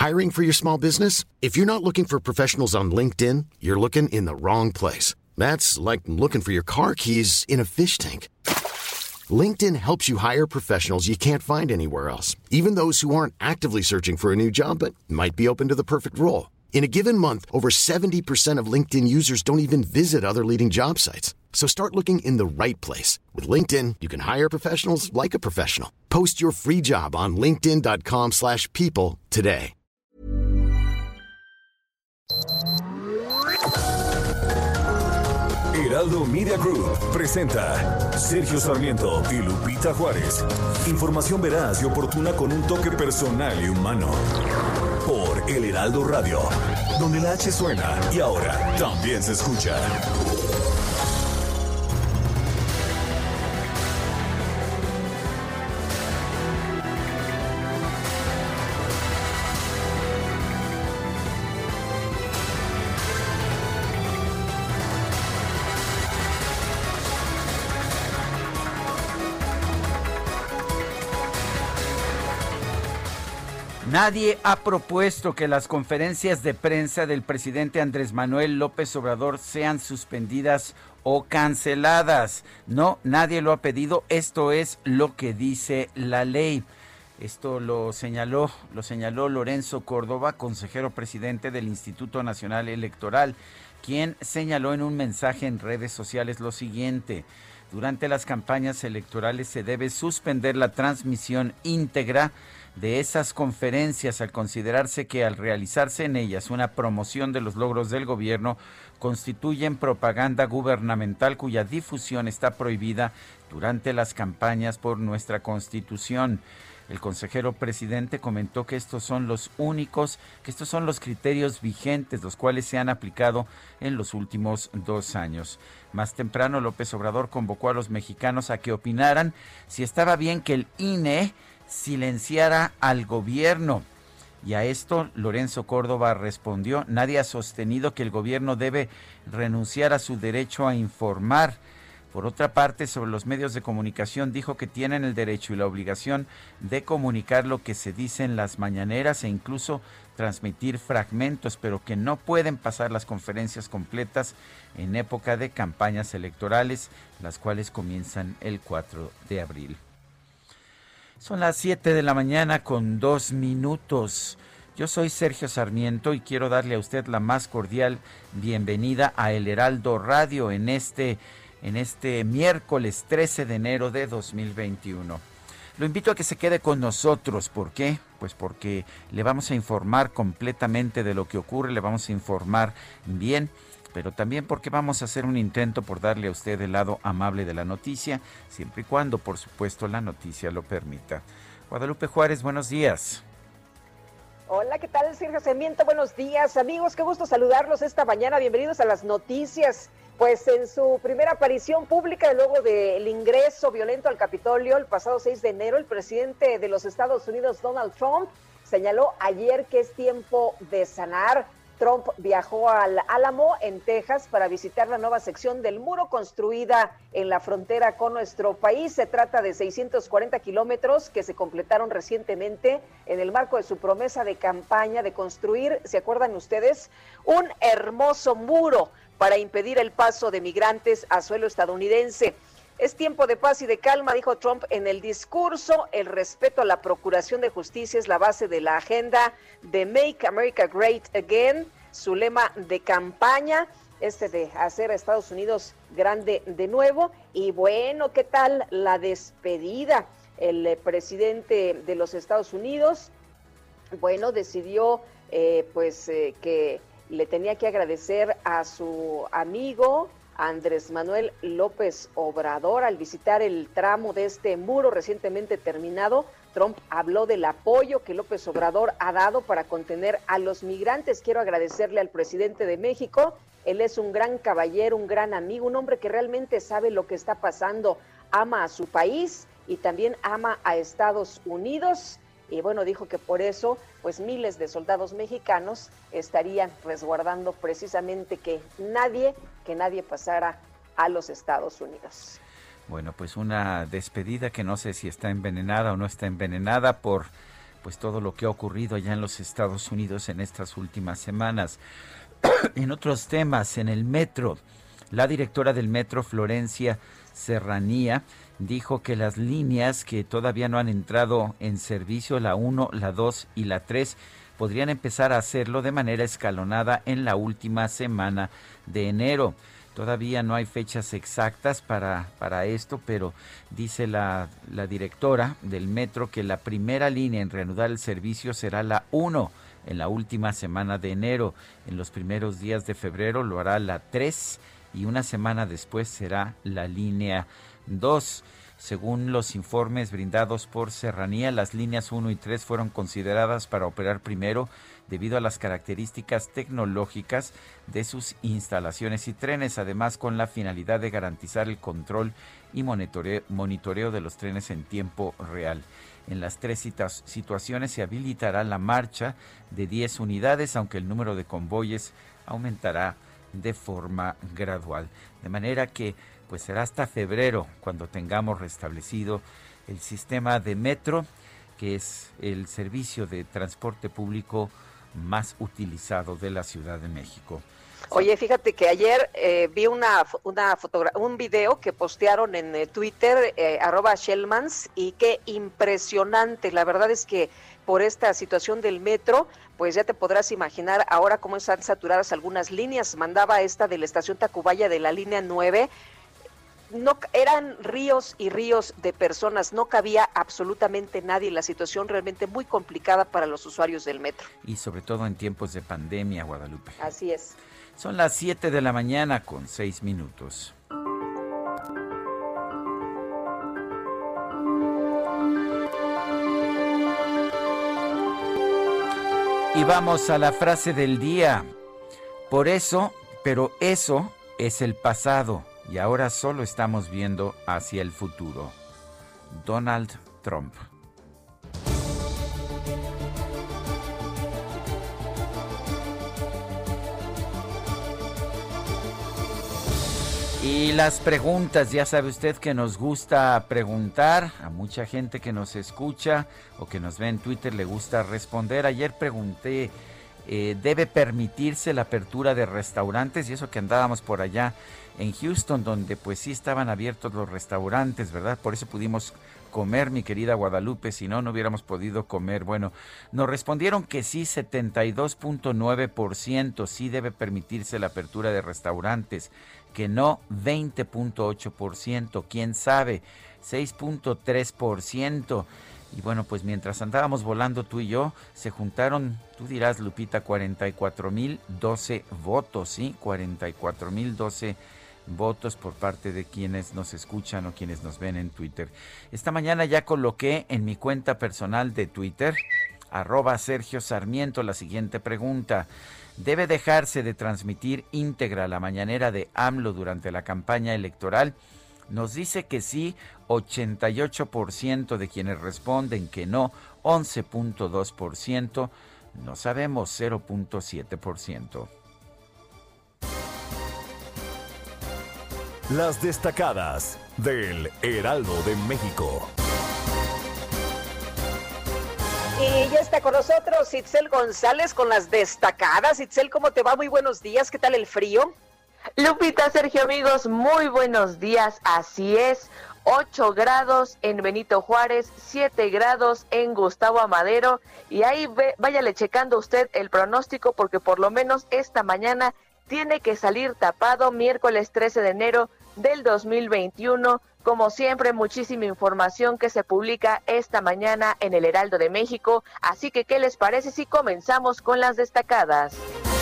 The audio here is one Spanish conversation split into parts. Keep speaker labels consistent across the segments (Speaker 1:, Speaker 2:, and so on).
Speaker 1: Hiring for your small business? If you're not looking for professionals on LinkedIn, you're looking in the wrong place. That's like looking for your car keys in a fish tank. LinkedIn helps you hire professionals you can't find anywhere else, even those who aren't actively searching for a new job but might be open to the perfect role. In a given month, over 70% of LinkedIn users don't even visit other leading job sites. So start looking in the right place. With LinkedIn, you can hire professionals like a professional. Post your free job on linkedin.com/people today.
Speaker 2: Heraldo Media Group presenta Sergio Sarmiento y Lupita Juárez. Información veraz y oportuna con un toque personal y humano. Por El Heraldo Radio, donde la H suena y ahora también se escucha.
Speaker 3: Nadie ha propuesto que las conferencias de prensa del presidente Andrés Manuel López Obrador sean suspendidas o canceladas. No, nadie lo ha pedido. Esto es lo que dice la ley. Esto lo señaló Lorenzo Córdoba, consejero presidente del Instituto Nacional Electoral, quien señaló en un mensaje en redes sociales lo siguiente: durante las campañas electorales se debe suspender la transmisión íntegra de esas conferencias al considerarse que al realizarse en ellas una promoción de los logros del gobierno constituyen propaganda gubernamental cuya difusión está prohibida durante las campañas por nuestra Constitución. El consejero presidente comentó que estos son los criterios vigentes, los cuales se han aplicado en los últimos 2 años. Más temprano, López Obrador convocó a los mexicanos a que opinaran si estaba bien que el INE silenciara al gobierno. Y a esto Lorenzo Córdoba respondió: nadie ha sostenido que el gobierno debe renunciar a su derecho a informar. Por otra parte, sobre los medios de comunicación, dijo que tienen el derecho y la obligación de comunicar lo que se dice en las mañaneras e incluso transmitir fragmentos, pero que no pueden pasar las conferencias completas en época de campañas electorales, las cuales comienzan el 4 de abril. Son las 7 de la mañana con 2 minutos. Yo soy Sergio Sarmiento y quiero darle a usted la más cordial bienvenida a El Heraldo Radio en este miércoles 13 de enero de 2021. Lo invito a que se quede con nosotros. ¿Por qué? Pues porque le vamos a informar completamente de lo que ocurre, le vamos a informar bien, pero también porque vamos a hacer un intento por darle a usted el lado amable de la noticia, siempre y cuando, por supuesto, la noticia lo permita. Guadalupe Juárez, buenos días.
Speaker 4: Hola, ¿qué tal, Sergio Sarmiento? Buenos días, amigos, qué gusto saludarlos esta mañana, bienvenidos a las noticias. Pues en su primera aparición pública luego del ingreso violento al Capitolio el pasado 6 de enero, el presidente de los Estados Unidos, Donald Trump, señaló ayer que es tiempo de sanar. Trump viajó al Álamo, en Texas, para visitar la nueva sección del muro construida en la frontera con nuestro país. Se trata de 640 kilómetros que se completaron recientemente en el marco de su promesa de campaña de construir, ¿se acuerdan ustedes?, un hermoso muro para impedir el paso de migrantes a suelo estadounidense. Es tiempo de paz y de calma, dijo Trump en el discurso. El respeto a la procuración de justicia es la base de la agenda de Make America Great Again, su lema de campaña, de hacer a Estados Unidos grande de nuevo. Y bueno, ¿qué tal la despedida? El presidente de los Estados Unidos, bueno, decidió que le tenía que agradecer a su amigo Andrés Manuel López Obrador al visitar el tramo de este muro recientemente terminado. Trump habló del apoyo que López Obrador ha dado para contener a los migrantes. Quiero agradecerle al presidente de México. Él es un gran caballero, un gran amigo, un hombre que realmente sabe lo que está pasando. Ama a su país y también ama a Estados Unidos. Y bueno, dijo que por eso, pues miles de soldados mexicanos estarían resguardando precisamente que nadie pasara a los Estados Unidos.
Speaker 3: Bueno, pues una despedida que no sé si está envenenada o no está envenenada por pues todo lo que ha ocurrido allá en los Estados Unidos en estas últimas semanas. En otros temas, en el metro, la directora del metro, Florencia Serranía, dijo que las líneas que todavía no han entrado en servicio, la 1, la 2 y la 3, podrían empezar a hacerlo de manera escalonada en la última semana de enero. Todavía no hay fechas exactas para esto, pero dice la directora del metro que la primera línea en reanudar el servicio será la 1 en la última semana de enero. En los primeros días de febrero lo hará la 3 y una semana después será la línea 2. Según los informes brindados por Serranía, las líneas 1 y 3 fueron consideradas para operar primero debido a las características tecnológicas de sus instalaciones y trenes, además con la finalidad de garantizar el control y monitoreo de los trenes en tiempo real. En las tres situaciones se habilitará la marcha de 10 unidades, aunque el número de convoyes aumentará de forma gradual. De manera que pues será hasta febrero cuando tengamos restablecido el sistema de metro, que es el servicio de transporte público más utilizado de la Ciudad de México.
Speaker 4: Oye, fíjate que ayer vi un video que postearon en Twitter, @Shellmans, y qué impresionante. La verdad es que por esta situación del metro, pues ya te podrás imaginar ahora cómo están saturadas algunas líneas. Mandaba esta de la estación Tacubaya de la línea 9. No, eran ríos y ríos de personas, no cabía absolutamente nadie, la situación realmente muy complicada para los usuarios del metro.
Speaker 3: Y sobre todo en tiempos de pandemia, Guadalupe.
Speaker 4: Así es.
Speaker 3: Son las 7 de la mañana con 6 minutos. Y vamos a la frase del día. Por eso, pero eso es el pasado. Y ahora solo estamos viendo hacia el futuro. Donald Trump. Y las preguntas, ya sabe usted que nos gusta preguntar, a mucha gente que nos escucha o que nos ve en Twitter le gusta responder. Ayer pregunté, ¿debe permitirse la apertura de restaurantes? Y eso que andábamos por allá en Houston, donde pues sí estaban abiertos los restaurantes, ¿verdad? Por eso pudimos comer, mi querida Guadalupe, si no, no hubiéramos podido comer. Bueno, nos respondieron que sí, 72.9%, sí debe permitirse la apertura de restaurantes, que no, 20.8%, quién sabe, 6.3%. Y bueno, pues mientras andábamos volando tú y yo, se juntaron, tú dirás, Lupita, 44,012 votos, ¿sí? 44,012 votos por parte de quienes nos escuchan o quienes nos ven en Twitter. Esta mañana ya coloqué en mi cuenta personal de Twitter, @Sergio Sarmiento, la siguiente pregunta. ¿Debe dejarse de transmitir íntegra la mañanera de AMLO durante la campaña electoral? Nos dice que sí, 88% de quienes responden que no, 11.2%, no sabemos, 0.7%.
Speaker 2: Las destacadas del Heraldo de México.
Speaker 4: Y ya está con nosotros Itzel González con las destacadas. Itzel, ¿cómo te va? Muy buenos días, ¿qué tal el frío?
Speaker 5: Lupita, Sergio, amigos, muy buenos días, así es, 8 grados en Benito Juárez, 7 grados en Gustavo Amadero, y ahí váyale checando usted el pronóstico porque por lo menos esta mañana tiene que salir tapado, miércoles 13 de enero del 2021, como siempre, muchísima información que se publica esta mañana en el Heraldo de México, así que ¿qué les parece si comenzamos con las destacadas?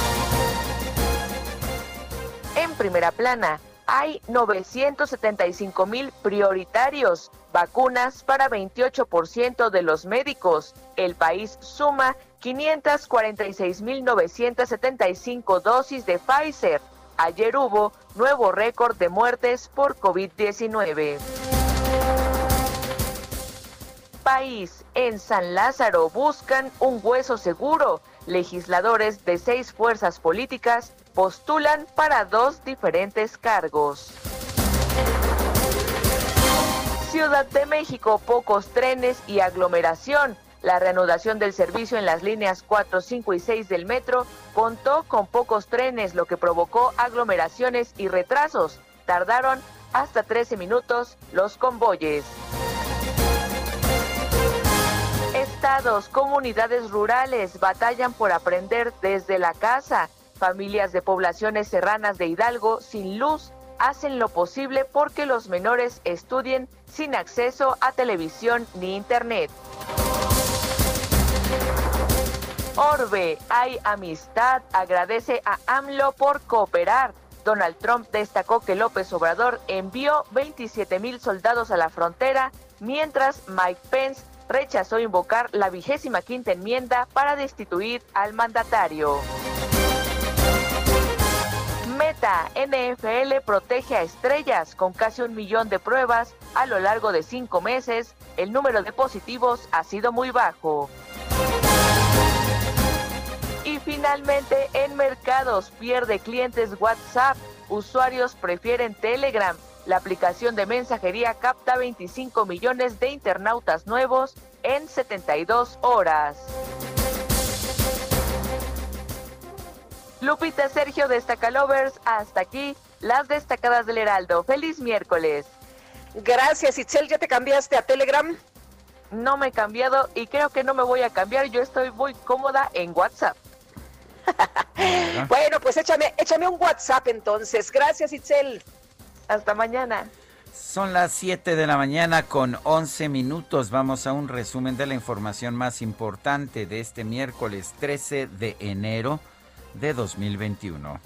Speaker 5: En primera plana, hay 975,000 prioritarios, vacunas para 28% de los médicos. El país suma 546,975 dosis de Pfizer. Ayer hubo nuevo récord de muertes por COVID-19. País, en San Lázaro buscan un hueso seguro. Legisladores de 6 fuerzas políticas postulan para 2 diferentes cargos. Ciudad de México, pocos trenes y aglomeración. La reanudación del servicio en las líneas 4, 5 y 6 del metro contó con pocos trenes, lo que provocó aglomeraciones y retrasos. Tardaron hasta 13 minutos los convoyes. Estados, comunidades rurales batallan por aprender desde la casa. Familias de poblaciones serranas de Hidalgo sin luz hacen lo posible porque los menores estudien sin acceso a televisión ni internet. Orbe, hay amistad, agradece a AMLO por cooperar. Donald Trump destacó que López Obrador envió 27,000 soldados a la frontera, mientras Mike Pence rechazó invocar la 25ª enmienda para destituir al mandatario. Meta, NFL protege a estrellas con casi 1 millón de pruebas a lo largo de 5 meses. El número de positivos ha sido muy bajo. Y finalmente, en mercados pierde clientes WhatsApp. Usuarios prefieren Telegram. La aplicación de mensajería capta 25 millones de internautas nuevos en 72 horas. Lupita, Sergio, Destacalovers, hasta aquí las destacadas del Heraldo. ¡Feliz miércoles!
Speaker 4: Gracias, Itzel. ¿Ya te cambiaste a Telegram?
Speaker 5: No me he cambiado y creo que no me voy a cambiar. Yo estoy muy cómoda en WhatsApp.
Speaker 4: Bueno, pues échame un WhatsApp entonces. Gracias, Itzel.
Speaker 5: Hasta mañana.
Speaker 3: Son las 7 de la mañana con 11 minutos. Vamos a un resumen de la información más importante de este miércoles 13 de enero de 2021.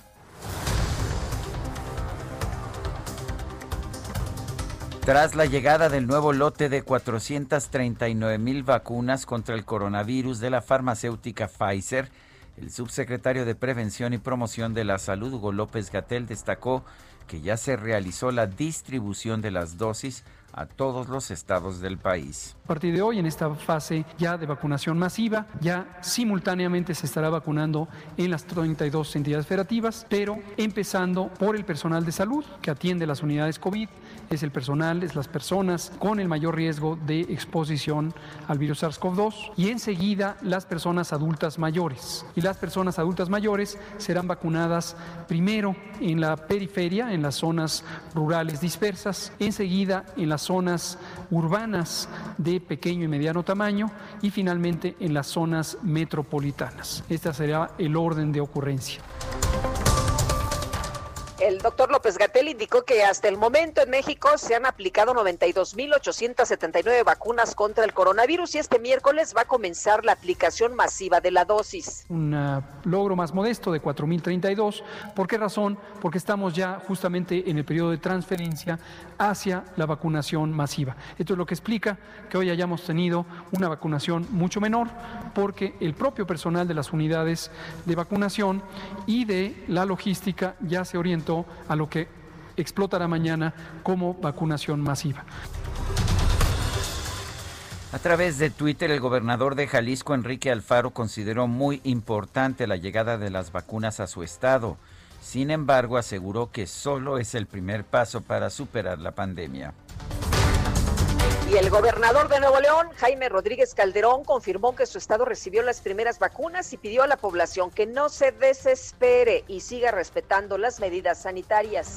Speaker 3: Tras la llegada del nuevo lote de 439,000 vacunas contra el coronavirus de la farmacéutica Pfizer, el subsecretario de Prevención y Promoción de la Salud, Hugo López-Gatell, destacó que ya se realizó la distribución de las dosis a todos los estados del país.
Speaker 6: A partir de hoy, en esta fase ya de vacunación masiva, ya simultáneamente se estará vacunando en las 32 entidades federativas, pero empezando por el personal de salud que atiende las unidades COVID, es las personas con el mayor riesgo de exposición al virus SARS-CoV-2, y enseguida las personas adultas mayores. Y las personas adultas mayores serán vacunadas primero en la periferia, en las zonas rurales dispersas, enseguida en las zonas urbanas de pequeño y mediano tamaño y finalmente en las zonas metropolitanas. Este será el orden de ocurrencia.
Speaker 4: El doctor López-Gatell indicó que hasta el momento en México se han aplicado 92,879 vacunas contra el coronavirus y este miércoles va a comenzar la aplicación masiva de la dosis.
Speaker 6: Un logro más modesto de 4,032. ¿Por qué razón? Porque estamos ya justamente en el periodo de transferencia hacia la vacunación masiva. Esto es lo que explica que hoy hayamos tenido una vacunación mucho menor, porque el propio personal de las unidades de vacunación y de la logística ya se orientó a lo que explotará mañana como vacunación masiva.
Speaker 3: A través de Twitter, el gobernador de Jalisco, Enrique Alfaro, consideró muy importante la llegada de las vacunas a su estado. Sin embargo, aseguró que solo es el primer paso para superar la pandemia.
Speaker 4: Y el gobernador de Nuevo León, Jaime Rodríguez Calderón, confirmó que su estado recibió las primeras vacunas y pidió a la población que no se desespere y siga respetando las medidas sanitarias.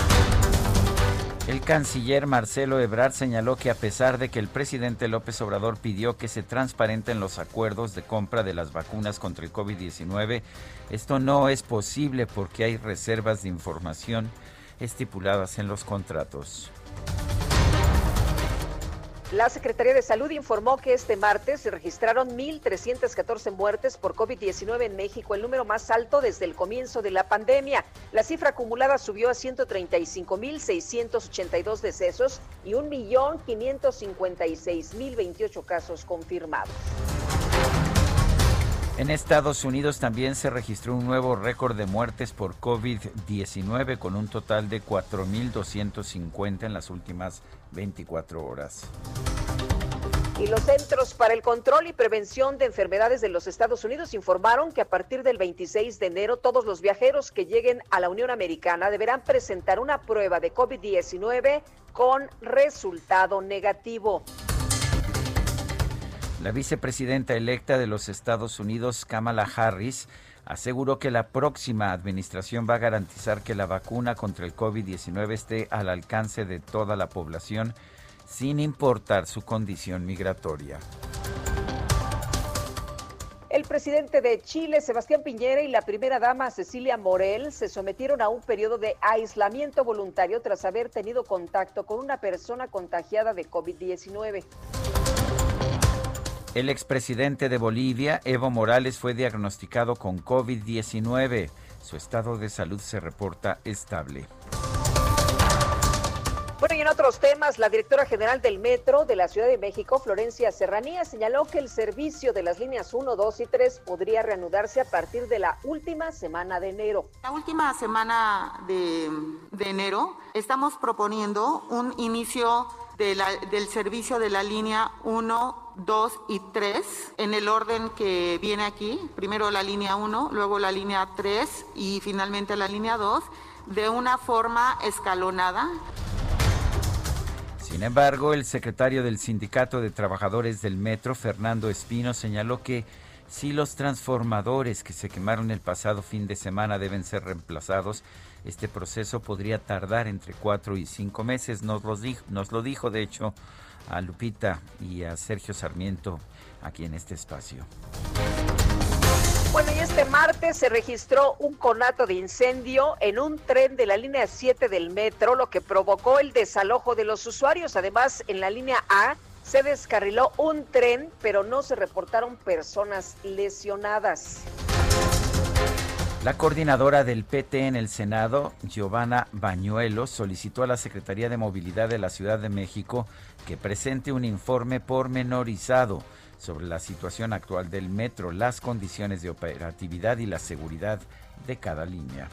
Speaker 3: El canciller Marcelo Ebrard señaló que a pesar de que el presidente López Obrador pidió que se transparenten los acuerdos de compra de las vacunas contra el COVID-19, esto no es posible porque hay reservas de información estipuladas en los contratos.
Speaker 4: La Secretaría de Salud informó que este martes se registraron 1,314 muertes por COVID-19 en México, el número más alto desde el comienzo de la pandemia. La cifra acumulada subió a 135,682 decesos y 1,556,028 casos confirmados.
Speaker 3: En Estados Unidos también se registró un nuevo récord de muertes por COVID-19 con un total de 4,250 en las últimas 24 horas.
Speaker 4: Y los Centros para el Control y Prevención de Enfermedades de los Estados Unidos informaron que a partir del 26 de enero todos los viajeros que lleguen a la Unión Americana deberán presentar una prueba de COVID-19 con resultado negativo.
Speaker 3: La vicepresidenta electa de los Estados Unidos, Kamala Harris, aseguró que la próxima administración va a garantizar que la vacuna contra el COVID-19 esté al alcance de toda la población, sin importar su condición migratoria.
Speaker 4: El presidente de Chile, Sebastián Piñera, y la primera dama, Cecilia Morel, se sometieron a un periodo de aislamiento voluntario tras haber tenido contacto con una persona contagiada de COVID-19.
Speaker 3: El expresidente de Bolivia, Evo Morales, fue diagnosticado con COVID-19. Su estado de salud se reporta estable.
Speaker 4: Bueno, y en otros temas, la directora general del Metro de la Ciudad de México, Florencia Serranía, señaló que el servicio de las líneas 1, 2 y 3 podría reanudarse a partir de la última semana de enero.
Speaker 7: La última semana de enero estamos proponiendo un inicio del servicio de la línea 1, 2 y 3 en el orden que viene aquí. Primero la línea 1, luego la línea 3 y finalmente la línea 2, de una forma escalonada.
Speaker 3: Sin embargo, el secretario del Sindicato de Trabajadores del Metro, Fernando Espino, señaló que si los transformadores que se quemaron el pasado fin de semana deben ser reemplazados, este proceso podría tardar entre 4 y 5 meses. Nos lo dijo, de hecho, a Lupita y a Sergio Sarmiento aquí en este espacio.
Speaker 4: Bueno, y este martes se registró un conato de incendio en un tren de la línea 7 del metro, lo que provocó el desalojo de los usuarios. Además, en la línea A se descarriló un tren, pero no se reportaron personas lesionadas.
Speaker 3: La coordinadora del PT en el Senado, Giovanna Bañuelos, solicitó a la Secretaría de Movilidad de la Ciudad de México que presente un informe pormenorizado sobre la situación actual del metro, las condiciones de operatividad y la seguridad de cada línea.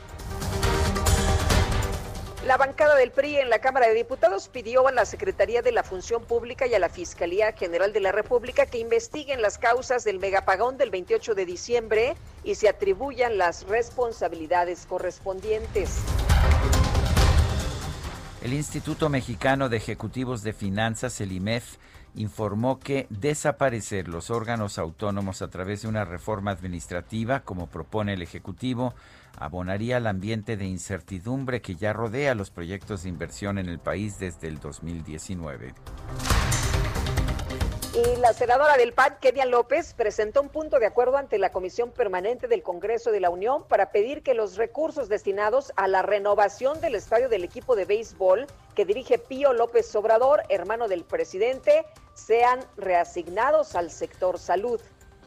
Speaker 4: La bancada del PRI en la Cámara de Diputados pidió a la Secretaría de la Función Pública y a la Fiscalía General de la República que investiguen las causas del megapagón del 28 de diciembre y se atribuyan las responsabilidades correspondientes.
Speaker 3: El Instituto Mexicano de Ejecutivos de Finanzas, el IMEF, informó que desaparecer los órganos autónomos a través de una reforma administrativa, como propone el Ejecutivo, abonaría al ambiente de incertidumbre que ya rodea los proyectos de inversión en el país desde el 2019.
Speaker 4: Y la senadora del PAN, Kenia López, presentó un punto de acuerdo ante la Comisión Permanente del Congreso de la Unión para pedir que los recursos destinados a la renovación del estadio del equipo de béisbol que dirige Pío López Obrador, hermano del presidente, sean reasignados al sector salud.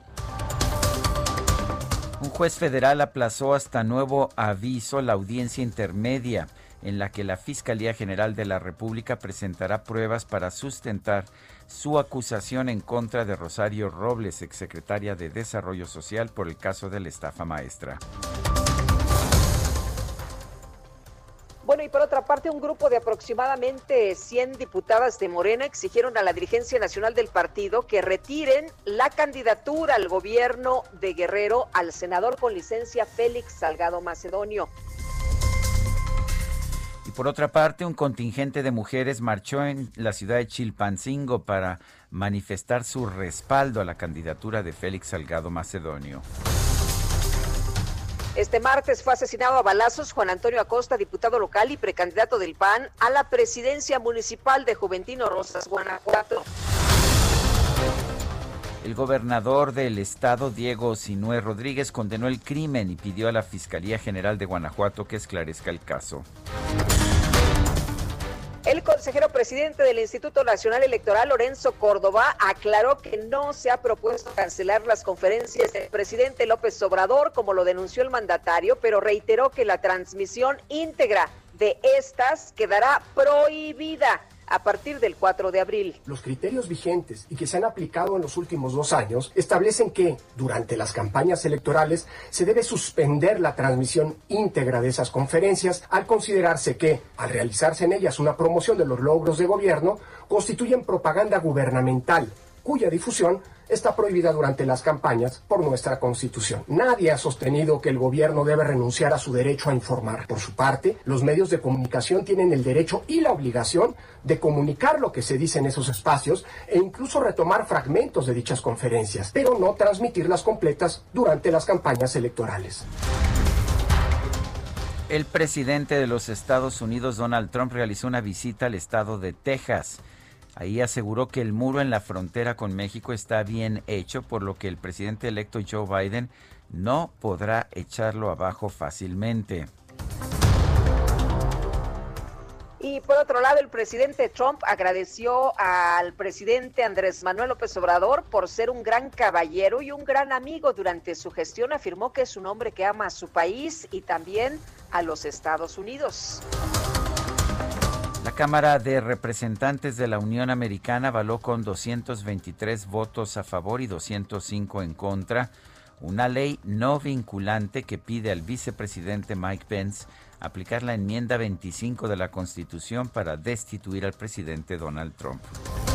Speaker 3: Un juez federal aplazó hasta nuevo aviso la audiencia intermedia en la que la Fiscalía General de la República presentará pruebas para sustentar su acusación en contra de Rosario Robles, exsecretaria de Desarrollo Social, por el caso de la estafa maestra.
Speaker 4: Bueno, y por otra parte, un grupo de aproximadamente 100 diputadas de Morena exigieron a la dirigencia nacional del partido que retiren la candidatura al gobierno de Guerrero al senador con licencia Félix Salgado Macedonio.
Speaker 3: Y por otra parte, un contingente de mujeres marchó en la ciudad de Chilpancingo para manifestar su respaldo a la candidatura de Félix Salgado Macedonio.
Speaker 4: Este martes fue asesinado a balazos Juan Antonio Acosta, diputado local y precandidato del PAN a la presidencia municipal de Juventino Rosas, Guanajuato.
Speaker 3: El gobernador del estado, Diego Sinue Rodríguez, condenó el crimen y pidió a la Fiscalía General de Guanajuato que esclarezca el caso.
Speaker 4: El consejero presidente del Instituto Nacional Electoral, Lorenzo Córdoba, aclaró que no se ha propuesto cancelar las conferencias del presidente López Obrador, como lo denunció el mandatario, pero reiteró que la transmisión íntegra de estas quedará prohibida a partir del 4 de abril.
Speaker 8: Los criterios vigentes y que se han aplicado en los últimos 2 años establecen que durante las campañas electorales se debe suspender la transmisión íntegra de esas conferencias al considerarse que, al realizarse en ellas una promoción de los logros de gobierno, constituyen propaganda gubernamental cuya difusión está prohibida durante las campañas por nuestra Constitución. Nadie ha sostenido que el gobierno debe renunciar a su derecho a informar. Por su parte, los medios de comunicación tienen el derecho y la obligación de comunicar lo que se dice en esos espacios e incluso retomar fragmentos de dichas conferencias, pero no transmitirlas completas durante las campañas electorales.
Speaker 3: El presidente de los Estados Unidos, Donald Trump, realizó una visita al estado de Texas. Ahí aseguró que el muro en la frontera con México está bien hecho, por lo que el presidente electo Joe Biden no podrá echarlo abajo fácilmente.
Speaker 4: Y por otro lado, el presidente Trump agradeció al presidente Andrés Manuel López Obrador por ser un gran caballero y un gran amigo durante su gestión. Afirmó que es un hombre que ama a su país y también a los Estados Unidos.
Speaker 3: La Cámara de Representantes de la Unión Americana avaló con 223 votos a favor y 205 en contra una ley no vinculante que pide al vicepresidente Mike Pence aplicar la enmienda 25 de la Constitución para destituir al presidente Donald Trump.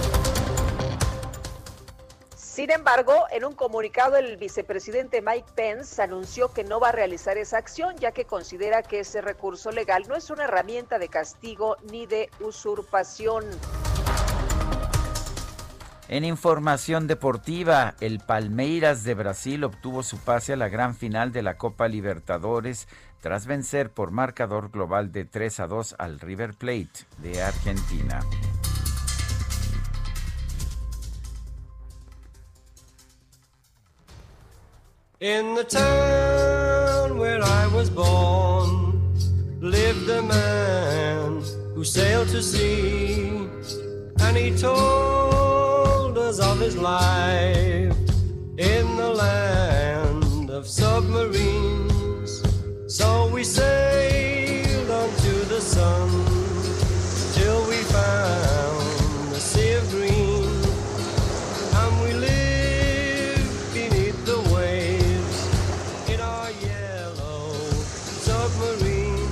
Speaker 4: Sin embargo, en un comunicado, el vicepresidente Mike Pence anunció que no va a realizar esa acción, ya que considera que ese recurso legal no es una herramienta de castigo ni de usurpación.
Speaker 3: En información deportiva, el Palmeiras de Brasil obtuvo su pase a la gran final de la Copa Libertadores tras vencer por marcador global de 3-2 al River Plate de Argentina.
Speaker 9: In the town where I was born lived a man who sailed to sea, and he told us of his life in the land of submarines. So we sailed onto the sun till we found the sea of green, and we lived beneath the waves in our yellow submarine.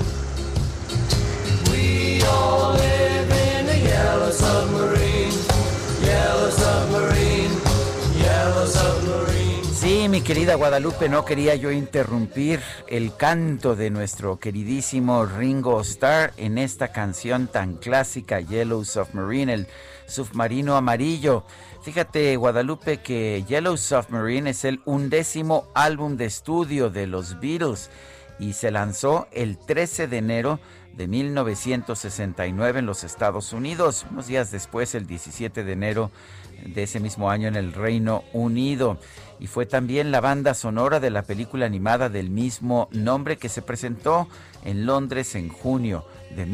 Speaker 9: We all live in a yellow submarine, yellow submarine, yellow submarine.
Speaker 3: Sí, mi querida Guadalupe, no quería yo interrumpir el canto de nuestro queridísimo Ringo Starr en esta canción tan clásica, Yellow Submarine, el submarino amarillo. Fíjate, Guadalupe, que Yellow Submarine es el 11º álbum de estudio de los Beatles y se lanzó el 13 de enero de 1969 en los Estados Unidos, unos días después, el 17 de enero de ese mismo año en el Reino Unido. Y fue también la banda sonora de la película animada del mismo nombre que se presentó en Londres en junio de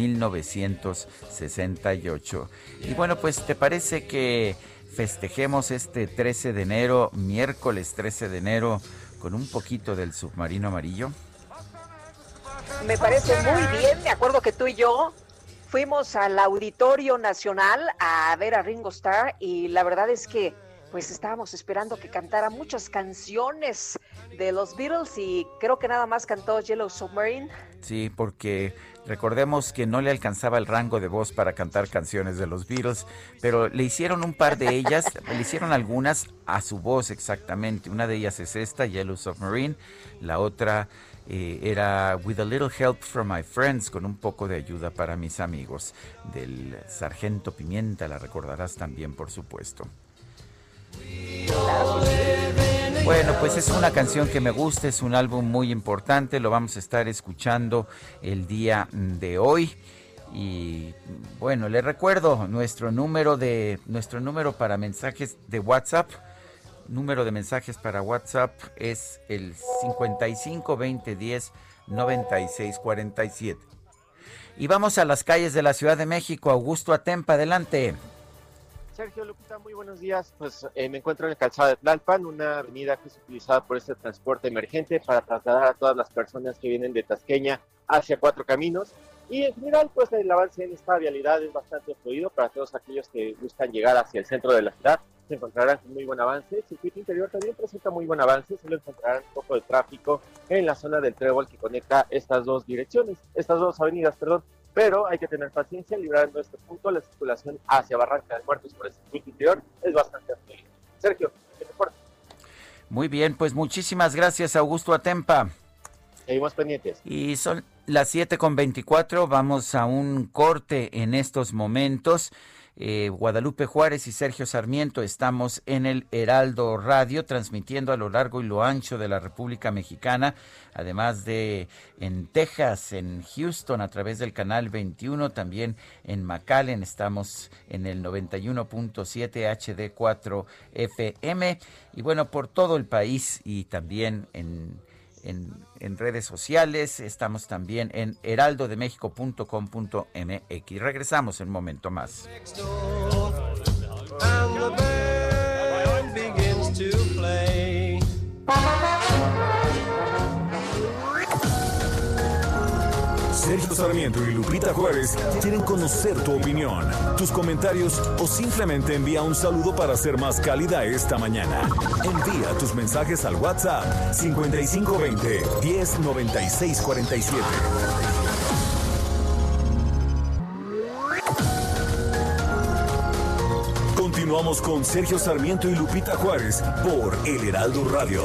Speaker 3: 1968. Y bueno, pues ¿te parece que festejemos este 13 de enero, miércoles 13 de enero, con un poquito del submarino amarillo?
Speaker 4: Me parece muy bien. Me acuerdo que tú y yo fuimos al Auditorio Nacional a ver a Ringo Starr y la verdad es que pues estábamos esperando que cantara muchas canciones de los Beatles y creo que nada más cantó Yellow Submarine.
Speaker 3: Sí, porque recordemos que no le alcanzaba el rango de voz para cantar canciones de los Beatles, pero le hicieron un par de ellas, le hicieron algunas a su voz exactamente. Una de ellas es esta, Yellow Submarine, la otra era With a Little Help from My Friends, con un poco de ayuda para mis amigos, del Sargento Pimienta, la recordarás también, por supuesto. Bueno, pues es una canción que me gusta, es un álbum muy importante, lo vamos a estar escuchando el día de hoy. Y bueno, le recuerdo nuestro número para mensajes de WhatsApp. Número de mensajes para WhatsApp es el 55 20 10 96 47. Y vamos a las calles de la Ciudad de México. Augusto Atempa, adelante.
Speaker 10: Sergio, Lupita, muy buenos días. Pues me encuentro en la calzada de Tlalpan, una avenida que es utilizada por este transporte emergente para trasladar a todas las personas que vienen de Tasqueña hacia Cuatro Caminos. Y en general, pues el avance en esta vialidad es bastante fluido para todos aquellos que buscan llegar hacia el centro de la ciudad. Se encontrarán con muy buen avance. El circuito interior también presenta muy buen avance. Solo encontrarán un poco de tráfico en la zona del trébol que conecta estas dos avenidas, pero hay que tener paciencia. Librando este punto, la circulación hacia Barranca de Muertos por el circuito interior es bastante fluida. Sergio, el reporte.
Speaker 3: Muy bien, pues muchísimas gracias, Augusto Atempa.
Speaker 10: Seguimos pendientes.
Speaker 3: Y son las 7:24, vamos a un corte en estos momentos. Guadalupe Juárez y Sergio Sarmiento estamos en el Heraldo Radio, transmitiendo a lo largo y lo ancho de la República Mexicana, además de en Texas, en Houston, a través del canal 21, también en McAllen estamos en el 91.7 HD4 FM, y bueno, por todo el país y también en redes sociales. Estamos también en heraldodemexico.com.mx. Regresamos en un momento más.
Speaker 2: Sergio Sarmiento y Lupita Juárez quieren conocer tu opinión, tus comentarios o simplemente envía un saludo para ser más cálida esta mañana. Envía tus mensajes al WhatsApp 5520 109647. Continuamos con Sergio Sarmiento y Lupita Juárez por El Heraldo Radio.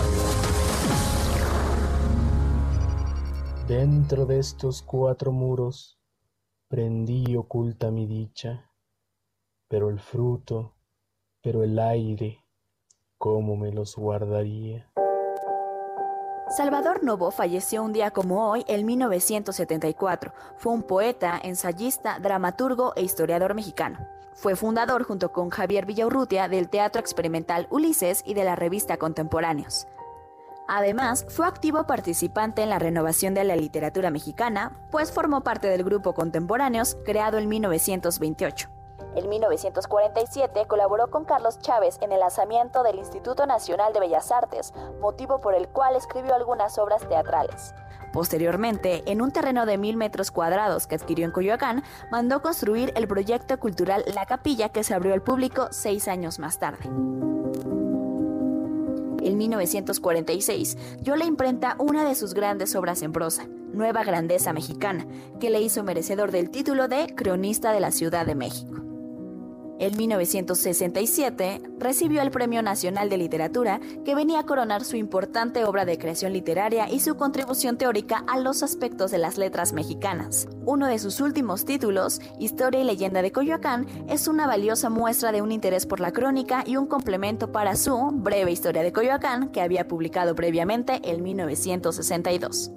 Speaker 11: Dentro de estos 4 muros prendí oculta mi dicha, pero el fruto, pero el aire, ¿cómo me los guardaría?
Speaker 12: Salvador Novo falleció un día como hoy en 1974. Fue un poeta, ensayista, dramaturgo e historiador mexicano. Fue fundador junto con Javier Villaurrutia del Teatro Experimental Ulises y de la revista Contemporáneos. Además, fue activo participante en la renovación de la literatura mexicana, pues formó parte del grupo Contemporáneos, creado en 1928. En 1947 colaboró con Carlos Chávez en el lanzamiento del Instituto Nacional de Bellas Artes, motivo por el cual escribió algunas obras teatrales. Posteriormente, en un terreno de 1,000 metros cuadrados que adquirió en Coyoacán, mandó construir el proyecto cultural La Capilla, que se abrió al público 6 años más tarde. En 1946 dio a la imprenta una de sus grandes obras en prosa, Nueva Grandeza Mexicana, que le hizo merecedor del título de Cronista de la Ciudad de México. En 1967 recibió el Premio Nacional de Literatura, que venía a coronar su importante obra de creación literaria y su contribución teórica a los aspectos de las letras mexicanas. Uno de sus últimos títulos, Historia y Leyenda de Coyoacán, es una valiosa muestra de un interés por la crónica y un complemento para su Breve Historia de Coyoacán, que había publicado previamente en 1962.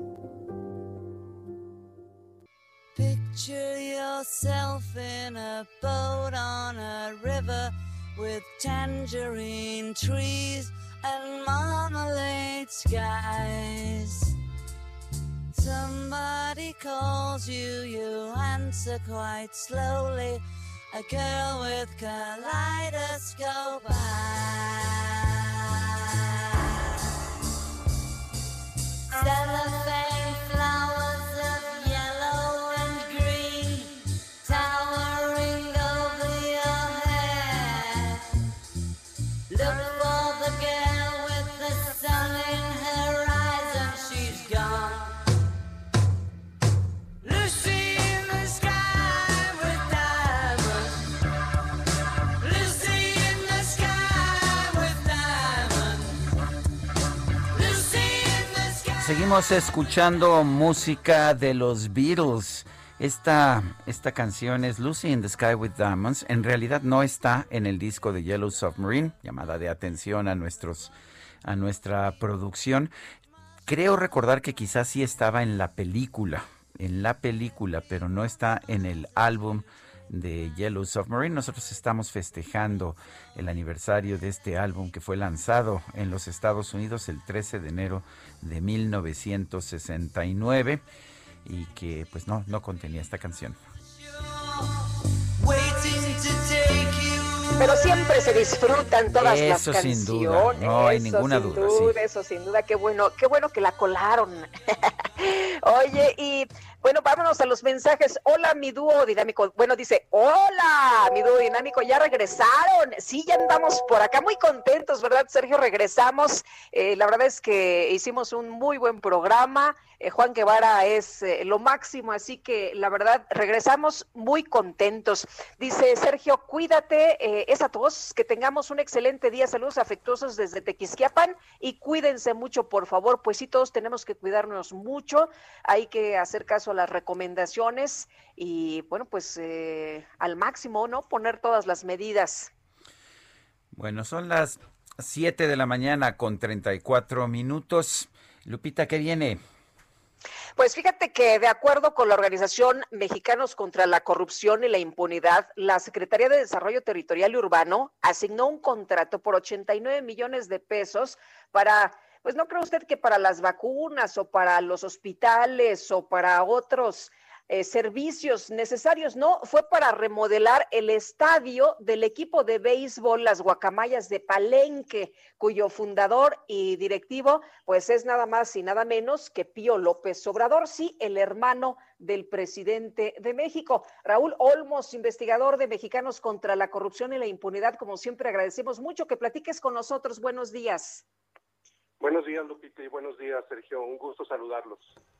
Speaker 13: Picture yourself in a boat on a river with tangerine trees and marmalade skies. Somebody calls you, you answer quite slowly. A girl with kaleidoscope eyes. Cellophane flowers of yellow and green towering over your head. Look for the girl with the sun in her eyes and she's gone. Lucy in the sky with diamonds. Lucy in the sky with diamonds. Lucy in the sky.
Speaker 3: Seguimos escuchando música de los Beatles. Esta canción es Lucy in the Sky with Diamonds. En realidad no está en el disco de Yellow Submarine. Llamada de atención a nuestra producción. Creo recordar que quizás sí estaba en la película, pero no está en el álbum de Yellow Submarine. Nosotros estamos festejando el aniversario de este álbum, que fue lanzado en los Estados Unidos el 13 de enero de 1969 y que pues no contenía esta canción.
Speaker 4: Pero siempre se disfrutan todas las
Speaker 3: Eso
Speaker 4: canciones.
Speaker 3: sin duda, no hay ninguna duda. Sí.
Speaker 4: Eso sin duda, qué bueno que la colaron. Oye, y Bueno, vámonos a los mensajes. Hola, mi dúo dinámico. Bueno, dice, hola, mi dúo dinámico, ya regresaron. Sí, ya andamos por acá muy contentos, ¿verdad, Sergio? Regresamos. La verdad es que hicimos un muy buen programa. Juan Guevara es lo máximo, así que la verdad regresamos muy contentos. Dice Sergio, cuídate, esa tos, que tengamos un excelente día. Saludos afectuosos desde Tequisquiapan y cuídense mucho, por favor. Pues sí, todos tenemos que cuidarnos mucho. Hay que hacer caso a las recomendaciones y bueno, pues al máximo, ¿no? Poner todas las medidas.
Speaker 3: Bueno, son las 7 de la mañana con 34 minutos. Lupita, ¿qué viene?
Speaker 4: Pues fíjate que de acuerdo con la organización Mexicanos contra la Corrupción y la Impunidad, la Secretaría de Desarrollo Territorial y Urbano asignó un contrato por 89 millones de pesos para, pues no cree usted que para las vacunas o para los hospitales o para otros servicios necesarios, no, fue para remodelar el estadio del equipo de béisbol Las Guacamayas de Palenque, cuyo fundador y directivo pues es nada más y nada menos que Pío López Obrador, sí, el hermano del presidente de México. Raúl Olmos, investigador de Mexicanos contra la Corrupción y la Impunidad, como siempre agradecemos mucho que platiques con nosotros. Buenos días.
Speaker 14: Buenos días, Lupita, y buenos días, Sergio. Un gusto saludarlos.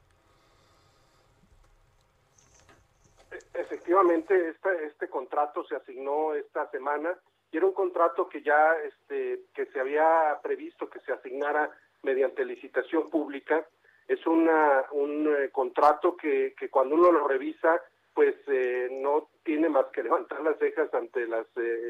Speaker 14: Efectivamente, este contrato se asignó esta semana y era un contrato que ya que se había previsto que se asignara mediante licitación pública. Es un contrato que cuando uno lo revisa, pues no tiene más que levantar las cejas ante los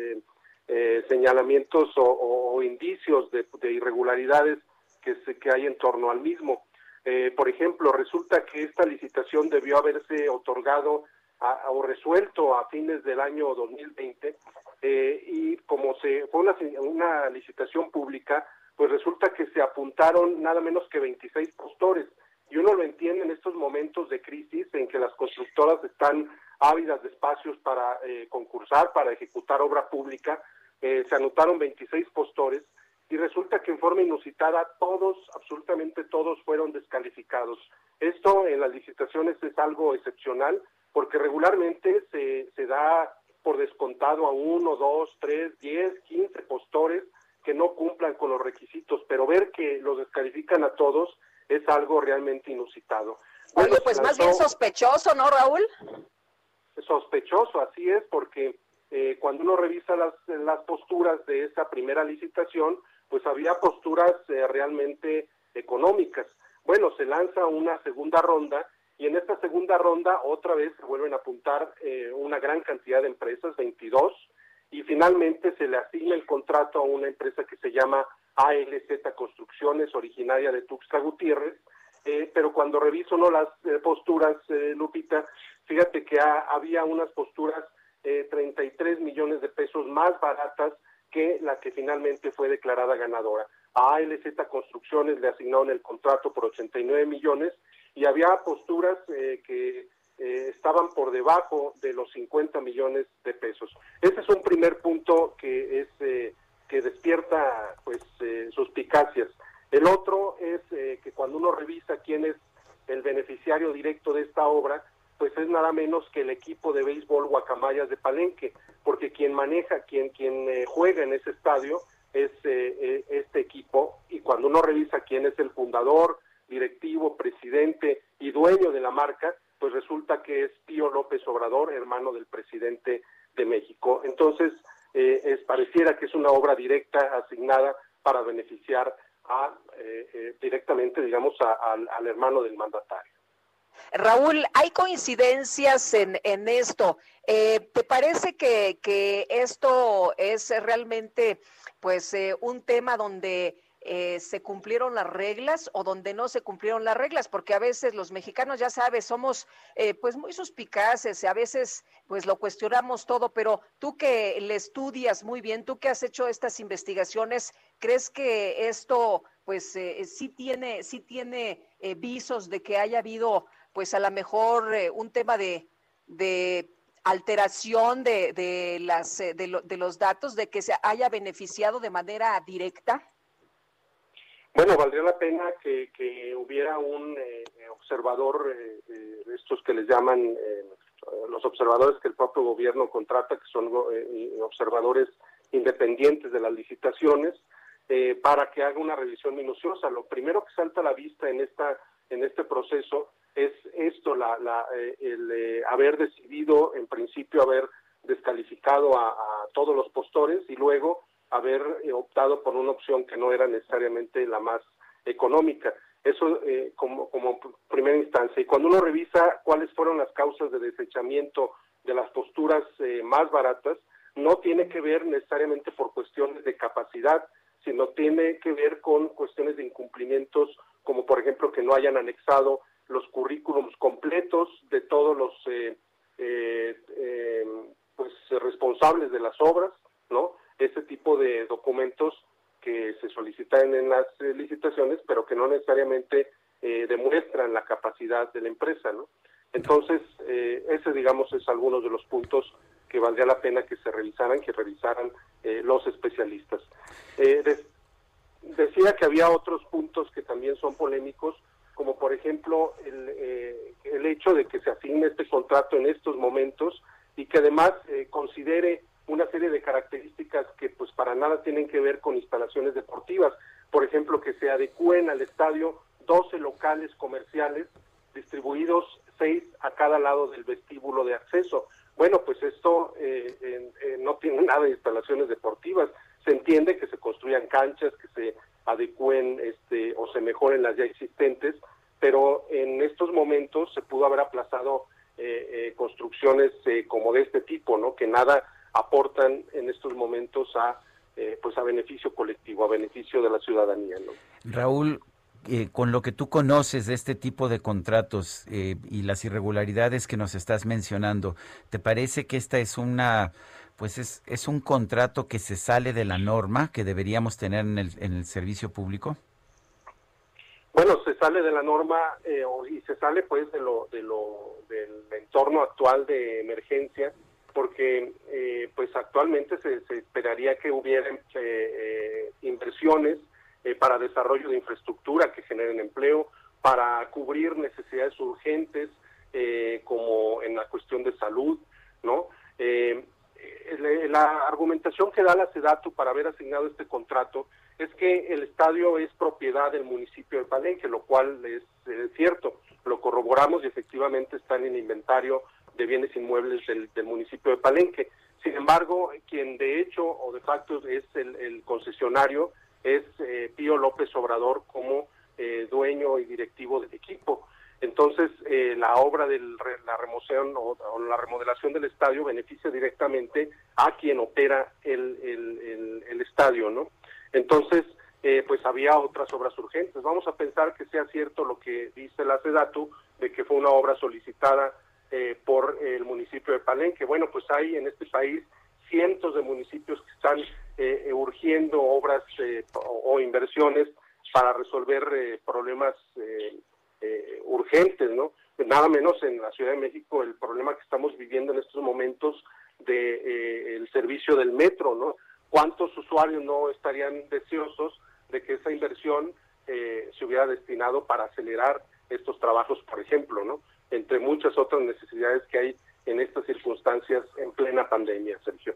Speaker 14: señalamientos o indicios de irregularidades que hay en torno al mismo. Por ejemplo, resulta que esta licitación debió haberse otorgado o resuelto a fines del año 2020 y como fue una licitación pública, pues resulta que se apuntaron nada menos que 26 postores, y uno lo entiende en estos momentos de crisis en que las constructoras están ávidas de espacios para concursar, para ejecutar obra pública. Se anotaron 26 postores y resulta que en forma inusitada absolutamente todos fueron descalificados. Esto en las licitaciones es algo excepcional, porque regularmente se da por descontado a 1, 2, 3, 10, 15 postores que no cumplan con los requisitos, pero ver que los descalifican a todos es algo realmente inusitado.
Speaker 4: Oye, pues más bien sospechoso, ¿no, Raúl?
Speaker 14: Sospechoso, así es, porque cuando uno revisa las posturas de esa primera licitación, pues había posturas realmente económicas. Bueno, se lanza una segunda ronda, y en esta segunda ronda otra vez se vuelven a apuntar una gran cantidad de empresas, 22, y finalmente se le asigna el contrato a una empresa que se llama ALZ Construcciones, originaria de Tuxtla Gutiérrez, pero cuando reviso las posturas, Lupita, fíjate que había unas posturas 33 millones de pesos más baratas que la que finalmente fue declarada ganadora. A ALZ Construcciones le asignaron el contrato por 89 millones, y había posturas que estaban por debajo de los 50 millones de pesos. Ese es un primer punto que despierta suspicacias. El otro es que cuando uno revisa quién es el beneficiario directo de esta obra, pues es nada menos que el equipo de béisbol Guacamayas de Palenque, porque quien juega en ese estadio es este equipo, y cuando uno revisa quién es el fundador, directivo, presidente y dueño de la marca, pues resulta que es Pío López Obrador, hermano del presidente de México. Entonces, pareciera que es una obra directa asignada para beneficiar directamente, digamos, al hermano del mandatario.
Speaker 4: Raúl, hay coincidencias en esto. ¿Te parece que esto es realmente pues un tema donde se cumplieron las reglas o donde no se cumplieron las reglas? Porque a veces los mexicanos, ya sabes, somos pues muy suspicaces, a veces pues lo cuestionamos todo, pero tú que le estudias muy bien, tú que has hecho estas investigaciones, ¿crees que esto pues sí tiene visos de que haya habido pues a lo mejor un tema de alteración de los datos, de que se haya beneficiado de manera directa?
Speaker 14: Bueno, valdría la pena que hubiera un observador, estos que les llaman los observadores que el propio gobierno contrata, que son observadores independientes de las licitaciones, para que haga una revisión minuciosa. Lo primero que salta a la vista en este proceso es esto, el haber decidido, en principio, haber descalificado a todos los postores y luego haber optado por una opción que no era necesariamente la más económica. Eso como primera instancia. Y cuando uno revisa cuáles fueron las causas de desechamiento de las posturas más baratas, no tiene que ver necesariamente por cuestiones de capacidad, sino tiene que ver con cuestiones de incumplimientos, como por ejemplo que no hayan anexado los currículums completos de todos los responsables de las obras, ¿no? Ese tipo de documentos que se solicitan en las licitaciones, pero que no necesariamente demuestran la capacidad de la empresa, ¿no? Entonces, ese, digamos, es algunos de los puntos que valdría la pena que se revisaran, los especialistas. Decía que había otros puntos que también son polémicos, como por ejemplo el hecho de que se asigne este contrato en estos momentos y que además considere una serie de características que pues para nada tienen que ver con instalaciones deportivas. Por ejemplo, que se adecúen al estadio 12 locales comerciales distribuidos 6 a cada lado del vestíbulo de acceso. Bueno, pues esto no tiene nada de instalaciones deportivas. Se entiende que se construyan canchas, que se adecúen o se mejoren las ya existentes, pero en estos momentos se pudo haber aplazado construcciones como de este tipo, ¿no? Que nada aportan en estos momentos a beneficio colectivo, a beneficio de la ciudadanía, ¿no?
Speaker 3: Raúl, con lo que tú conoces de este tipo de contratos y las irregularidades que nos estás mencionando, ¿te parece que esta es es un contrato que se sale de la norma que deberíamos tener en el servicio público?
Speaker 14: Bueno, se sale de la norma y se sale pues del entorno actual de emergencia, porque pues actualmente se esperaría que hubiera inversiones para desarrollo de infraestructura que generen empleo, para cubrir necesidades urgentes como en la cuestión de salud, ¿no? La argumentación que da la SEDATU para haber asignado este contrato es que el estadio es propiedad del municipio de Palenque, lo cual es cierto, lo corroboramos y efectivamente está en el inventario de bienes inmuebles del municipio de Palenque. Sin embargo, quien de hecho o de facto es el concesionario es Pío López Obrador como dueño y directivo del equipo. Entonces, la obra de la remoción o la remodelación del estadio beneficia directamente a quien opera el estadio, ¿no? Entonces, pues había otras obras urgentes. Vamos a pensar que sea cierto lo que dice la SEDATU, de que fue una obra solicitada por el municipio de Palenque. Bueno, pues hay en este país cientos de municipios que están urgiendo obras o inversiones para resolver problemas urgentes, ¿no? Nada menos en la Ciudad de México el problema que estamos viviendo en estos momentos de el servicio del metro, ¿no? ¿Cuántos usuarios no estarían deseosos de que esa inversión se hubiera destinado para acelerar estos trabajos, por ejemplo, ¿no? Entre muchas otras necesidades que hay en estas circunstancias en plena pandemia, Sergio.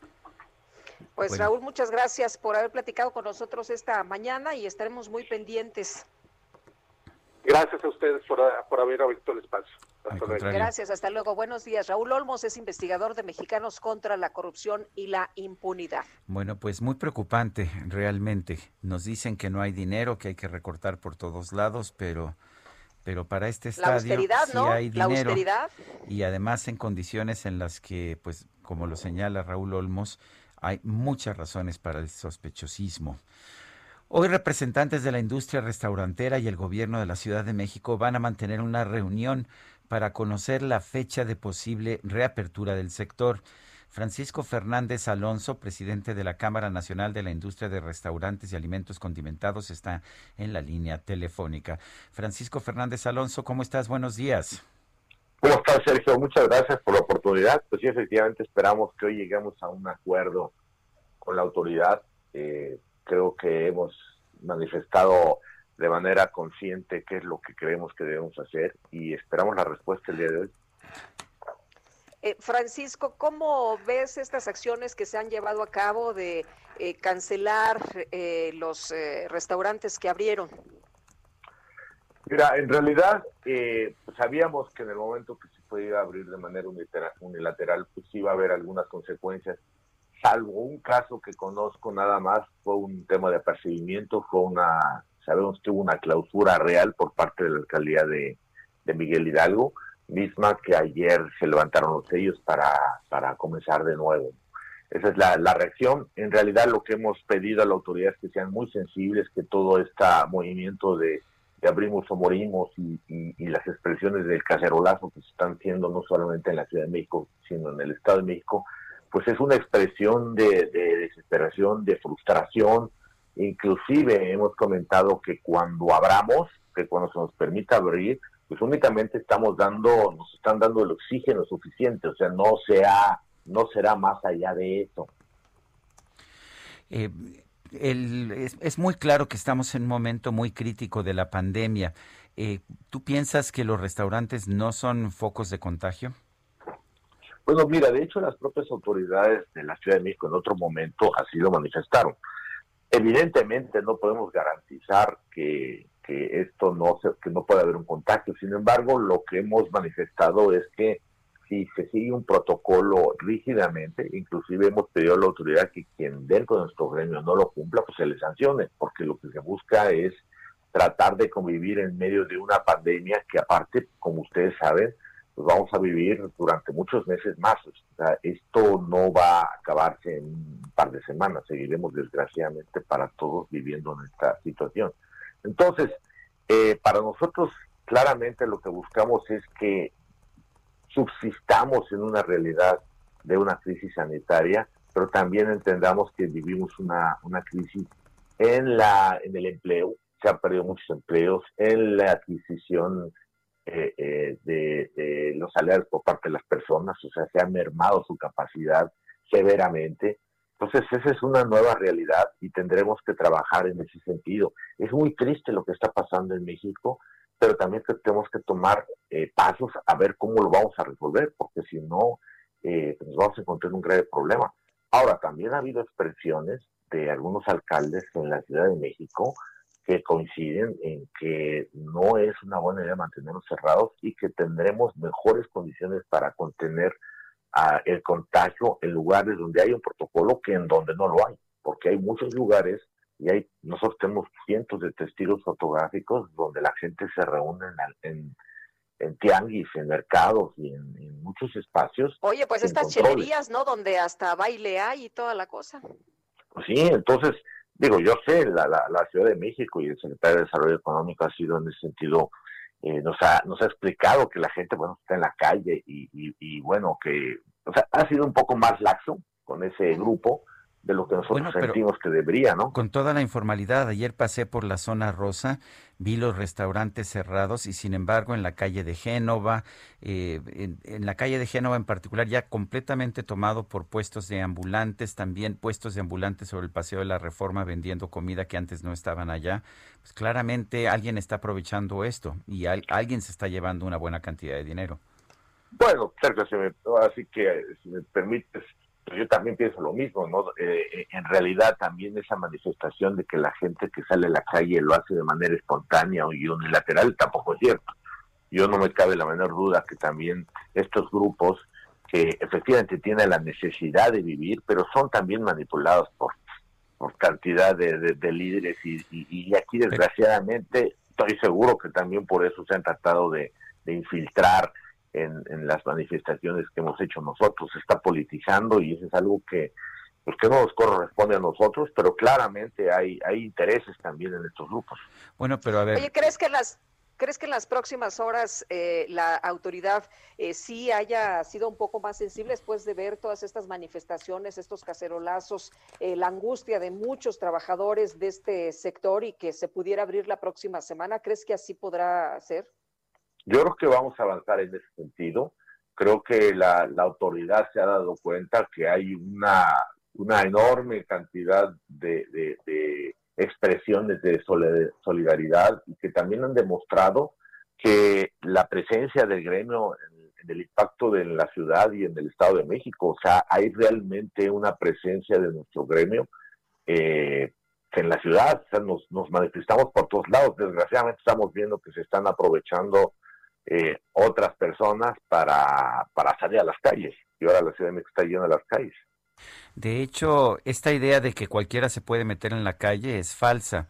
Speaker 4: Pues bueno, Raúl, muchas gracias por haber platicado con nosotros esta mañana y estaremos muy pendientes.
Speaker 14: Gracias a ustedes por haber abierto el espacio.
Speaker 4: Gracias, hasta luego. Buenos días. Raúl Olmos es investigador de Mexicanos contra la Corrupción y la Impunidad.
Speaker 3: Bueno, pues muy preocupante, realmente. Nos dicen que no hay dinero, que hay que recortar por todos lados, pero para este estadio
Speaker 4: la austeridad,
Speaker 3: sí
Speaker 4: ¿no?
Speaker 3: hay dinero.
Speaker 4: La austeridad.
Speaker 3: Y además en condiciones en las que, pues, como lo señala Raúl Olmos, hay muchas razones para el sospechosismo. Hoy representantes de la industria restaurantera y el gobierno de la Ciudad de México van a mantener una reunión para conocer la fecha de posible reapertura del sector. Francisco Fernández Alonso, presidente de la Cámara Nacional de la Industria de Restaurantes y Alimentos Condimentados, está en la línea telefónica. Francisco Fernández Alonso, ¿cómo estás? Buenos días.
Speaker 15: ¿Cómo estás, Sergio? Muchas gracias por la oportunidad. Pues sí, efectivamente esperamos que hoy lleguemos a un acuerdo con la autoridad. Creo que hemos manifestado de manera consciente qué es lo que creemos que debemos hacer y esperamos la respuesta el día de hoy.
Speaker 4: Francisco, ¿cómo ves estas acciones que se han llevado a cabo de cancelar los restaurantes que abrieron?
Speaker 15: Mira, en realidad sabíamos que en el momento que se podía abrir de manera unilateral, pues iba a haber algunas consecuencias, salvo un caso que conozco nada más, fue un tema de apercibimiento, sabemos que hubo una clausura real por parte de la alcaldía de Miguel Hidalgo, misma que ayer se levantaron los sellos para comenzar de nuevo. Esa es la reacción. En realidad lo que hemos pedido a la autoridad es que sean muy sensibles, que todo este movimiento de abrimos o morimos y las expresiones del cacerolazo que se están haciendo no solamente en la Ciudad de México, sino en el Estado de México, pues es una expresión de desesperación, de frustración. Inclusive hemos comentado que cuando abramos, que cuando se nos permita abrir, pues únicamente nos están dando el oxígeno suficiente, o sea, no será más allá de eso.
Speaker 3: Es muy claro que estamos en un momento muy crítico de la pandemia. ¿Tú piensas que los restaurantes no son focos de contagio?
Speaker 15: Bueno, mira, de hecho las propias autoridades de la Ciudad de México en otro momento así lo manifestaron. Evidentemente no podemos garantizar que no puede haber un contagio. Sin embargo, lo que hemos manifestado es que si se sigue un protocolo rígidamente, inclusive hemos pedido a la autoridad que quien dentro de nuestro gremio no lo cumpla, pues se le sancione, porque lo que se busca es tratar de convivir en medio de una pandemia que aparte, como ustedes saben, pues vamos a vivir durante muchos meses más. O sea, esto no va a acabarse en un par de semanas, seguiremos desgraciadamente para todos viviendo en esta situación. Entonces, para nosotros claramente lo que buscamos es que subsistamos en una realidad de una crisis sanitaria, pero también entendamos que vivimos una crisis en el empleo, se han perdido muchos empleos, en la adquisición de los salarios por parte de las personas, o sea, se ha mermado su capacidad severamente. Entonces, esa es una nueva realidad y tendremos que trabajar en ese sentido. Es muy triste lo que está pasando en México, pero también tenemos que tomar pasos a ver cómo lo vamos a resolver, porque si no, nos vamos a encontrar un grave problema. Ahora, también ha habido expresiones de algunos alcaldes en la Ciudad de México que coinciden en que no es una buena idea mantenernos cerrados y que tendremos mejores condiciones para contener el contagio en lugares donde hay un protocolo que en donde no lo hay, porque hay muchos lugares y nosotros tenemos cientos de testigos fotográficos donde la gente se reúne en tianguis, en mercados y en muchos espacios.
Speaker 4: Oye, pues estas chelerías, ¿no? Donde hasta baile hay y toda la cosa.
Speaker 15: Pues sí, entonces, digo, yo sé, la Ciudad de México y el secretario de Desarrollo Económico ha sido en ese sentido, nos ha explicado que la gente, bueno, está en la calle y bueno, que, o sea, ha sido un poco más laxo con ese grupo de lo que nosotros sentimos que debería, ¿no?
Speaker 3: Con toda la informalidad, ayer pasé por la zona rosa, vi los restaurantes cerrados y sin embargo en la calle de Génova, en la calle de Génova en particular, ya completamente tomado por puestos de ambulantes, también puestos de ambulantes sobre el Paseo de la Reforma vendiendo comida que antes no estaban allá. Pues claramente alguien está aprovechando esto y alguien se está llevando una buena cantidad de dinero.
Speaker 15: Bueno, Sergio, así que si me permites, yo también pienso lo mismo, ¿no? En realidad también esa manifestación de que la gente que sale a la calle lo hace de manera espontánea y unilateral tampoco es cierto. Yo no me cabe la menor duda que también estos grupos que efectivamente tienen la necesidad de vivir, pero son también manipulados por cantidad de líderes y aquí desgraciadamente estoy seguro que también por eso se han tratado de infiltrar en las manifestaciones que hemos hecho nosotros. Se está politizando y eso es algo que pues que no nos corresponde a nosotros, pero claramente hay intereses también en estos grupos.
Speaker 3: Bueno, pero a ver...
Speaker 4: Oye, ¿crees que en las próximas horas la autoridad sí haya sido un poco más sensible después de ver todas estas manifestaciones, estos cacerolazos, la angustia de muchos trabajadores de este sector y que se pudiera abrir la próxima semana? ¿Crees que así podrá ser?
Speaker 15: Yo creo que vamos a avanzar en ese sentido. Creo que la autoridad se ha dado cuenta que hay una enorme cantidad de expresiones de solidaridad y que también han demostrado que la presencia del gremio en el impacto en la ciudad y en el Estado de México, o sea, hay realmente una presencia de nuestro gremio en la ciudad, o sea, nos manifestamos por todos lados. Desgraciadamente estamos viendo que se están aprovechando otras personas para salir a las calles, y ahora la Ciudad de México está llena de las calles.
Speaker 3: De hecho, esta idea de que cualquiera se puede meter en la calle es falsa.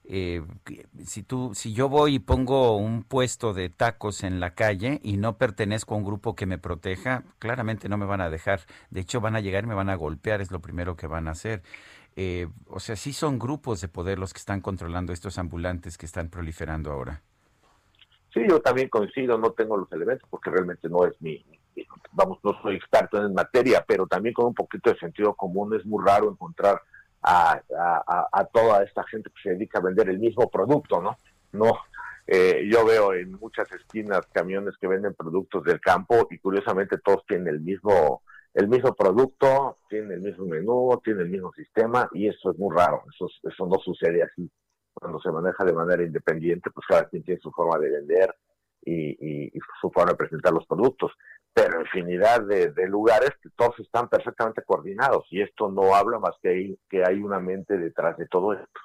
Speaker 3: Si yo voy y pongo un puesto de tacos en la calle y no pertenezco a un grupo que me proteja, claramente no me van a dejar. De hecho, van a llegar y me van a golpear, es lo primero que van a hacer. O sea, sí son grupos de poder los que están controlando estos ambulantes que están proliferando ahora.
Speaker 15: Sí, yo también coincido, no tengo los elementos porque realmente no es no soy experto en materia, pero también con un poquito de sentido común es muy raro encontrar a toda esta gente que se dedica a vender el mismo producto, ¿no? Yo veo en muchas esquinas camiones que venden productos del campo y curiosamente todos tienen el mismo producto, tienen el mismo menú, tienen el mismo sistema, y eso es muy raro, eso no sucede así. Cuando se maneja de manera independiente, pues cada quien tiene su forma de vender y su forma de presentar los productos, pero infinidad de lugares que todos están perfectamente coordinados, y esto no habla más que hay una mente detrás de todo esto.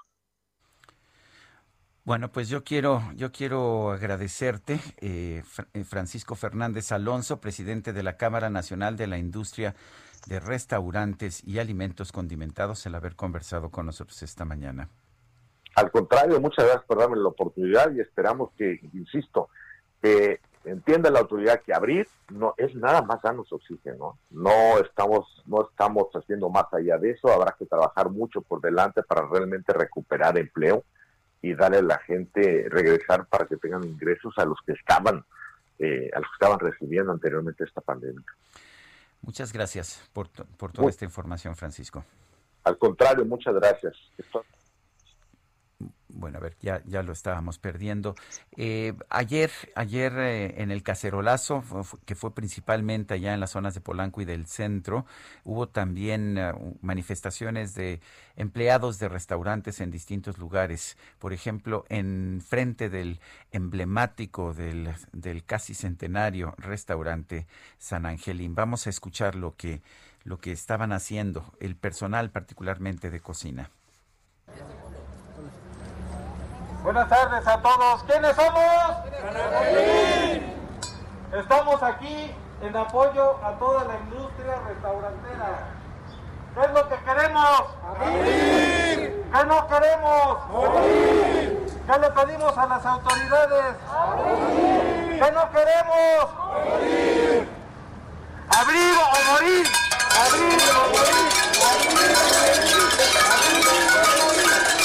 Speaker 3: Bueno, pues yo quiero agradecerte, Francisco Fernández Alonso, presidente de la Cámara Nacional de la Industria de Restaurantes y Alimentos Condimentados, el haber conversado con nosotros esta mañana.
Speaker 15: Al contrario, muchas gracias por darme la oportunidad y esperamos que, insisto, que entienda la autoridad que abrir no es nada más darnos oxígeno. No estamos haciendo más allá de eso. Habrá que trabajar mucho por delante para realmente recuperar empleo y darle a la gente regresar para que tengan ingresos a los que estaban recibiendo anteriormente esta pandemia.
Speaker 3: Muchas gracias por toda esta información, Francisco.
Speaker 15: Al contrario, muchas gracias.
Speaker 3: Bueno, a ver, ya lo estábamos perdiendo. Ayer en el cacerolazo, que fue principalmente allá en las zonas de Polanco y del centro, hubo también manifestaciones de empleados de restaurantes en distintos lugares. Por ejemplo, en frente del emblemático del casi centenario restaurante San Angelín. Vamos a escuchar lo que estaban haciendo el personal, particularmente de cocina.
Speaker 16: Buenas tardes a todos. ¿Quiénes somos? Estamos aquí en apoyo a toda la industria restaurantera. ¿Qué es lo que queremos? ¡Abrir! ¿Qué no queremos? ¡Morir! ¿Qué le pedimos a las autoridades? ¡Abrir! ¿Qué no queremos? ¡Morir! ¡Abrir o morir! ¡Abrir o morir! ¡Abrir o morir! ¡Abrir o morir!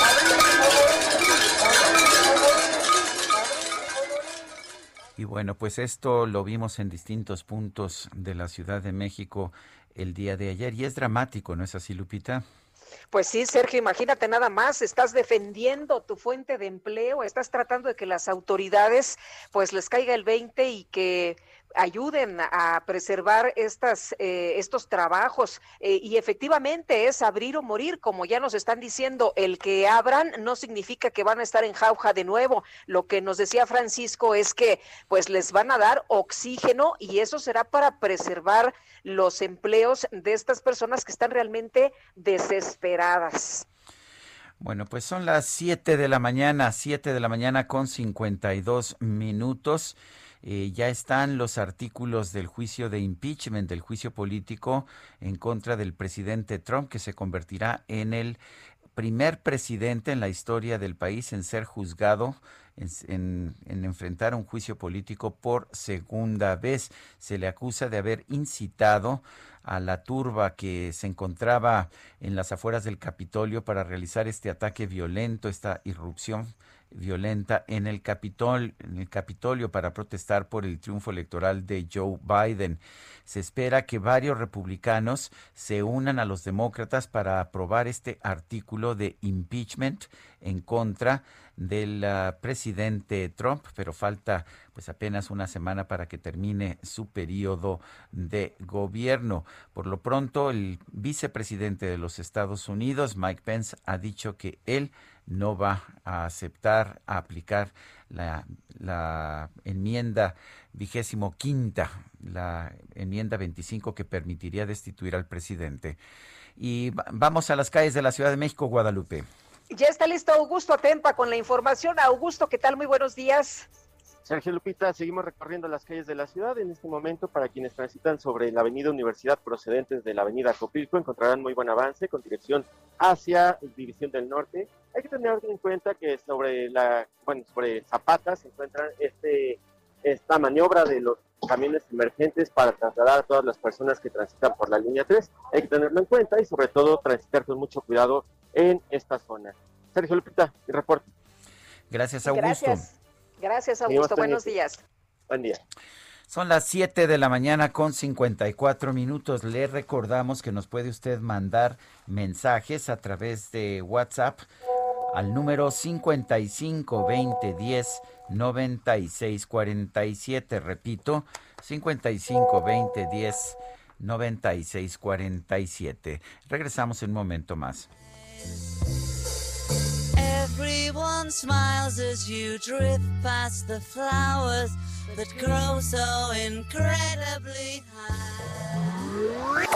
Speaker 3: Y bueno, pues esto lo vimos en distintos puntos de la Ciudad de México el día de ayer y es dramático, ¿no es así, Lupita?
Speaker 4: Pues sí, Sergio, imagínate nada más, estás defendiendo tu fuente de empleo, estás tratando de que las autoridades pues les caiga el 20 y que ayuden a preservar estos trabajos y efectivamente es abrir o morir, como ya nos están diciendo. El que abran no significa que van a estar en jauja de nuevo. Lo que nos decía Francisco es que pues les van a dar oxígeno y eso será para preservar los empleos de estas personas que están realmente desesperadas.
Speaker 3: Bueno, pues son las 7 de la mañana con 52 minutos. Ya están los artículos del juicio de impeachment, del juicio político en contra del presidente Trump, que se convertirá en el primer presidente en la historia del país en ser juzgado, en enfrentar un juicio político por segunda vez. Se le acusa de haber incitado a la turba que se encontraba en las afueras del Capitolio para realizar este ataque violento, esta irrupción violenta en el Capitolio para protestar por el triunfo electoral de Joe Biden. Se espera que varios republicanos se unan a los demócratas para aprobar este artículo de impeachment en contra del presidente Trump, pero falta pues apenas una semana para que termine su periodo de gobierno. Por lo pronto, el vicepresidente de los Estados Unidos, Mike Pence, ha dicho que él no va a aplicar la enmienda 25ª, la enmienda 25 que permitiría destituir al presidente. Y vamos a las calles de la Ciudad de México, Guadalupe.
Speaker 4: Ya está listo Augusto Atempa con la información. Augusto, ¿qué tal? Muy buenos días.
Speaker 10: Sergio Lupita, seguimos recorriendo las calles de la ciudad. En este momento, para quienes transitan sobre la avenida Universidad procedentes de la avenida Copilco, encontrarán muy buen avance con dirección hacia División del Norte. Hay que tener en cuenta que sobre Zapata se encuentra esta maniobra de los camiones emergentes para trasladar a todas las personas que transitan por la línea 3. Hay que tenerlo en cuenta y sobre todo transitar con mucho cuidado en esta zona. Sergio Lupita, mi reporte.
Speaker 3: Gracias, Augusto.
Speaker 4: Gracias, Augusto. Buenos días.
Speaker 10: Buen día.
Speaker 3: Son las 7 de la mañana con 54 minutos. Le recordamos que nos puede usted mandar mensajes a través de WhatsApp al número 55 20 10 96 47. Repito, 55 20 10 96 47. Regresamos en un momento más.
Speaker 13: Everyone smiles as you drift past the flowers that grow so incredibly high.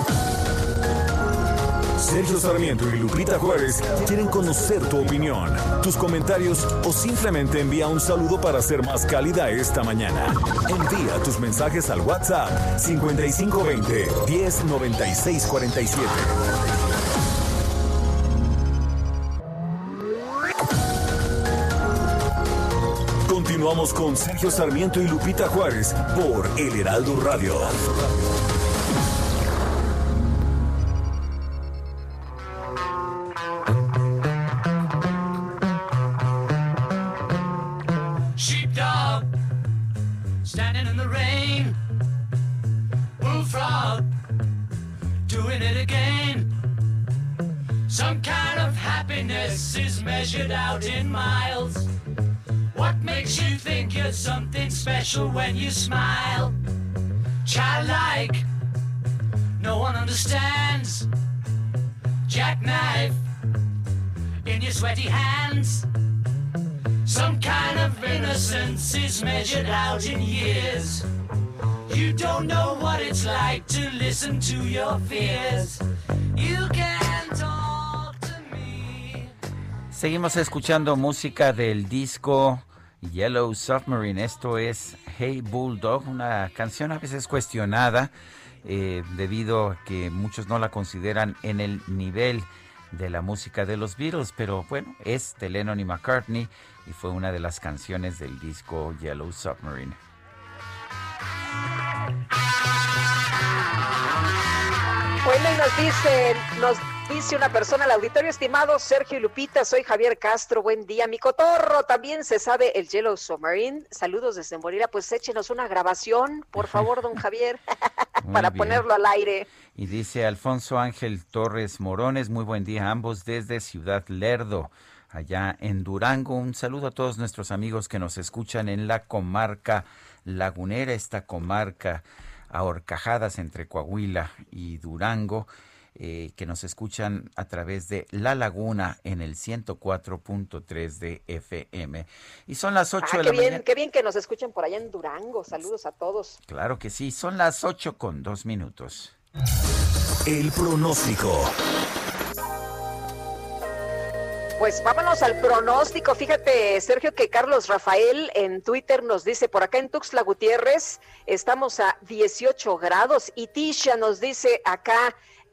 Speaker 2: Sergio Sarmiento y Lupita Juárez quieren conocer tu opinión, tus comentarios o simplemente envía un saludo para ser más cálida esta mañana. Envía tus mensajes al WhatsApp 5520 1096 47. Continuamos con Sergio Sarmiento y Lupita Juárez por El Heraldo Radio.
Speaker 9: Sheepdog, standing in the rain. Bullfrog, doing it again. Some kind of happiness is measured out in miles. What makes you think you're something special when you smile? Childlike, no one understands. Jackknife in your sweaty hands. Some kind of innocence is measured out in years. You don't know what it's like to listen to your fears. You can talk to me.
Speaker 3: Seguimos escuchando música del disco Yellow Submarine. Esto es Hey Bulldog, una canción a veces cuestionada debido a que muchos no la consideran en el nivel de la música de los Beatles, pero bueno, es de Lennon y McCartney y fue una de las canciones del disco Yellow Submarine.
Speaker 4: Bueno, y nos dice una persona al auditorio: estimado Sergio y Lupita, soy Javier Castro, buen día. Mi cotorro también se sabe el Yellow Submarine. Saludos desde Morelia. Pues échenos una grabación, por favor, don Javier, para ponerlo al aire.
Speaker 3: Y dice Alfonso Ángel Torres Morones: muy buen día a ambos desde Ciudad Lerdo, allá en Durango. Un saludo a todos nuestros amigos que nos escuchan en la comarca lagunera, esta comarca a horcajadas entre Coahuila y Durango, que nos escuchan a través de La Laguna en el 104.3 de FM. Y son las 8 de la mañana.
Speaker 4: Qué bien que nos escuchen por allá en Durango. Saludos a todos.
Speaker 3: Claro que sí, son las 8:02.
Speaker 2: El pronóstico.
Speaker 4: Pues vámonos al pronóstico. Fíjate, Sergio, que Carlos Rafael en Twitter nos dice: por acá en Tuxtla Gutiérrez estamos a 18 grados. Y Tisha nos dice acá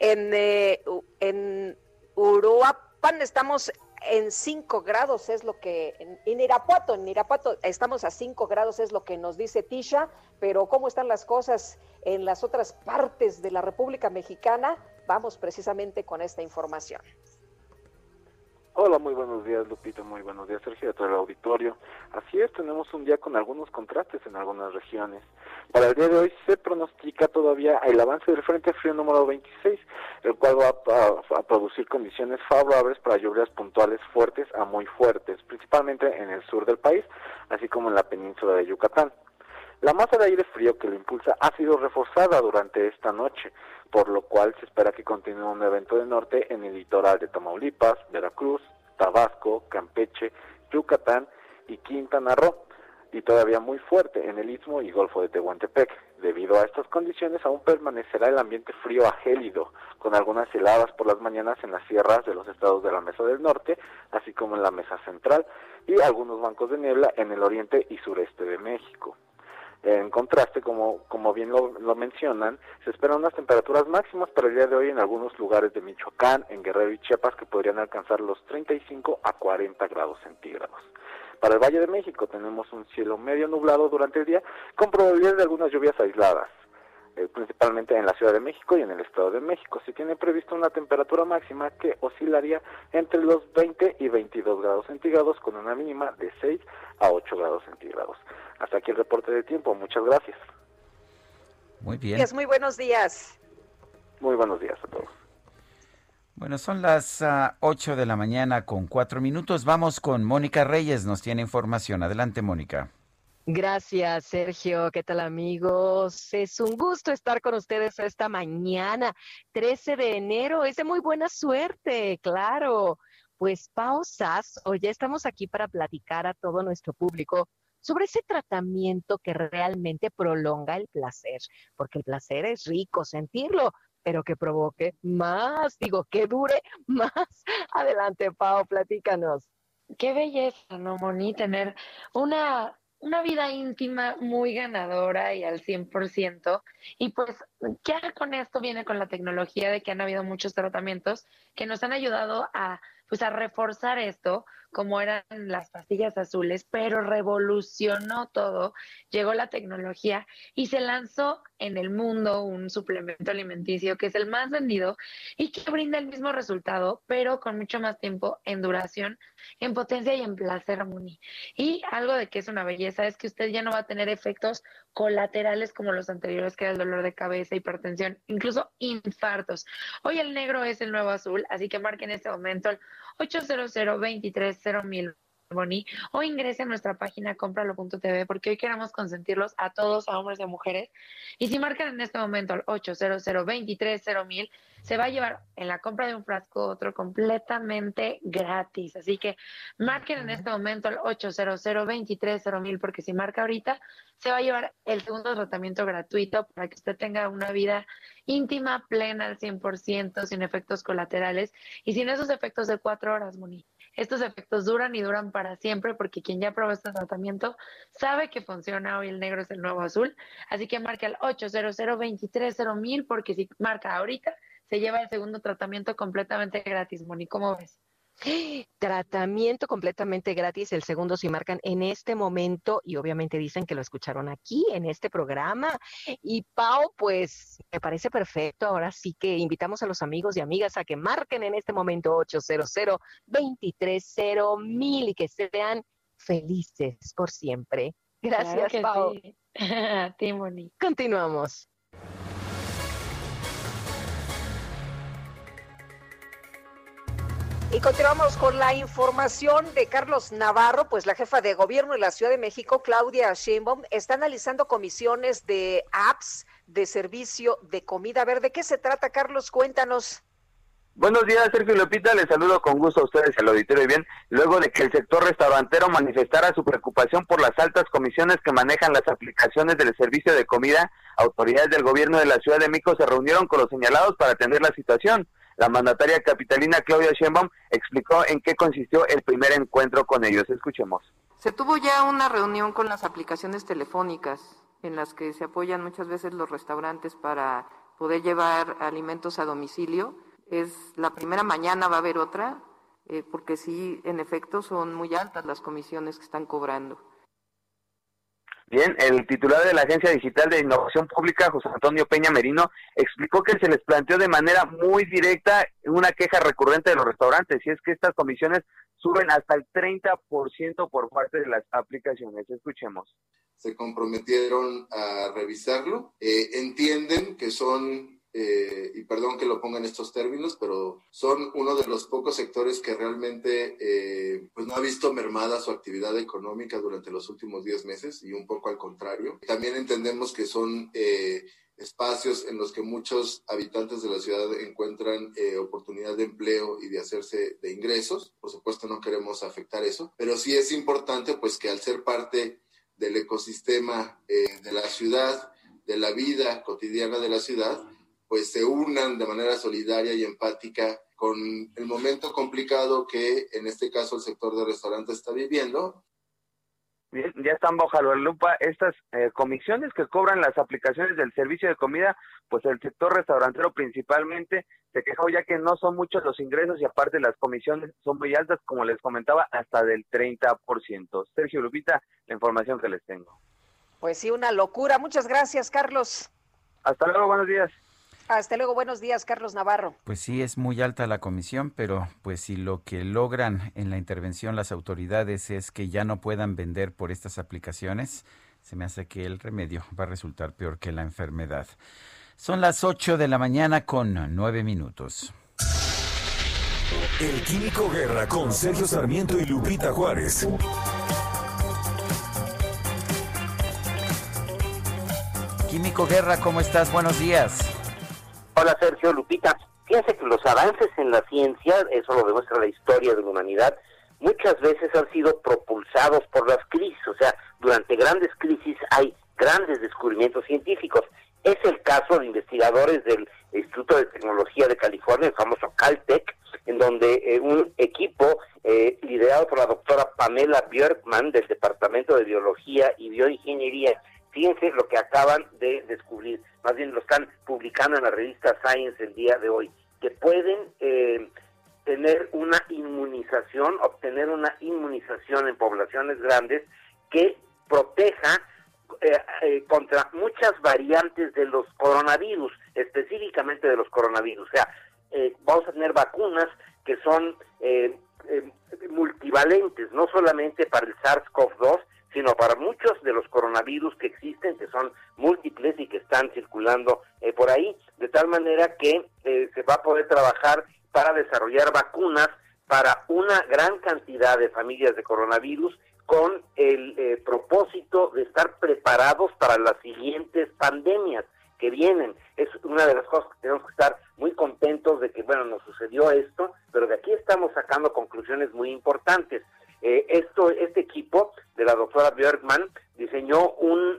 Speaker 4: en Uruapan estamos en 5 grados, es lo que en Irapuato estamos a 5 grados, es lo que nos dice Tisha. Pero ¿cómo están las cosas en las otras partes de la República Mexicana? Vamos precisamente con esta información.
Speaker 17: Hola, muy buenos días, Lupita, muy buenos días, Sergio, de todo el auditorio. Así es, tenemos un día con algunos contrastes en algunas regiones. Para el día de hoy se pronostica todavía el avance del Frente Frío número 26, el cual va a producir condiciones favorables para lluvias puntuales fuertes a muy fuertes, principalmente en el sur del país, así como en la península de Yucatán. La masa de aire frío que lo impulsa ha sido reforzada durante esta noche, por lo cual se espera que continúe un evento de norte en el litoral de Tamaulipas, Veracruz, Tabasco, Campeche, Yucatán y Quintana Roo, y todavía muy fuerte en el Istmo y Golfo de Tehuantepec. Debido a estas condiciones aún permanecerá el ambiente frío a gélido, con algunas heladas por las mañanas en las sierras de los estados de la Mesa del Norte, así como en la Mesa Central, y algunos bancos de niebla en el oriente y sureste de México. En contraste, como bien lo mencionan, se esperan unas temperaturas máximas para el día de hoy en algunos lugares de Michoacán, en Guerrero y Chiapas, que podrían alcanzar los 35 a 40 grados centígrados. Para el Valle de México tenemos un cielo medio nublado durante el día, con probabilidad de algunas lluvias aisladas, principalmente en la Ciudad de México y en el Estado de México. Se tiene previsto una temperatura máxima que oscilaría entre los 20 y 22 grados centígrados, con una mínima de 6 a 8 grados centígrados. Hasta aquí el reporte de tiempo. Muchas gracias.
Speaker 3: Muy bien.
Speaker 4: Muy buenos días.
Speaker 17: Muy buenos días a todos.
Speaker 3: Bueno, son las 8 de la mañana con 4 minutos. Vamos con Mónica Reyes, nos tiene información. Adelante, Mónica.
Speaker 18: Gracias, Sergio. ¿Qué tal, amigos? Es un gusto estar con ustedes esta mañana, 13 de enero. Es de muy buena suerte, claro. Pues, Pao Sass, hoy ya estamos aquí para platicar a todo nuestro público sobre ese tratamiento que realmente prolonga el placer, porque el placer es rico sentirlo, pero que provoque más, que dure más. Adelante, Pao, platícanos.
Speaker 19: Qué belleza, ¿no, Moni? Tener una vida íntima muy ganadora y al 100%. Y pues ya con esto viene con la tecnología de que han habido muchos tratamientos que nos han ayudado a reforzar esto, como eran las pastillas azules, pero revolucionó todo. Llegó la tecnología y se lanzó en el mundo un suplemento alimenticio que es el más vendido y que brinda el mismo resultado, pero con mucho más tiempo en duración, en potencia y en placer, Moni. Y algo de que es una belleza es que usted ya no va a tener efectos colaterales como los anteriores, que era el dolor de cabeza, hipertensión, incluso infartos. Hoy el negro es el nuevo azul, así que marque en este momento el 800-23-000000, Boni, o ingrese a nuestra página cómpralo.tv, porque hoy queremos consentirlos a todos, a hombres y a mujeres. Y si marcan en este momento al 800-23-000000, se va a llevar en la compra de un frasco otro completamente gratis. Así que marquen en este momento al 800-23-0000, porque si marca ahorita, se va a llevar el segundo tratamiento gratuito para que usted tenga una vida íntima, plena al 100%, sin efectos colaterales y sin esos efectos de 4 horas, Moni. Estos efectos duran y duran para siempre, porque quien ya probó este tratamiento sabe que funciona. Hoy el negro es el nuevo azul. Así que marca al 800-23-000000, porque si marca ahorita, se lleva el segundo tratamiento completamente gratis, Moni. ¿Cómo ves?
Speaker 18: Tratamiento completamente gratis, el segundo si marcan en este momento, y obviamente dicen que lo escucharon aquí en este programa. Y Pau, pues me parece perfecto. Ahora sí que invitamos a los amigos y amigas a que marquen en este momento 800-23-000000 y que sean felices por siempre. Gracias,
Speaker 19: Claro
Speaker 18: Pau.
Speaker 19: que sí. A ti, Moni.
Speaker 18: Continuamos.
Speaker 4: Y continuamos con la información de Carlos Navarro. Pues la jefa de gobierno de la Ciudad de México, Claudia Sheinbaum, está analizando comisiones de apps de servicio de comida. A ver, ¿de qué se trata, Carlos? Cuéntanos.
Speaker 20: Buenos días, Sergio y Lupita, les saludo con gusto a ustedes y al auditorio. Y bien, luego de que el sector restaurantero manifestara su preocupación por las altas comisiones que manejan las aplicaciones del servicio de comida, autoridades del gobierno de la Ciudad de México se reunieron con los señalados para atender la situación. La mandataria capitalina Claudia Sheinbaum explicó en qué consistió el primer encuentro con ellos. Escuchemos.
Speaker 21: Se tuvo ya una reunión con las aplicaciones telefónicas en las que se apoyan muchas veces los restaurantes para poder llevar alimentos a domicilio. Es la primera, mañana va a haber otra, porque sí, en efecto, son muy altas las comisiones que están cobrando.
Speaker 20: Bien, el titular de la Agencia Digital de Innovación Pública, José Antonio Peña Merino, explicó que se les planteó de manera muy directa una queja recurrente de los restaurantes, y es que estas comisiones suben hasta el 30% por parte de las aplicaciones. Escuchemos.
Speaker 1: Se comprometieron a revisarlo, entienden que son, y perdón que lo ponga en estos términos, pero son uno de los pocos sectores que realmente pues no ha visto mermada su actividad económica durante los últimos 10 meses, y un poco al contrario. También entendemos que son espacios en los que muchos habitantes de la ciudad encuentran oportunidad de empleo y de hacerse de ingresos. Por supuesto no queremos afectar eso, pero sí es importante pues que al ser parte del ecosistema de la ciudad, de la vida cotidiana de la ciudad, pues se unan de manera solidaria y empática con el momento complicado que en este caso el sector de restaurantes está viviendo.
Speaker 20: Bien, ya están bajo la lupa estas comisiones que cobran las aplicaciones del servicio de comida, pues el sector restaurantero principalmente se quejó ya que no son muchos los ingresos y aparte las comisiones son muy altas, como les comentaba, hasta del 30%. Sergio, Lupita, la información que les tengo.
Speaker 4: Pues sí, una locura. Muchas gracias, Carlos.
Speaker 20: Hasta luego, buenos días.
Speaker 4: Hasta luego, buenos días, Carlos Navarro.
Speaker 3: Pues sí, es muy alta la comisión, pero pues si lo que logran en la intervención las autoridades es que ya no puedan vender por estas aplicaciones, se me hace que el remedio va a resultar peor que la enfermedad. Son las 8 de la mañana con 9 minutos.
Speaker 2: El Químico Guerra con Sergio Sarmiento y Lupita Juárez.
Speaker 3: Químico Guerra, ¿cómo estás? Buenos días.
Speaker 22: Hola Sergio, Lupita. Fíjense que los avances en la ciencia, eso lo demuestra la historia de la humanidad, muchas veces han sido propulsados por las crisis. O sea, durante grandes crisis hay grandes descubrimientos científicos. Es el caso de investigadores del Instituto de Tecnología de California, el famoso Caltech, en donde un equipo liderado por la doctora Pamela Björkman del Departamento de Biología y Bioingeniería, fíjense lo que acaban de descubrir, más bien lo están publicando en la revista Science el día de hoy, que pueden obtener una inmunización en poblaciones grandes que proteja contra muchas variantes de los coronavirus, específicamente de los coronavirus. O sea, vamos a tener vacunas que son multivalentes, no solamente para el SARS-CoV-2, sino para muchos de los coronavirus que existen, que son múltiples y que están circulando por ahí, de tal manera que se va a poder trabajar para desarrollar vacunas para una gran cantidad de familias de coronavirus, con el propósito de estar preparados para las siguientes pandemias que vienen. Es una de las cosas que tenemos que estar muy contentos de que, bueno, nos sucedió esto, pero de aquí estamos sacando conclusiones muy importantes. Este equipo de la doctora Björkman diseñó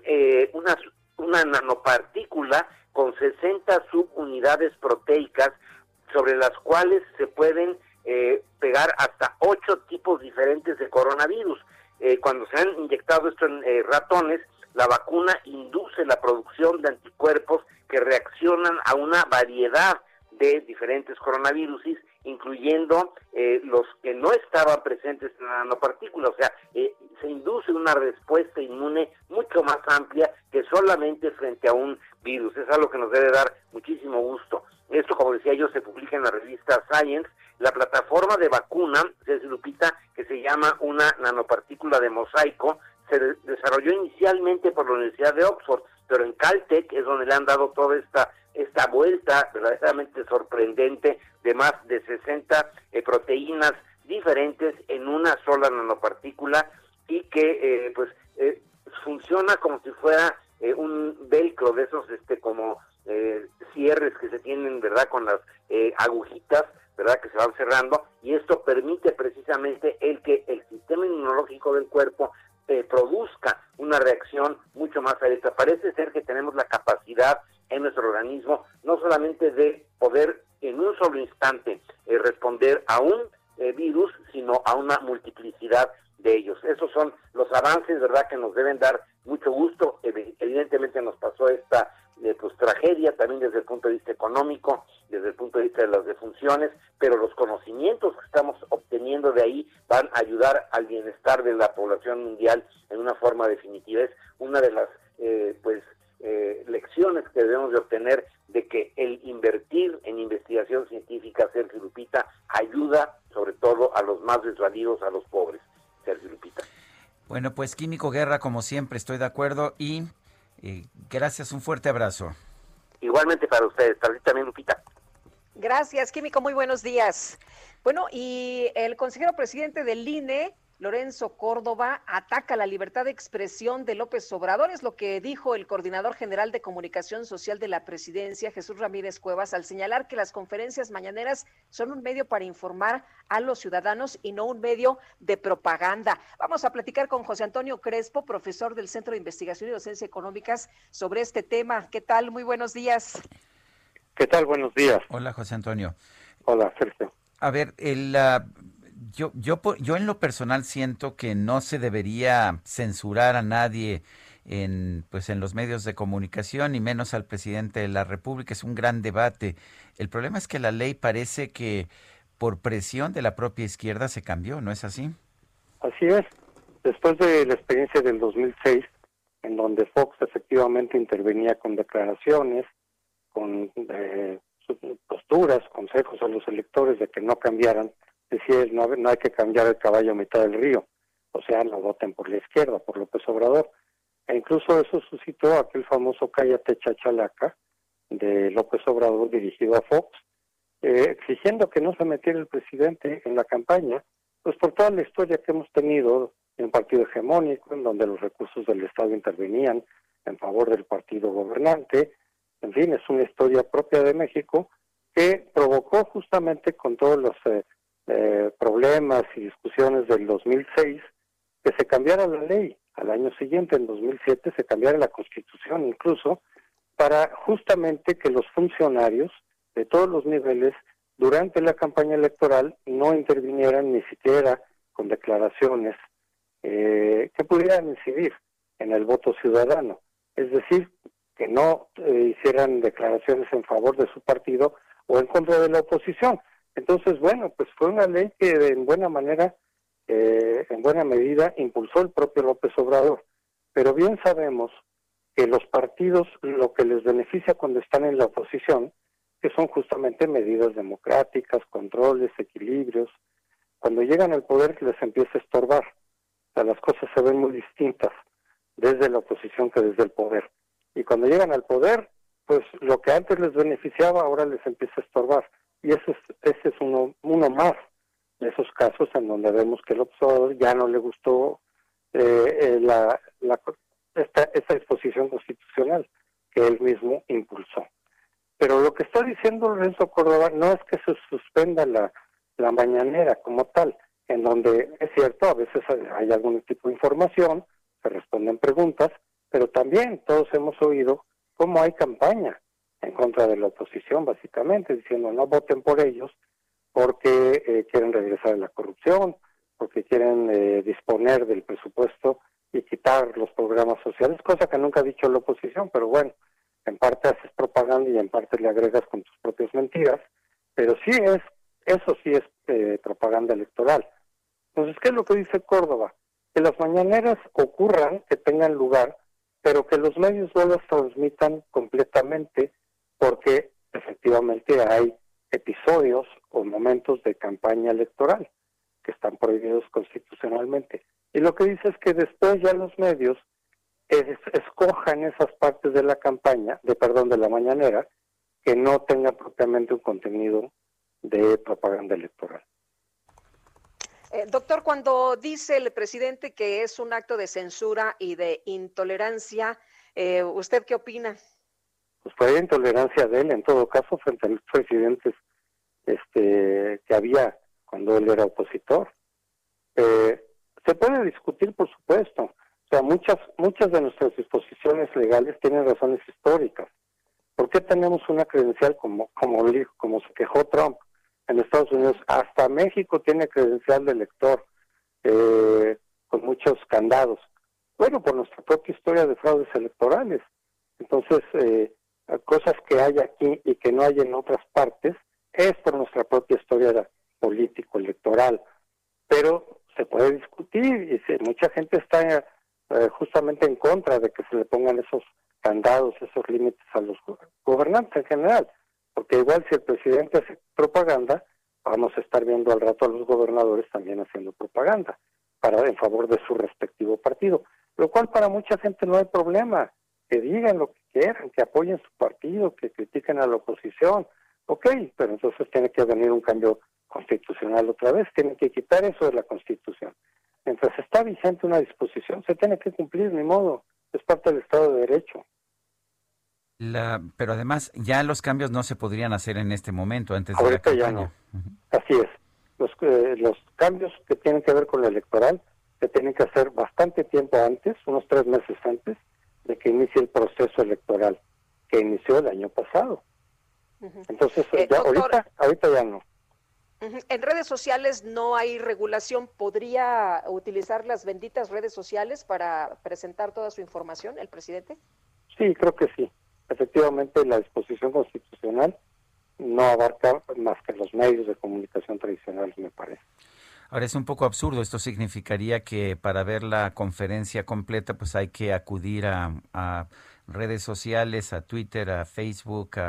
Speaker 22: una nanopartícula con 60 subunidades proteicas sobre las cuales se pueden pegar hasta 8 tipos diferentes de coronavirus. Cuando se han inyectado esto en ratones, la vacuna induce la producción de anticuerpos que reaccionan a una variedad de diferentes coronavirus, incluyendo los que no estaban presentes en la nanopartícula. O sea, se induce una respuesta inmune mucho más amplia que solamente frente a un virus. Es algo que nos debe dar muchísimo gusto. Esto, como decía yo, se publica en la revista Science. La plataforma de vacuna, Lupita, que se llama una nanopartícula de mosaico, se desarrolló inicialmente por la Universidad de Oxford, pero en Caltech es donde le han dado toda esta vuelta verdaderamente sorprendente de más de 60 proteínas diferentes en una sola nanopartícula, y que funciona como si fuera un velcro de esos como cierres que se tienen, ¿verdad?, con las agujitas, ¿verdad?, que se van cerrando, y esto permite precisamente el que el sistema inmunológico del cuerpo produzca una reacción mucho más alta. Parece ser que tenemos la capacidad en nuestro organismo no solamente de poder en un solo instante responder a un virus, sino a una multiplicidad de ellos. Esos son los avances, ¿verdad?, que nos deben dar mucho gusto. Evidentemente nos pasó esta tragedia también desde el punto de vista económico, desde el punto de vista de las defunciones, pero los conocimientos que estamos obteniendo de ahí van a ayudar al bienestar de la población mundial en una forma definitiva. Es un una de las lecciones que debemos de obtener de que el invertir en investigación científica, Sergio Lupita, ayuda sobre todo a los más desvalidos, a los pobres, Sergio Lupita.
Speaker 3: Bueno, pues Químico Guerra, como siempre, estoy de acuerdo y gracias, un fuerte abrazo.
Speaker 22: Igualmente para ustedes, para ti también, Lupita.
Speaker 4: Gracias, Químico, muy buenos días. Bueno, y el consejero presidente del INE, Lorenzo Córdoba, ataca la libertad de expresión de López Obrador, es lo que dijo el coordinador general de comunicación social de la presidencia, Jesús Ramírez Cuevas, al señalar que las conferencias mañaneras son un medio para informar a los ciudadanos y no un medio de propaganda. Vamos a platicar con José Antonio Crespo, profesor del Centro de Investigación y Docencia Económicas, sobre este tema. ¿Qué tal? Muy buenos días.
Speaker 5: ¿Qué tal? Buenos días.
Speaker 3: Hola, José Antonio.
Speaker 5: Hola, Sergio.
Speaker 3: A ver, yo en lo personal siento que no se debería censurar a nadie en los medios de comunicación, y menos al presidente de la República. Es un gran debate. El problema es que la ley parece que por presión de la propia izquierda se cambió, ¿no es así?
Speaker 5: Así es. Después de la experiencia del 2006, en donde Fox efectivamente intervenía con declaraciones, con posturas, consejos a los electores de que no cambiaran, decía él, no hay que cambiar el caballo a mitad del río, o sea, no voten por la izquierda, por López Obrador. E incluso eso suscitó aquel famoso cállate chachalaca de López Obrador dirigido a Fox, exigiendo que no se metiera el presidente en la campaña, pues por toda la historia que hemos tenido en un partido hegemónico, en donde los recursos del Estado intervenían en favor del partido gobernante. En fin, es una historia propia de México que provocó justamente con todos los problemas y discusiones del 2006 que se cambiara la ley. Al año siguiente, en 2007, se cambiara la Constitución incluso para justamente que los funcionarios de todos los niveles durante la campaña electoral no intervinieran ni siquiera con declaraciones que pudieran incidir en el voto ciudadano. Es decir, que no hicieran declaraciones en favor de su partido o en contra de la oposición. Entonces, bueno, pues fue una ley que en buena medida impulsó el propio López Obrador. Pero bien sabemos que los partidos lo que les beneficia cuando están en la oposición, que son justamente medidas democráticas, controles, equilibrios. Cuando llegan al poder les empieza a estorbar. O sea, las cosas se ven muy distintas desde la oposición que desde el poder. Y cuando llegan al poder, pues lo que antes les beneficiaba ahora les empieza a estorbar. Y ese es uno más de esos casos en donde vemos que el observador ya no le gustó esta disposición constitucional que él mismo impulsó. Pero lo que está diciendo Lorenzo Córdoba no es que se suspenda la mañanera como tal, en donde es cierto, a veces hay algún tipo de información, se responden preguntas, pero también todos hemos oído cómo hay campaña en contra de la oposición, básicamente, diciendo no voten por ellos porque quieren regresar a la corrupción, porque quieren disponer del presupuesto y quitar los programas sociales, cosa que nunca ha dicho la oposición, pero bueno, en parte haces propaganda y en parte le agregas con tus propias mentiras, pero eso sí es propaganda electoral. Entonces, ¿qué es lo que dice Córdoba? Que las mañaneras ocurran, que tengan lugar, pero que los medios no las transmitan completamente porque efectivamente hay episodios o momentos de campaña electoral que están prohibidos constitucionalmente. Y lo que dice es que después ya los medios escojan esas partes de la campaña, de la mañanera, que no tengan propiamente un contenido de propaganda electoral.
Speaker 4: Doctor, cuando dice el presidente que es un acto de censura y de intolerancia, ¿usted qué opina?
Speaker 5: Pues fue intolerancia de él, en todo caso, frente a los presidentes que había cuando él era opositor. Se puede discutir, por supuesto. O sea, muchas de nuestras disposiciones legales tienen razones históricas. ¿Por qué tenemos una credencial como se quejó Trump en Estados Unidos? Hasta México tiene credencial de elector con muchos candados. Bueno, por nuestra propia historia de fraudes electorales. Entonces, cosas que hay aquí y que no hay en otras partes es por nuestra propia historia político-electoral. Pero se puede discutir y mucha gente está justamente en contra de que se le pongan esos candados, esos límites a los gobernantes en general, porque igual si el presidente hace propaganda, vamos a estar viendo al rato a los gobernadores también haciendo propaganda en favor de su respectivo partido, lo cual para mucha gente no hay problema, que digan lo que quieran, que apoyen su partido, que critiquen a la oposición, ok, pero entonces tiene que venir un cambio constitucional otra vez, tienen que quitar eso de la Constitución. Mientras está vigente una disposición, se tiene que cumplir, ni modo, es parte del Estado de Derecho.
Speaker 3: Pero además, ya los cambios no se podrían hacer en este momento, antes de
Speaker 5: Ahorita
Speaker 3: la
Speaker 5: ya
Speaker 3: campaña.
Speaker 5: no. Así es. Los cambios que tienen que ver con lo electoral se tienen que hacer bastante tiempo antes, unos 3 meses antes de que inicie el proceso electoral, que inició el año pasado. Entonces, ya,
Speaker 4: doctor,
Speaker 5: ahorita ya no.
Speaker 4: En redes sociales no hay regulación. ¿Podría utilizar las benditas redes sociales para presentar toda su información el presidente?
Speaker 5: Sí, creo que sí. Efectivamente, la disposición constitucional no abarca más que los medios de comunicación tradicionales, me parece.
Speaker 3: Ahora es un poco absurdo. Esto significaría que para ver la conferencia completa, pues hay que acudir a redes sociales, a Twitter, a Facebook,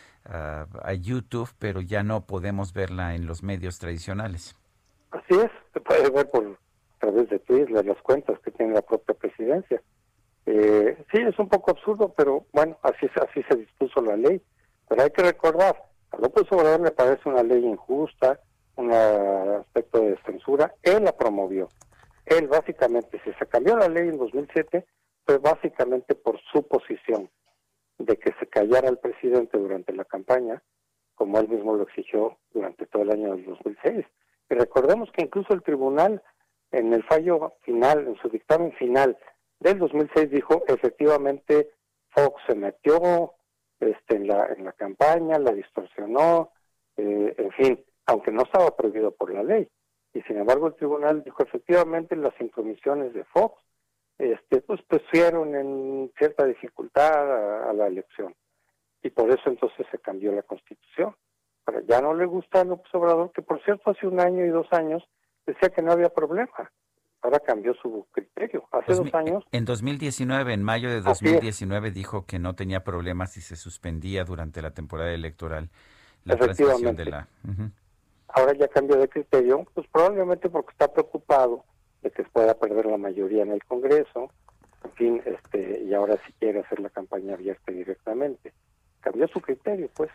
Speaker 3: a YouTube, pero ya no podemos verla en los medios tradicionales.
Speaker 5: Así es, se puede ver a través de Twitter, las cuentas que tiene la propia presidencia. Sí, es un poco absurdo, pero bueno, así se dispuso la ley. Pero hay que recordar, a López Obrador le parece una ley injusta, un aspecto de censura, él la promovió. Él básicamente, si se cambió la ley en 2007, fue básicamente por su posición de que se callara el presidente durante la campaña, como él mismo lo exigió durante todo el año del 2006. Y recordemos que incluso el tribunal, en el fallo final, en su dictamen final del 2006, dijo, efectivamente, Fox se metió en la campaña, la distorsionó, en fin, aunque no estaba prohibido por la ley. Y sin embargo el tribunal dijo, efectivamente, las intromisiones de Fox pues pusieron en cierta dificultad a la elección. Y por eso entonces se cambió la Constitución. Pero ya no le gusta a López Obrador, que por cierto hace 1 año y 2 años decía que no había problema. Ahora cambió su criterio. Hace 2 años...
Speaker 3: En 2019, en mayo de 2019, dijo que no tenía problemas si se suspendía durante la temporada electoral la transmisión de la...
Speaker 5: Ahora ya cambió de criterio, pues probablemente porque está preocupado de que pueda perder la mayoría en el Congreso, en fin, y ahora sí quiere hacer la campaña abierta directamente. Cambió su criterio, pues.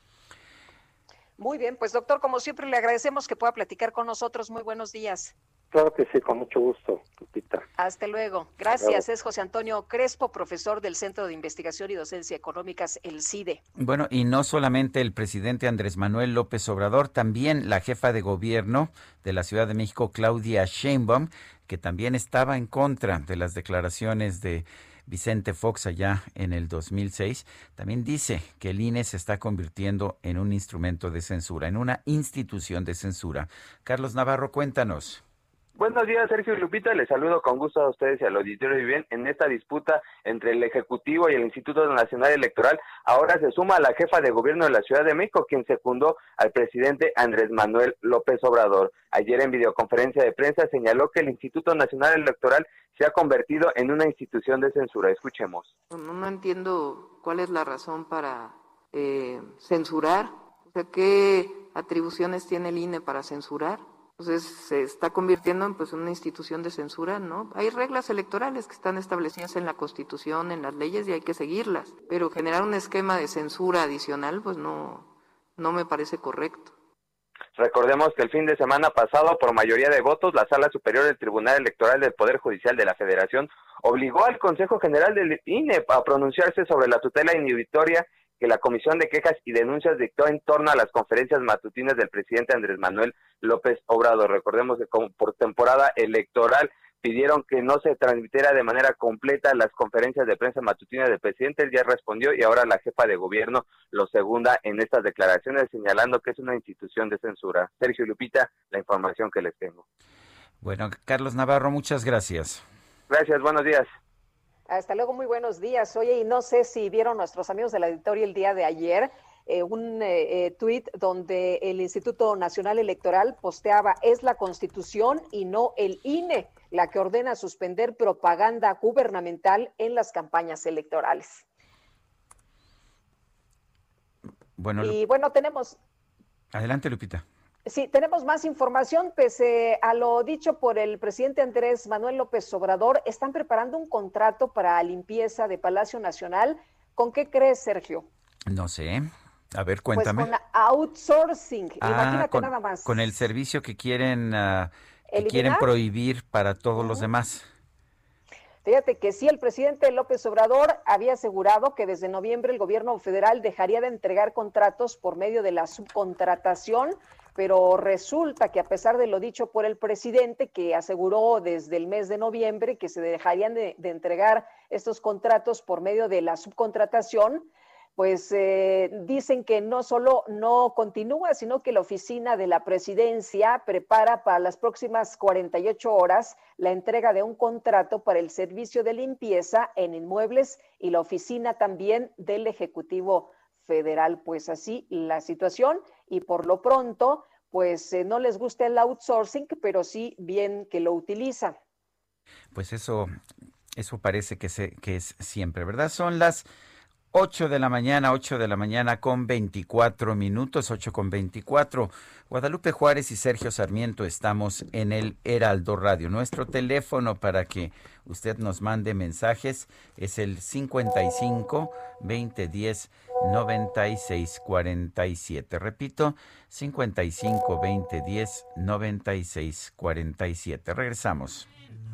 Speaker 4: Muy bien, pues doctor, como siempre le agradecemos que pueda platicar con nosotros. Muy buenos días.
Speaker 5: Claro que sí, con mucho gusto, Lupita.
Speaker 4: Hasta luego. Gracias. Es José Antonio Crespo, profesor del Centro de Investigación y Docencia Económicas, el CIDE.
Speaker 3: Bueno, y no solamente el presidente Andrés Manuel López Obrador, también la jefa de gobierno de la Ciudad de México, Claudia Sheinbaum, que también estaba en contra de las declaraciones de Vicente Fox allá en el 2006, también dice que el INE se está convirtiendo en un instrumento de censura, en una institución de censura. Carlos Navarro, cuéntanos.
Speaker 20: Buenos días, Sergio y Lupita. Les saludo con gusto a ustedes y al auditorio y bien. En esta disputa entre el Ejecutivo y el Instituto Nacional Electoral, ahora se suma la jefa de gobierno de la Ciudad de México, quien secundó al presidente Andrés Manuel López Obrador. Ayer en videoconferencia de prensa señaló que el Instituto Nacional Electoral se ha convertido en una institución de censura. Escuchemos.
Speaker 21: No entiendo cuál es la razón para censurar. O sea, ¿qué atribuciones tiene el INE para censurar? Entonces se está convirtiendo en una institución de censura, ¿no? Hay reglas electorales que están establecidas en la Constitución, en las leyes, y hay que seguirlas. Pero generar un esquema de censura adicional, pues no me parece correcto.
Speaker 20: Recordemos que el fin de semana pasado, por mayoría de votos, la Sala Superior del Tribunal Electoral del Poder Judicial de la Federación obligó al Consejo General del INE a pronunciarse sobre la tutela inhibitoria que la Comisión de Quejas y Denuncias dictó en torno a las conferencias matutinas del presidente Andrés Manuel López Obrador. Recordemos que como por temporada electoral pidieron que no se transmitiera de manera completa las conferencias de prensa matutinas del presidente. Él ya respondió y ahora la jefa de gobierno lo segunda en estas declaraciones, señalando que es una institución de censura. Sergio y Lupita, la información que les tengo.
Speaker 3: Bueno, Carlos Navarro, muchas gracias.
Speaker 20: Gracias, buenos días.
Speaker 4: Hasta luego, muy buenos días. Oye, y no sé si vieron nuestros amigos de la auditorio el día de ayer un tuit donde el Instituto Nacional Electoral posteaba: es la Constitución y no el INE la que ordena suspender propaganda gubernamental en las campañas electorales.
Speaker 3: Bueno,
Speaker 4: Y bueno, tenemos
Speaker 3: adelante, Lupita.
Speaker 4: Sí, tenemos más información. Pese a lo dicho por el presidente Andrés Manuel López Obrador, están preparando un contrato para limpieza de Palacio Nacional. ¿Con qué crees, Sergio?
Speaker 3: No sé. A ver, cuéntame.
Speaker 4: Pues con outsourcing. Imagínate nada más.
Speaker 3: Con el servicio que quieren
Speaker 4: ¿Eliminar?
Speaker 3: prohibir para todos los demás.
Speaker 4: Fíjate que sí, el presidente López Obrador había asegurado que desde noviembre el gobierno federal dejaría de entregar contratos por medio de la subcontratación, pero resulta que a pesar de lo dicho por el presidente, que aseguró desde el mes de noviembre que se dejarían de entregar estos contratos por medio de la subcontratación, pues dicen que no solo no continúa, sino que la oficina de la presidencia prepara para las próximas 48 horas la entrega de un contrato para el servicio de limpieza en inmuebles y la oficina también del Ejecutivo Federal. Pues así la situación, y por lo pronto, pues no les gusta el outsourcing, pero sí bien que lo utilizan.
Speaker 3: Pues eso parece que es siempre, ¿verdad? Son las 8 de la mañana con 24 minutos, 8 con 24. Guadalupe Juárez y Sergio Sarmiento estamos en el Heraldo Radio. Nuestro teléfono para que usted nos mande mensajes es el 55 2010 9647. Repito, 55 2010 9647. Regresamos.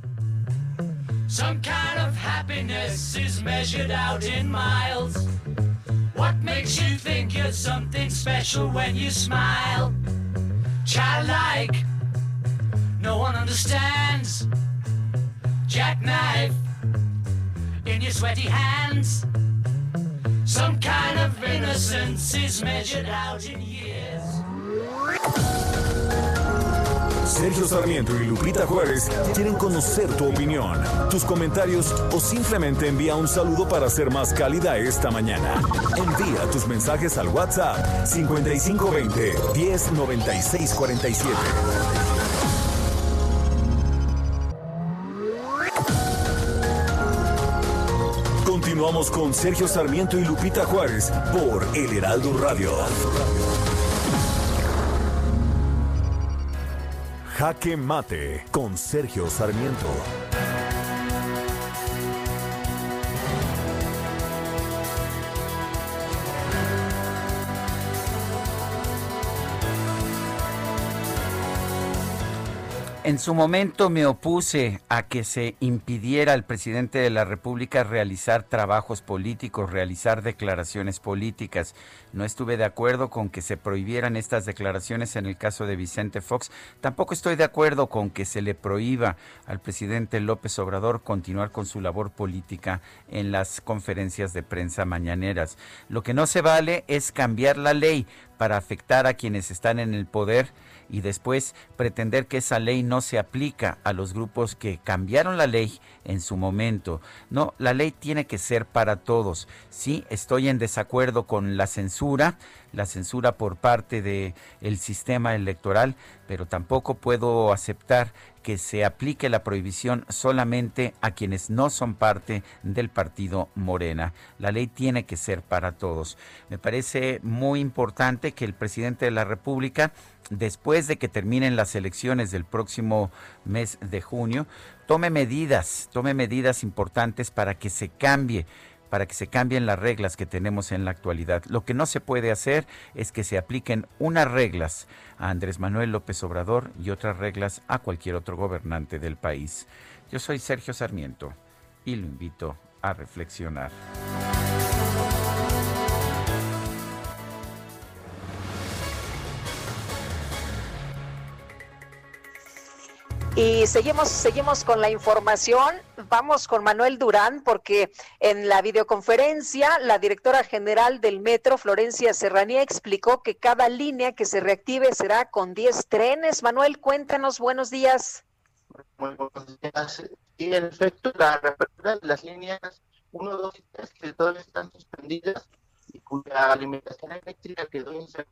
Speaker 9: Some kind of happiness is measured out in miles. What makes you think you're something special when you smile? Childlike, no one understands. Jackknife in your sweaty hands. Some kind of innocence is measured out in years.
Speaker 2: Sergio Sarmiento y Lupita Juárez quieren conocer tu opinión, tus comentarios o simplemente envía un saludo para ser más cálida esta mañana. Envía tus mensajes al WhatsApp 5520 109647. Continuamos con Sergio Sarmiento y Lupita Juárez por El Heraldo Radio. Jaque Mate con Sergio Sarmiento.
Speaker 3: En su momento me opuse a que se impidiera al presidente de la República realizar trabajos políticos, realizar declaraciones políticas. No estuve de acuerdo con que se prohibieran estas declaraciones en el caso de Vicente Fox. Tampoco estoy de acuerdo con que se le prohíba al presidente López Obrador continuar con su labor política en las conferencias de prensa mañaneras. Lo que no se vale es cambiar la ley para afectar a quienes están en el poder y después pretender que esa ley no se aplica a los grupos que cambiaron la ley en su momento. No, la ley tiene que ser para todos. Sí, estoy en desacuerdo con la censura por parte del sistema electoral, pero tampoco puedo aceptar que se aplique la prohibición solamente a quienes no son parte del partido Morena. La ley tiene que ser para todos. Me parece muy importante que el presidente de la República, después de que terminen las elecciones del próximo mes de junio, tome medidas importantes para que se cambien las reglas que tenemos en la actualidad. Lo que no se puede hacer es que se apliquen unas reglas a Andrés Manuel López Obrador y otras reglas a cualquier otro gobernante del país. Yo soy Sergio Sarmiento y lo invito a reflexionar.
Speaker 4: Y seguimos con la información. Vamos con Manuel Durán, porque en la videoconferencia la directora general del Metro, Florencia Serranía, explicó que cada línea que se reactive será con 10 trenes. Manuel, cuéntanos, buenos días.
Speaker 10: Muy buenos días. Y en efecto, la reapertura de las líneas 1, 2 y 3, que todavía están suspendidas, y cuya alimentación eléctrica quedó inservible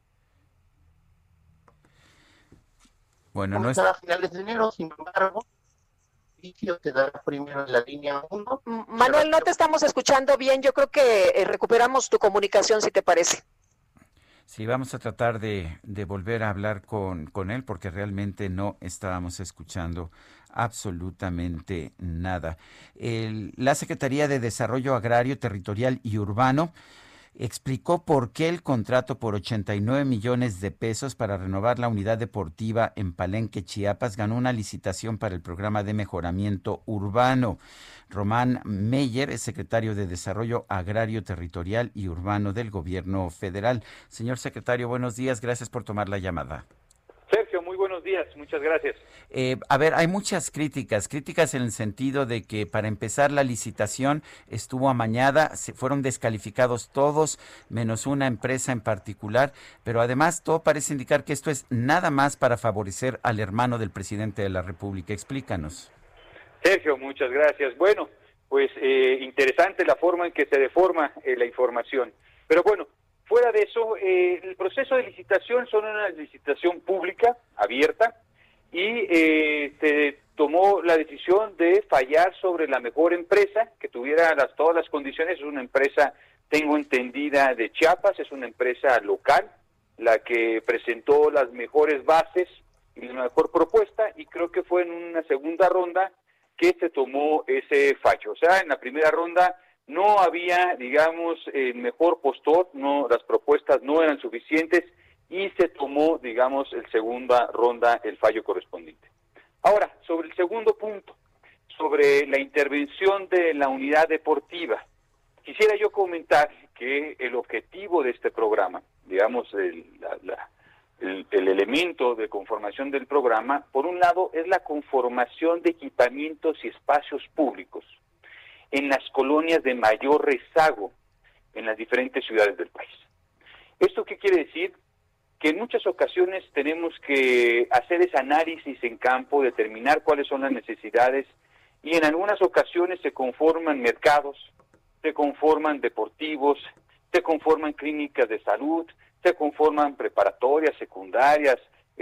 Speaker 3: Bueno, no es...
Speaker 10: a finales de enero. Sin embargo, el servicio quedará primero en la línea 1.
Speaker 4: Manuel, no te estamos escuchando bien. Yo creo que recuperamos tu comunicación, si te parece.
Speaker 3: Sí, vamos a tratar de volver a hablar con él porque realmente no estábamos escuchando absolutamente nada. La Secretaría de Desarrollo Agrario, Territorial y Urbano explicó por qué el contrato por 89 millones de pesos para renovar la unidad deportiva en Palenque, Chiapas, ganó una licitación para el programa de mejoramiento urbano. Román Meyer es secretario de Desarrollo Agrario, Territorial y Urbano del Gobierno Federal. Señor secretario, buenos días, gracias por tomar la llamada.
Speaker 6: Sergio, muy buenos días, muchas gracias.
Speaker 3: A ver, hay muchas críticas en el sentido de que para empezar la licitación estuvo amañada, fueron descalificados todos, menos una empresa en particular, pero además todo parece indicar que esto es nada más para favorecer al hermano del presidente de la República. Explícanos.
Speaker 6: Sergio, muchas gracias. Bueno, pues interesante la forma en que se deforma la información, pero bueno, fuera de eso, el proceso de licitación son una licitación pública, abierta, y se tomó la decisión de fallar sobre la mejor empresa, que tuviera todas las condiciones. Es una empresa, tengo entendida, de Chiapas, es una empresa local, la que presentó las mejores bases y la mejor propuesta, y creo que fue en una segunda ronda que se tomó ese fallo. O sea, en la primera ronda no había, digamos, el mejor postor, no, las propuestas no eran suficientes y se tomó, digamos, en segunda ronda el fallo correspondiente. Ahora, sobre el segundo punto, sobre la intervención de la unidad deportiva, quisiera yo comentar que el objetivo de este programa, digamos, el elemento de conformación del programa, por un lado, es la conformación de equipamientos y espacios públicos en las colonias de mayor rezago en las diferentes ciudades del país. ¿Esto qué quiere decir? Que en muchas ocasiones tenemos que hacer ese análisis en campo, determinar cuáles son las necesidades, y en algunas ocasiones se conforman mercados, se conforman deportivos, se conforman clínicas de salud, se conforman preparatorias, secundarias,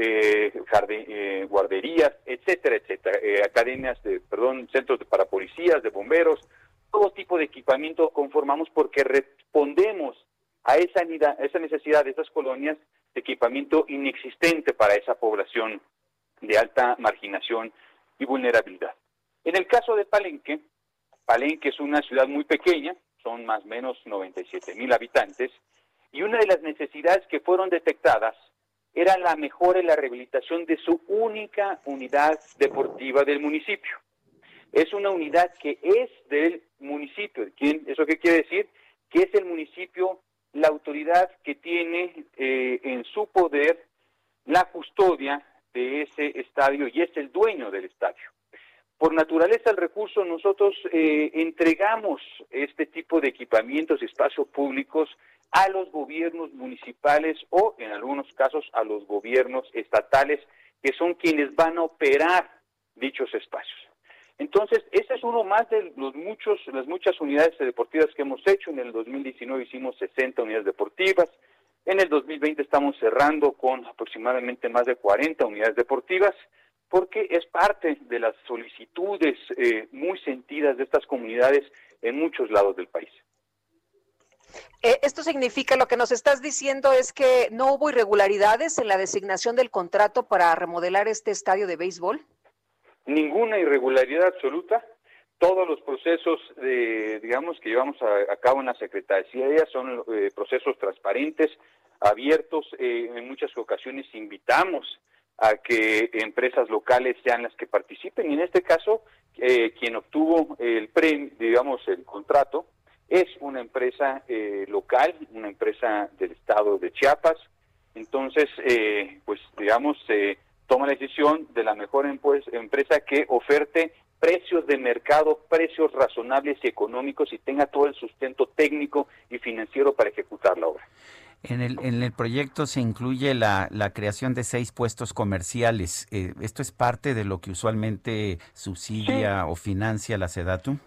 Speaker 6: guarderías, etcétera, etcétera, centros para policías, de bomberos, todo tipo de equipamiento conformamos porque respondemos a esa necesidad de esas colonias de equipamiento inexistente para esa población de alta marginación y vulnerabilidad. En el caso de Palenque, Palenque es una ciudad muy pequeña, son más o menos 97,000 habitantes, y una de las necesidades que fueron detectadas era la mejora y la rehabilitación de su única unidad deportiva del municipio. Es una unidad que es del municipio. ¿Eso qué quiere decir? Que es el municipio la autoridad que tiene en su poder la custodia de ese estadio y es el dueño del estadio. Por naturaleza del recurso, nosotros entregamos este tipo de equipamientos y espacios públicos a los gobiernos municipales o, en algunos casos, a los gobiernos estatales, que son quienes van a operar dichos espacios. Entonces, ese es uno más de las muchas unidades deportivas que hemos hecho. En el 2019 hicimos 60 unidades deportivas. En el 2020 estamos cerrando con aproximadamente más de 40 unidades deportivas, porque es parte de las solicitudes muy sentidas de estas comunidades en muchos lados del país.
Speaker 4: Esto significa, lo que nos estás diciendo es que no hubo irregularidades en la designación del contrato para remodelar este estadio de béisbol.
Speaker 6: Ninguna irregularidad absoluta. Todos los procesos, digamos, que llevamos a cabo en la Secretaría son procesos transparentes, abiertos. En muchas ocasiones invitamos a que empresas locales sean las que participen. Y en este caso, quien obtuvo el premio, digamos, el contrato, es una empresa local, una empresa del estado de Chiapas. Entonces, pues, digamos, toma la decisión de la mejor empresa que oferte precios de mercado, precios razonables y económicos y tenga todo el sustento técnico y financiero para ejecutar la obra.
Speaker 3: En el proyecto se incluye la creación de 6 puestos comerciales. ¿Esto es parte de lo que usualmente subsidia o financia la SEDATU?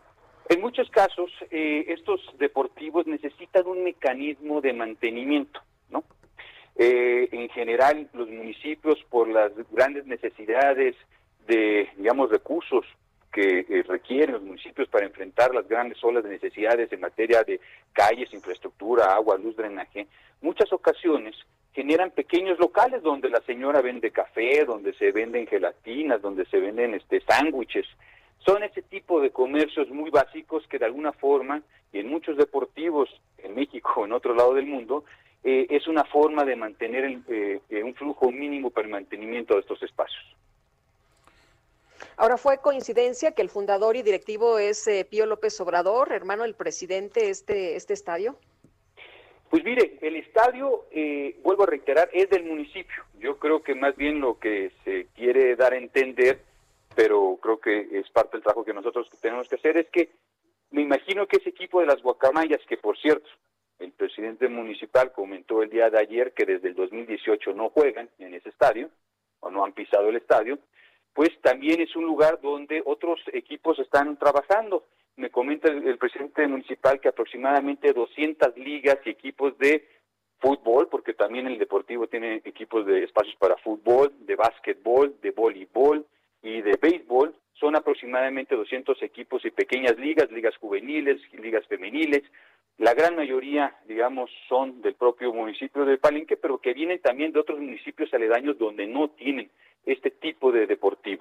Speaker 6: En muchos casos, estos deportivos necesitan un mecanismo de mantenimiento, ¿no? En general, los municipios, por las grandes necesidades de, digamos, recursos que requieren los municipios para enfrentar las grandes olas de necesidades en materia de calles, infraestructura, agua, luz, drenaje, muchas ocasiones generan pequeños locales donde la señora vende café, donde se venden gelatinas, donde se venden sándwiches. Son ese tipo de comercios muy básicos que de alguna forma, y en muchos deportivos en México o en otro lado del mundo, es una forma de mantener un flujo mínimo para el mantenimiento de estos espacios.
Speaker 4: Ahora, ¿fue coincidencia que el fundador y directivo es Pío López Obrador, hermano del presidente, este estadio?
Speaker 6: Pues mire, el estadio, vuelvo a reiterar, es del municipio. Yo creo que más bien lo que se quiere dar a entender, pero creo que es parte del trabajo que nosotros tenemos que hacer, es que me imagino que ese equipo de las guacamayas, que por cierto, el presidente municipal comentó el día de ayer que desde el 2018 no juegan en ese estadio, o no han pisado el estadio, pues también es un lugar donde otros equipos están trabajando. Me comenta el presidente municipal que aproximadamente 200 ligas y equipos de fútbol, porque también el deportivo tiene equipos de espacios para fútbol, de básquetbol, de voleibol y de béisbol, son aproximadamente 200 equipos y pequeñas ligas, ligas juveniles, ligas femeniles. La gran mayoría, digamos, son del propio municipio de Palenque, pero que vienen también de otros municipios aledaños donde no tienen este tipo de deportivos.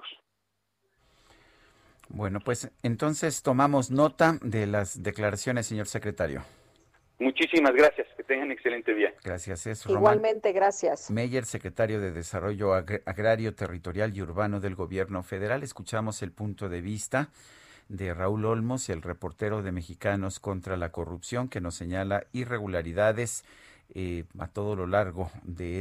Speaker 3: Bueno, pues entonces tomamos nota de las declaraciones, señor secretario.
Speaker 6: Muchísimas gracias, que tengan excelente día.
Speaker 3: Gracias. Es
Speaker 4: Igualmente, gracias.
Speaker 3: Meyer, secretario de Desarrollo Agrario, Territorial y Urbano del Gobierno Federal. Escuchamos el punto de vista de Raúl Olmos, el reportero de Mexicanos contra la Corrupción, que nos señala irregularidades a todo lo largo de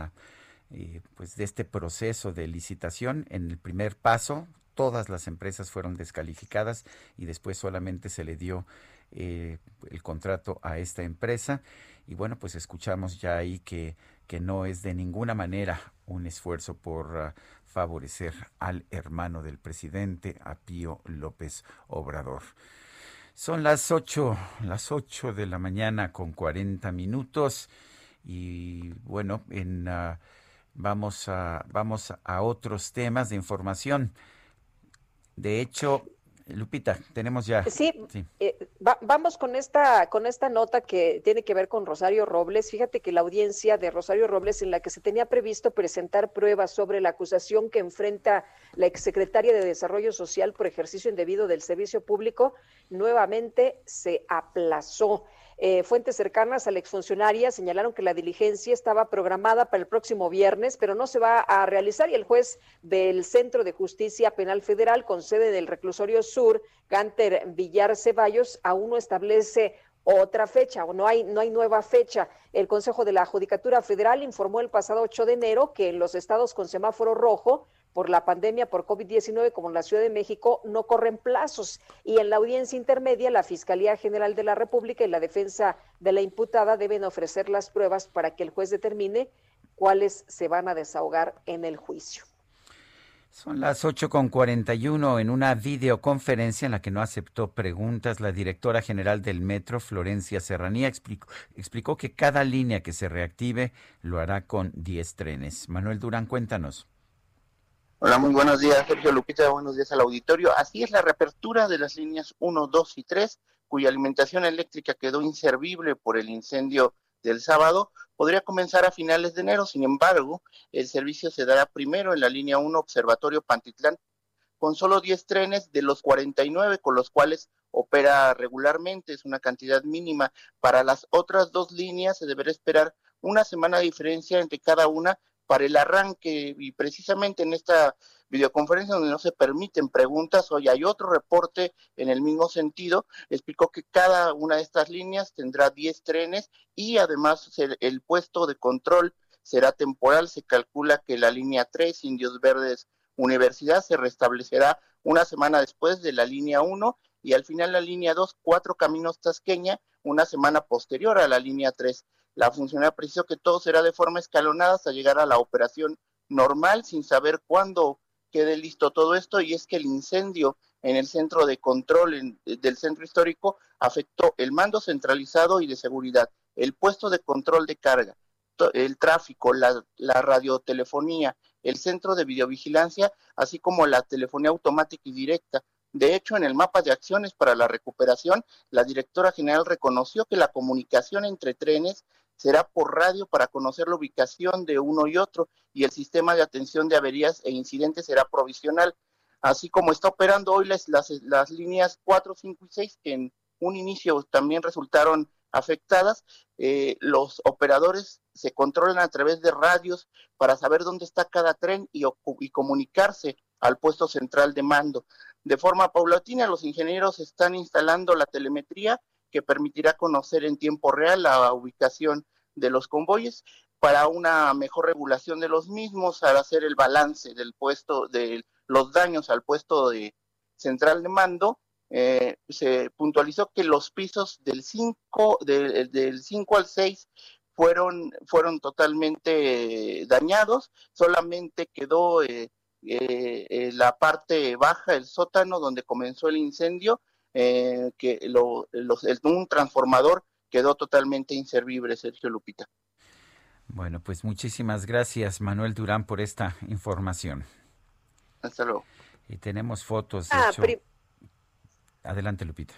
Speaker 3: de este proceso de licitación. En el primer paso, todas las empresas fueron descalificadas y después solamente se le dio el contrato a esta empresa. Y bueno, pues escuchamos ya ahí que no es de ninguna manera un esfuerzo por favorecer al hermano del presidente, a Pío López Obrador. Son las 8 de la mañana con 40 minutos y bueno, vamos a otros temas de información. De hecho, Lupita, tenemos ya...
Speaker 4: Sí. Vamos con esta nota que tiene que ver con Rosario Robles. Fíjate que la audiencia de Rosario Robles, en la que se tenía previsto presentar pruebas sobre la acusación que enfrenta la exsecretaria de Desarrollo Social por ejercicio indebido del servicio público, nuevamente se aplazó. Fuentes cercanas a la exfuncionaria señalaron que la diligencia estaba programada para el próximo viernes, pero no se va a realizar, y el juez del Centro de Justicia Penal Federal, con sede del Reclusorio Sur, Gánter Villar Ceballos, aún no establece otra fecha, o no hay nueva fecha. El Consejo de la Judicatura Federal informó el pasado 8 de enero que en los estados con semáforo rojo por la pandemia por COVID-19, como en la Ciudad de México, no corren plazos. Y en la audiencia intermedia, la Fiscalía General de la República y la defensa de la imputada deben ofrecer las pruebas para que el juez determine cuáles se van a desahogar en el juicio.
Speaker 3: Son las 8:41. En una videoconferencia en la que no aceptó preguntas, la directora general del Metro, Florencia Serranía, explicó que cada línea que se reactive lo hará con 10 trenes. Manuel Durán, cuéntanos.
Speaker 7: Hola, muy buenos días, Sergio, Lupita, buenos días al auditorio. Así es, la reapertura de las líneas 1, 2 y 3, cuya alimentación eléctrica quedó inservible por el incendio del sábado, podría comenzar a finales de enero. Sin embargo, el servicio se dará primero en la línea 1 Observatorio Pantitlán, con solo 10 trenes de los 49 con los cuales opera regularmente, es una cantidad mínima. Para las otras dos líneas se deberá esperar una semana de diferencia entre cada una para el arranque, y precisamente en esta videoconferencia donde no se permiten preguntas, hoy hay otro reporte en el mismo sentido, explicó que cada una de estas líneas tendrá 10 trenes y además el puesto de control será temporal. Se calcula que la línea 3, Indios Verdes Universidad, se restablecerá una semana después de la línea 1 y al final la línea 2, Cuatro Caminos Tasqueña, una semana posterior a la línea 3. La funcionaria precisó que todo será de forma escalonada hasta llegar a la operación normal, sin saber cuándo quede listo todo esto, y es que el incendio en el centro de control del centro histórico afectó el mando centralizado y de seguridad, el puesto de control de carga, el tráfico, la radiotelefonía, el centro de videovigilancia, así como la telefonía automática y directa. De hecho, en el mapa de acciones para la recuperación, la directora general reconoció que la comunicación entre trenes será por radio para conocer la ubicación de uno y otro, y el sistema de atención de averías e incidentes será provisional, así como está operando hoy las líneas 4, 5 y 6, que en un inicio también resultaron afectadas. Los operadores se controlan a través de radios para saber dónde está cada tren y comunicarse al puesto central de mando. De forma paulatina, los ingenieros están instalando la telemetría que permitirá conocer en tiempo real la ubicación de los convoyes para una mejor regulación de los mismos, al hacer el balance del puesto de los daños al puesto de central de mando. Se puntualizó que los pisos del 5 al 6 fueron totalmente dañados, solamente quedó la parte baja, el sótano donde comenzó el incendio, un transformador quedó totalmente inservible, Sergio, Lupita.
Speaker 3: Bueno, pues muchísimas gracias, Manuel Durán, por esta información.
Speaker 7: Hasta luego.
Speaker 3: Y tenemos fotos, de hecho. Adelante, Lupita.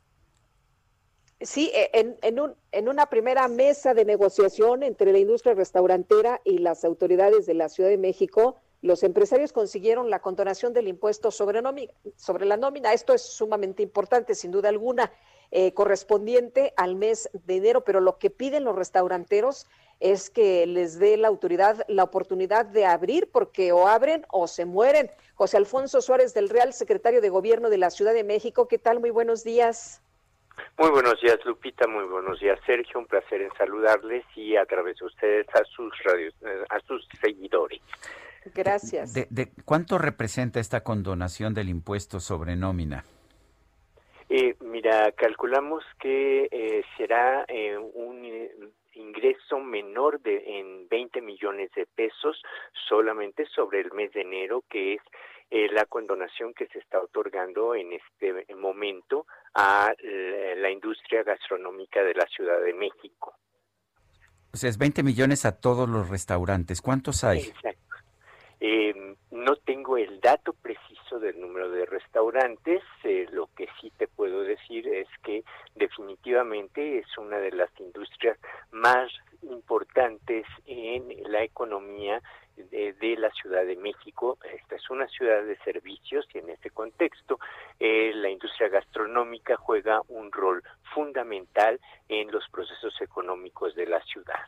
Speaker 4: Sí, en una primera mesa de negociación entre la industria restaurantera y las autoridades de la Ciudad de México, los empresarios consiguieron la condonación del impuesto sobre la nómina. Esto es sumamente importante, sin duda alguna, correspondiente al mes de enero, pero lo que piden los restauranteros es que les dé la autoridad la oportunidad de abrir, porque o abren o se mueren. José Alfonso Suárez del Real, secretario de Gobierno de la Ciudad de México, ¿qué tal? Muy buenos días.
Speaker 8: Muy buenos días, Lupita, muy buenos días, Sergio, un placer en saludarles y a través de ustedes a sus seguidores.
Speaker 4: Gracias.
Speaker 3: ¿De cuánto representa esta condonación del impuesto sobre nómina?
Speaker 8: Mira, calculamos que será un ingreso menor en 20 millones de pesos solamente sobre el mes de enero, que es la condonación que se está otorgando en este momento a la industria gastronómica de la Ciudad de México.
Speaker 3: O sea, es 20 millones a todos los restaurantes. ¿Cuántos hay?
Speaker 8: Exacto. No tengo el dato preciso del número de restaurantes, lo que sí te puedo decir es que definitivamente es una de las industrias más importantes en la economía de la Ciudad de México. Esta es una ciudad de servicios y en ese contexto la industria gastronómica juega un rol fundamental en los procesos económicos de la ciudad.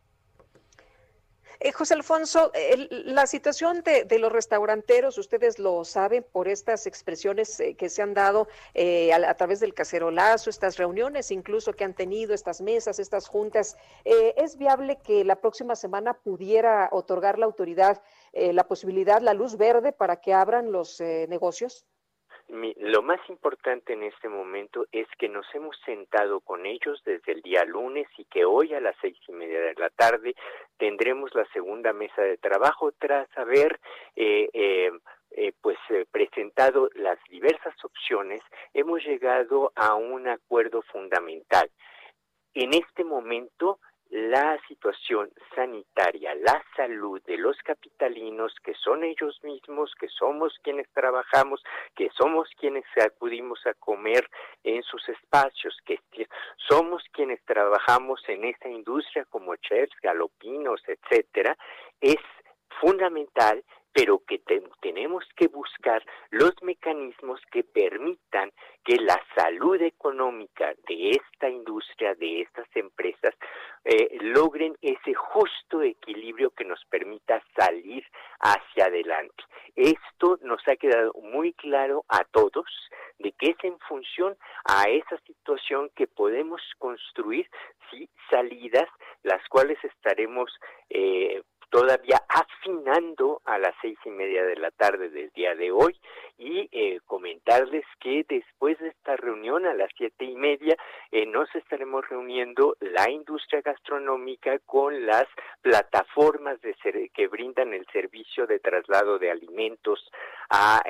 Speaker 4: José Alfonso, la situación de los restauranteros, ustedes lo saben por estas expresiones que se han dado a través del cacerolazo, estas reuniones incluso que han tenido, estas mesas, estas juntas. ¿Es viable que la próxima semana pudiera otorgar la autoridad la posibilidad, la luz verde para que abran los negocios?
Speaker 8: Lo más importante en este momento es que nos hemos sentado con ellos desde el día lunes y que hoy a las 6:30 de la tarde tendremos la segunda mesa de trabajo tras haber presentado las diversas opciones. Hemos llegado a un acuerdo fundamental. En este momento, la situación sanitaria, la salud de los capitalinos, que son ellos mismos, que somos quienes trabajamos, que somos quienes acudimos a comer en sus espacios, que somos quienes trabajamos en esta industria como chefs, galopinos, etcétera, es fundamental, pero que tenemos que buscar los mecanismos que permitan que la salud económica de esta industria, de estas empresas, logren ese justo equilibrio que nos permita salir hacia adelante. Esto nos ha quedado muy claro a todos, de que es en función a esa situación que podemos construir salidas, las cuales estaremos todavía afinando a las 6:30 de la tarde del día de hoy y comentarles que después de esta esta reunión a las 7:30 nos estaremos reuniendo la industria gastronómica con las plataformas que brindan el servicio de traslado de alimentos a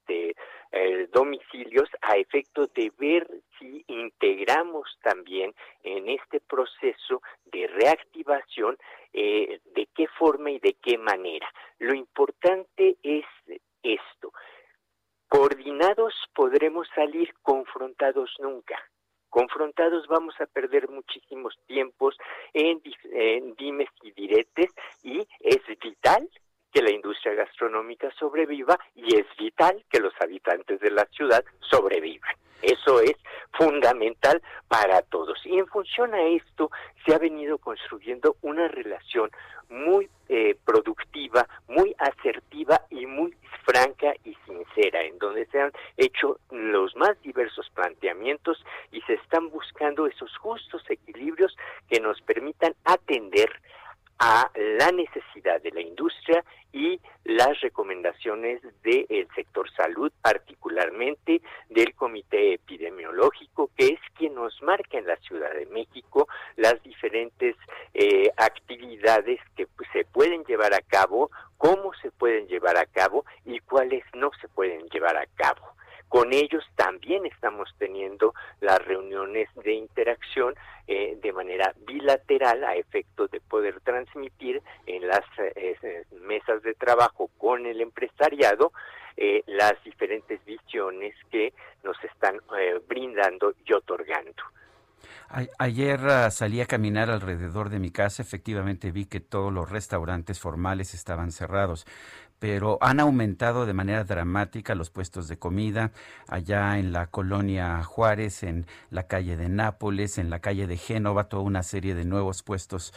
Speaker 8: domicilios, a efecto de ver si integramos también en este proceso de reactivación de qué forma y de qué manera. Lo importante es esto: coordinados podremos salir, confrontados nunca. Confrontados vamos a perder muchísimos tiempos en dimes y diretes, y es vital que la industria gastronómica sobreviva y es vital que los habitantes de la ciudad sobrevivan. Eso es fundamental para todos. Y en función a esto se ha venido construyendo una relación muy productiva, muy asertiva y muy franca y sincera, en donde se han hecho los más diversos planteamientos y se están buscando esos justos equilibrios que nos permitan atender a la necesidad de la industria y las recomendaciones del sector salud, particularmente del Comité Epidemiológico, que es quien nos marca en la Ciudad de México las diferentes actividades que se pueden llevar a cabo, cómo se pueden llevar a cabo y cuáles no se pueden llevar a cabo. Con ellos también estamos teniendo las reuniones de interacción de manera bilateral a efecto de poder transmitir en las mesas de trabajo con el empresariado las diferentes visiones que nos están brindando y otorgando.
Speaker 3: Ayer salí a caminar alrededor de mi casa, efectivamente vi que todos los restaurantes formales estaban cerrados, pero han aumentado de manera dramática los puestos de comida allá en la colonia Juárez, en la calle de Nápoles, en la calle de Génova, toda una serie de nuevos puestos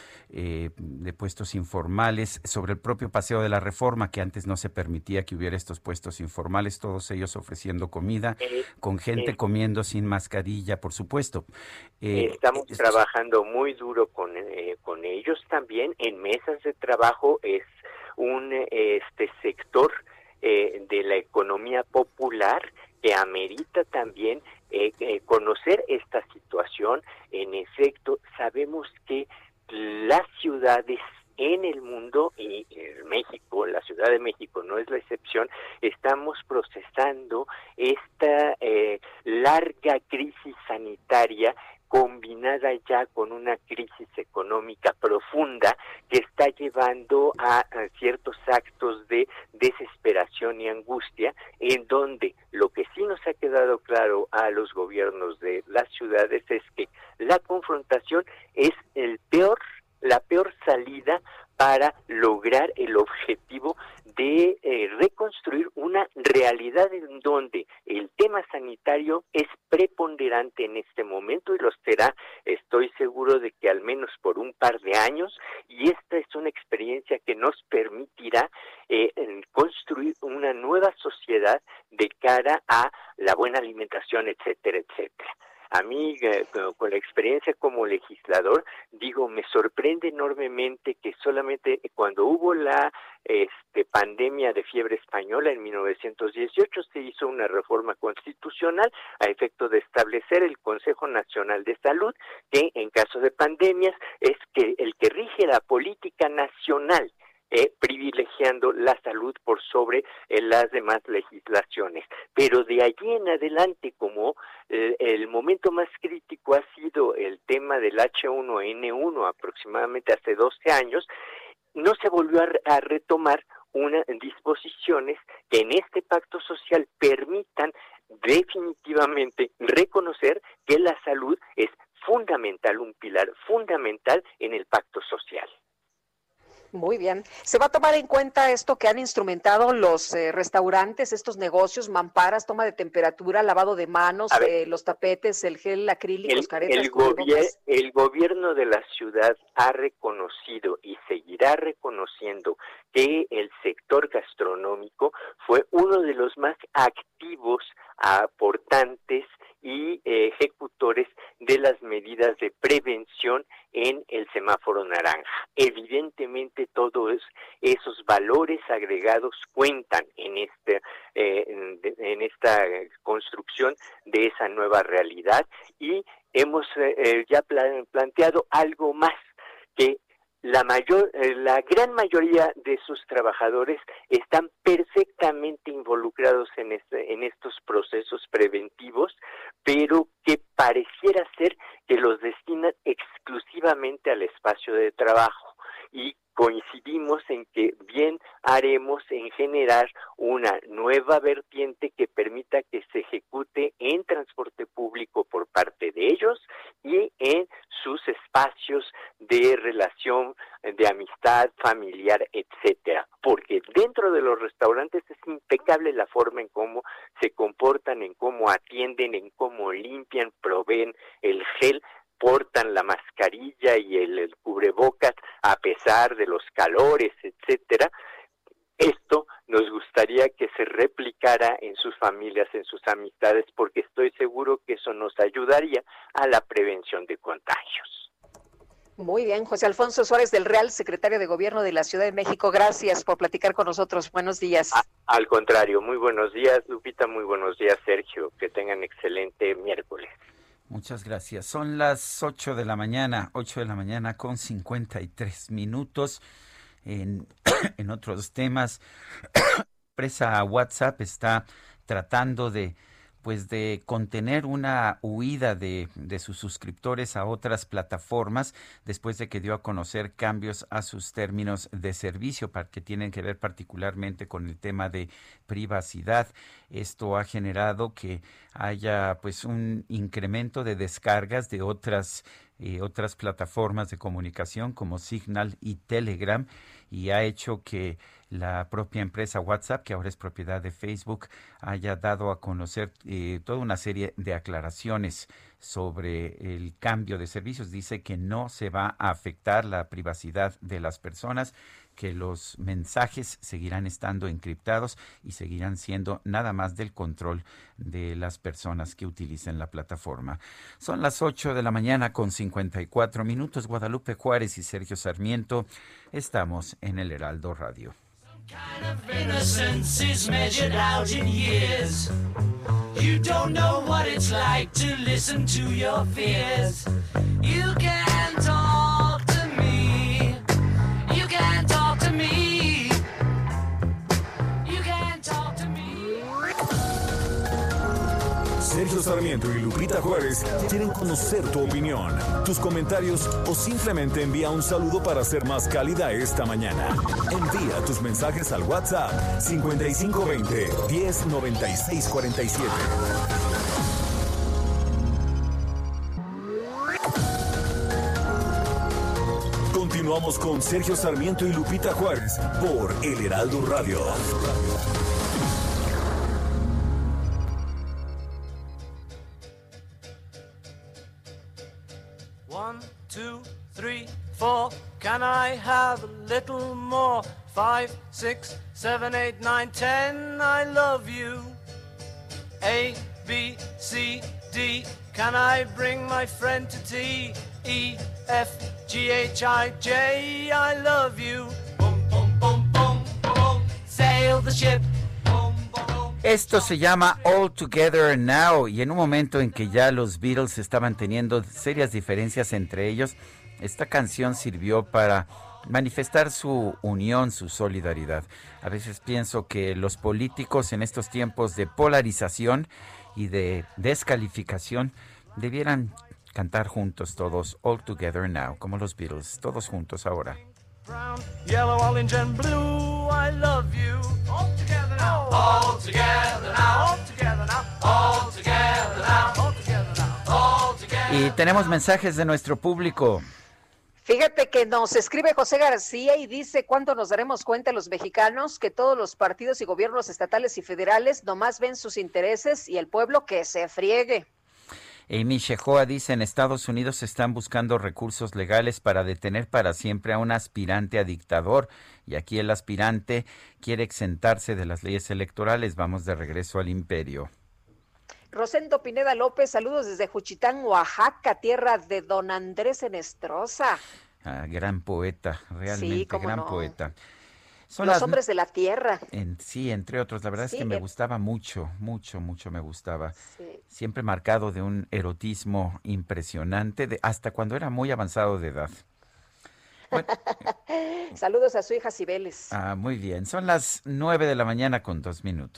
Speaker 3: informales, sobre el propio Paseo de la Reforma, que antes no se permitía que hubiera estos puestos informales, todos ellos ofreciendo comida, con gente comiendo sin mascarilla, por supuesto.
Speaker 8: Estamos trabajando muy duro con ellos también en mesas de trabajo. Es un sector de la economía popular que amerita también conocer esta situación. En efecto, sabemos que las ciudades en el mundo, y en México, la Ciudad de México no es la excepción, estamos procesando esta larga crisis sanitaria combinada ya con una crisis económica profunda que está llevando a ciertos actos de desesperación y angustia, en donde lo que sí nos ha quedado claro a los gobiernos de las ciudades es que la confrontación es la peor salida para lograr el objetivo de reconstruir una realidad en donde el tema sanitario es preponderante en este momento y lo será, estoy seguro de que al menos por un par de años, y esta es una experiencia que nos permitirá construir una nueva sociedad de cara a la buena alimentación, etcétera, etcétera. A mí, con la experiencia como legislador, me sorprende enormemente que solamente cuando hubo la pandemia de fiebre española en 1918 se hizo una reforma constitucional a efecto de establecer el Consejo Nacional de Salud, que en caso de pandemias es el que rige la política nacional, privilegiando la salud por sobre las demás legislaciones. Pero de allí en adelante, como el momento más crítico ha sido el tema del H1N1 aproximadamente hace 12 años, no se volvió a retomar unas disposiciones que en este pacto social permitan definitivamente reconocer que la salud es fundamental, un pilar fundamental en el pacto social.
Speaker 4: Muy bien. ¿Se va a tomar en cuenta esto que han instrumentado los restaurantes, estos negocios, mamparas, toma de temperatura, lavado de manos, los tapetes, el gel acrílico, caretas?
Speaker 8: El gobierno de la ciudad ha reconocido y seguirá reconociendo que el sector gastronómico fue uno de los más activos, aportantes y ejecutores de las medidas de prevención en el semáforo naranja. Evidentemente todos esos valores agregados cuentan en esta construcción de esa nueva realidad, y hemos ya planteado algo más, que la gran mayoría de sus trabajadores están perfectamente involucrados en estos procesos preventivos, pero que pareciera ser que los destinan exclusivamente al espacio de trabajo, y coincidimos en que bien haremos en generar una nueva vertiente que permita que se ejecute en transporte público por parte de ellos y en sus espacios de relación, de amistad familiar, etcétera. Porque dentro de los restaurantes es impecable la forma en cómo se comportan, en cómo atienden, en cómo limpian, proveen el gel, portan la mascarilla y el cubrebocas a pesar de los calores, etcétera. Esto nos gustaría que se replicara en sus familias, en sus amistades, porque estoy seguro que eso nos ayudaría a la prevención de contagios.
Speaker 4: Muy bien, José Alfonso Suárez del Real, secretario de Gobierno de la Ciudad de México, gracias por platicar con nosotros. Buenos días.
Speaker 8: Al contrario, muy buenos días, Lupita, muy buenos días, Sergio. Que tengan excelente miércoles.
Speaker 3: Muchas gracias. Son las 8 de la mañana con 53 minutos. En otros temas, empresa WhatsApp está tratando de contener una huida de sus suscriptores a otras plataformas después de que dio a conocer cambios a sus términos de servicio que tienen que ver particularmente con el tema de privacidad. Esto ha generado que haya un incremento de descargas de otras plataformas de comunicación como Signal y Telegram, y ha hecho que la propia empresa WhatsApp, que ahora es propiedad de Facebook, haya dado a conocer toda una serie de aclaraciones sobre el cambio de servicios. Dice que no se va a afectar la privacidad de las personas, que los mensajes seguirán estando encriptados y seguirán siendo nada más del control de las personas que utilicen la plataforma. Son las 8 de la mañana con 54 minutos. Guadalupe Juárez y Sergio Sarmiento, estamos en el Heraldo Radio.
Speaker 9: Kind of innocence is measured out in years. You don't know what it's like to listen to your fears. You can talk to me. You can talk to me. You can talk to me.
Speaker 2: Sergio Sarmiento y Lupita Juárez quieren conocer tu opinión, tus comentarios o simplemente envía un saludo para ser más cálida esta mañana. Envía tus mensajes al WhatsApp 5520 109647. Continuamos con Sergio Sarmiento y Lupita Juárez por El Heraldo Radio.
Speaker 9: One, two, three, four. Can I have a little more? 5, 6, 7, 8, 9, 10. I love you. A, B, C, D. Can I bring my friend to tea? E, F, G, H, I, J. I love you. Boom, boom, boom, boom, boom. Sail the ship.
Speaker 3: Esto se llama All Together Now, y en un momento en que ya los Beatles estaban teniendo serias diferencias entre ellos, esta canción sirvió para manifestar su unión, su solidaridad. A veces pienso que los políticos en estos tiempos de polarización y de descalificación debieran cantar juntos todos All Together Now, como los Beatles, todos juntos ahora.
Speaker 9: Brown, yellow, orange and blue, I love you. All together now. All together now. All together now. All together now. All together now. All together.
Speaker 3: Y tenemos mensajes de nuestro público.
Speaker 4: Fíjate que nos escribe José García y dice: ¿cuándo nos daremos cuenta los mexicanos que todos los partidos y gobiernos estatales y federales nomás ven sus intereses y el pueblo que se friegue?
Speaker 3: Amy Shehoa dice: en Estados Unidos están buscando recursos legales para detener para siempre a un aspirante a dictador, y aquí el aspirante quiere exentarse de las leyes electorales. Vamos de regreso al imperio.
Speaker 4: Rosendo Pineda López, saludos desde Juchitán, Oaxaca, tierra de don Andrés Enestrosa.
Speaker 3: Gran poeta, realmente
Speaker 4: cómo
Speaker 3: gran
Speaker 4: no.
Speaker 3: poeta.
Speaker 4: Los hombres de la tierra.
Speaker 3: Sí, entre otros. La verdad es que me gustaba mucho me gustaba.
Speaker 4: Sí.
Speaker 3: Siempre marcado de un erotismo impresionante, hasta cuando era muy avanzado de edad. Bueno,
Speaker 4: saludos a su hija Cibeles.
Speaker 3: Muy bien. Son las 9:02 a.m.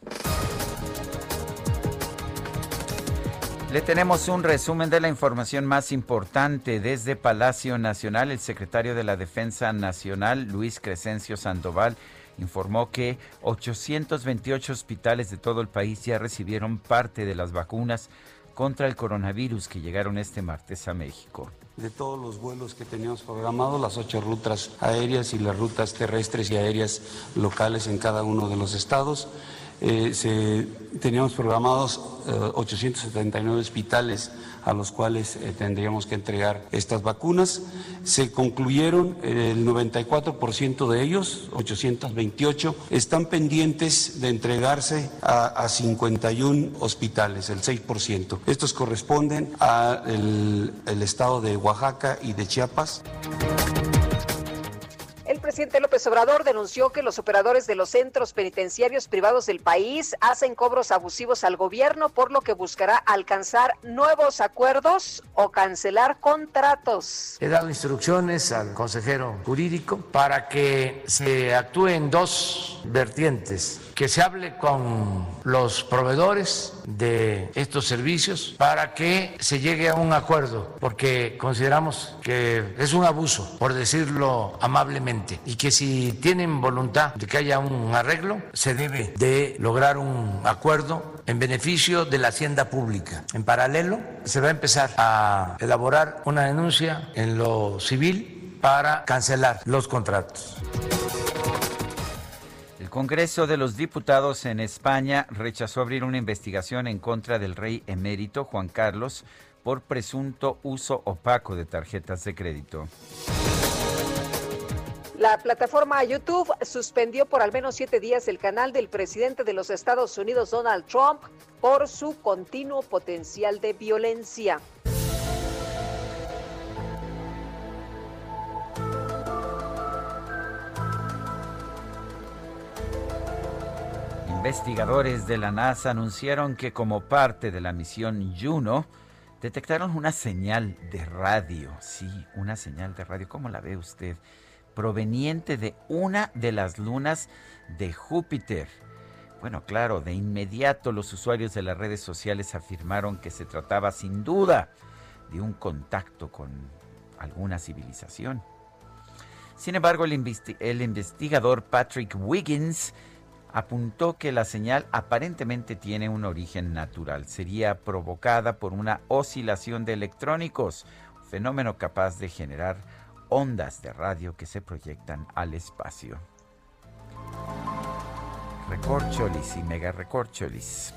Speaker 3: Le tenemos un resumen de la información más importante desde Palacio Nacional. El secretario de la Defensa Nacional, Luis Crescencio Sandoval, informó que 828 hospitales de todo el país ya recibieron parte de las vacunas contra el coronavirus que llegaron este martes a México.
Speaker 11: De todos los vuelos que teníamos programados, las 8 rutas aéreas y las rutas terrestres y aéreas locales en cada uno de los estados, teníamos programados 879 hospitales a los cuales tendríamos que entregar estas vacunas. Se concluyeron el 94% de ellos, 828, están pendientes de entregarse a 51 hospitales, el 6%. Estos corresponden al estado de Oaxaca y de Chiapas.
Speaker 4: El presidente López Obrador denunció que los operadores de los centros penitenciarios privados del país hacen cobros abusivos al gobierno, por lo que buscará alcanzar nuevos acuerdos o cancelar contratos.
Speaker 12: He dado instrucciones al consejero jurídico para que se actúe en dos vertientes, que se hable con los proveedores de estos servicios para que se llegue a un acuerdo, porque consideramos que es un abuso, por decirlo amablemente, y que si tienen voluntad de que haya un arreglo, se debe de lograr un acuerdo en beneficio de la hacienda pública. En paralelo, se va a empezar a elaborar una denuncia en lo civil para cancelar los contratos.
Speaker 3: El Congreso de los Diputados en España rechazó abrir una investigación en contra del rey emérito Juan Carlos por presunto uso opaco de tarjetas de crédito.
Speaker 4: La plataforma YouTube suspendió por al menos 7 días el canal del presidente de los Estados Unidos, Donald Trump, por su continuo potencial de violencia.
Speaker 3: Investigadores de la NASA anunciaron que como parte de la misión Juno, detectaron una señal de radio. Sí, una señal de radio. ¿Cómo la ve usted? Proveniente de una de las lunas de Júpiter. Bueno, claro, de inmediato los usuarios de las redes sociales afirmaron que se trataba sin duda de un contacto con alguna civilización. Sin embargo, el investigador Patrick Wiggins apuntó que la señal aparentemente tiene un origen natural. Sería provocada por una oscilación de electrónicos, fenómeno capaz de generar ondas de radio que se proyectan al espacio. Recorcholis y mega recorcholis.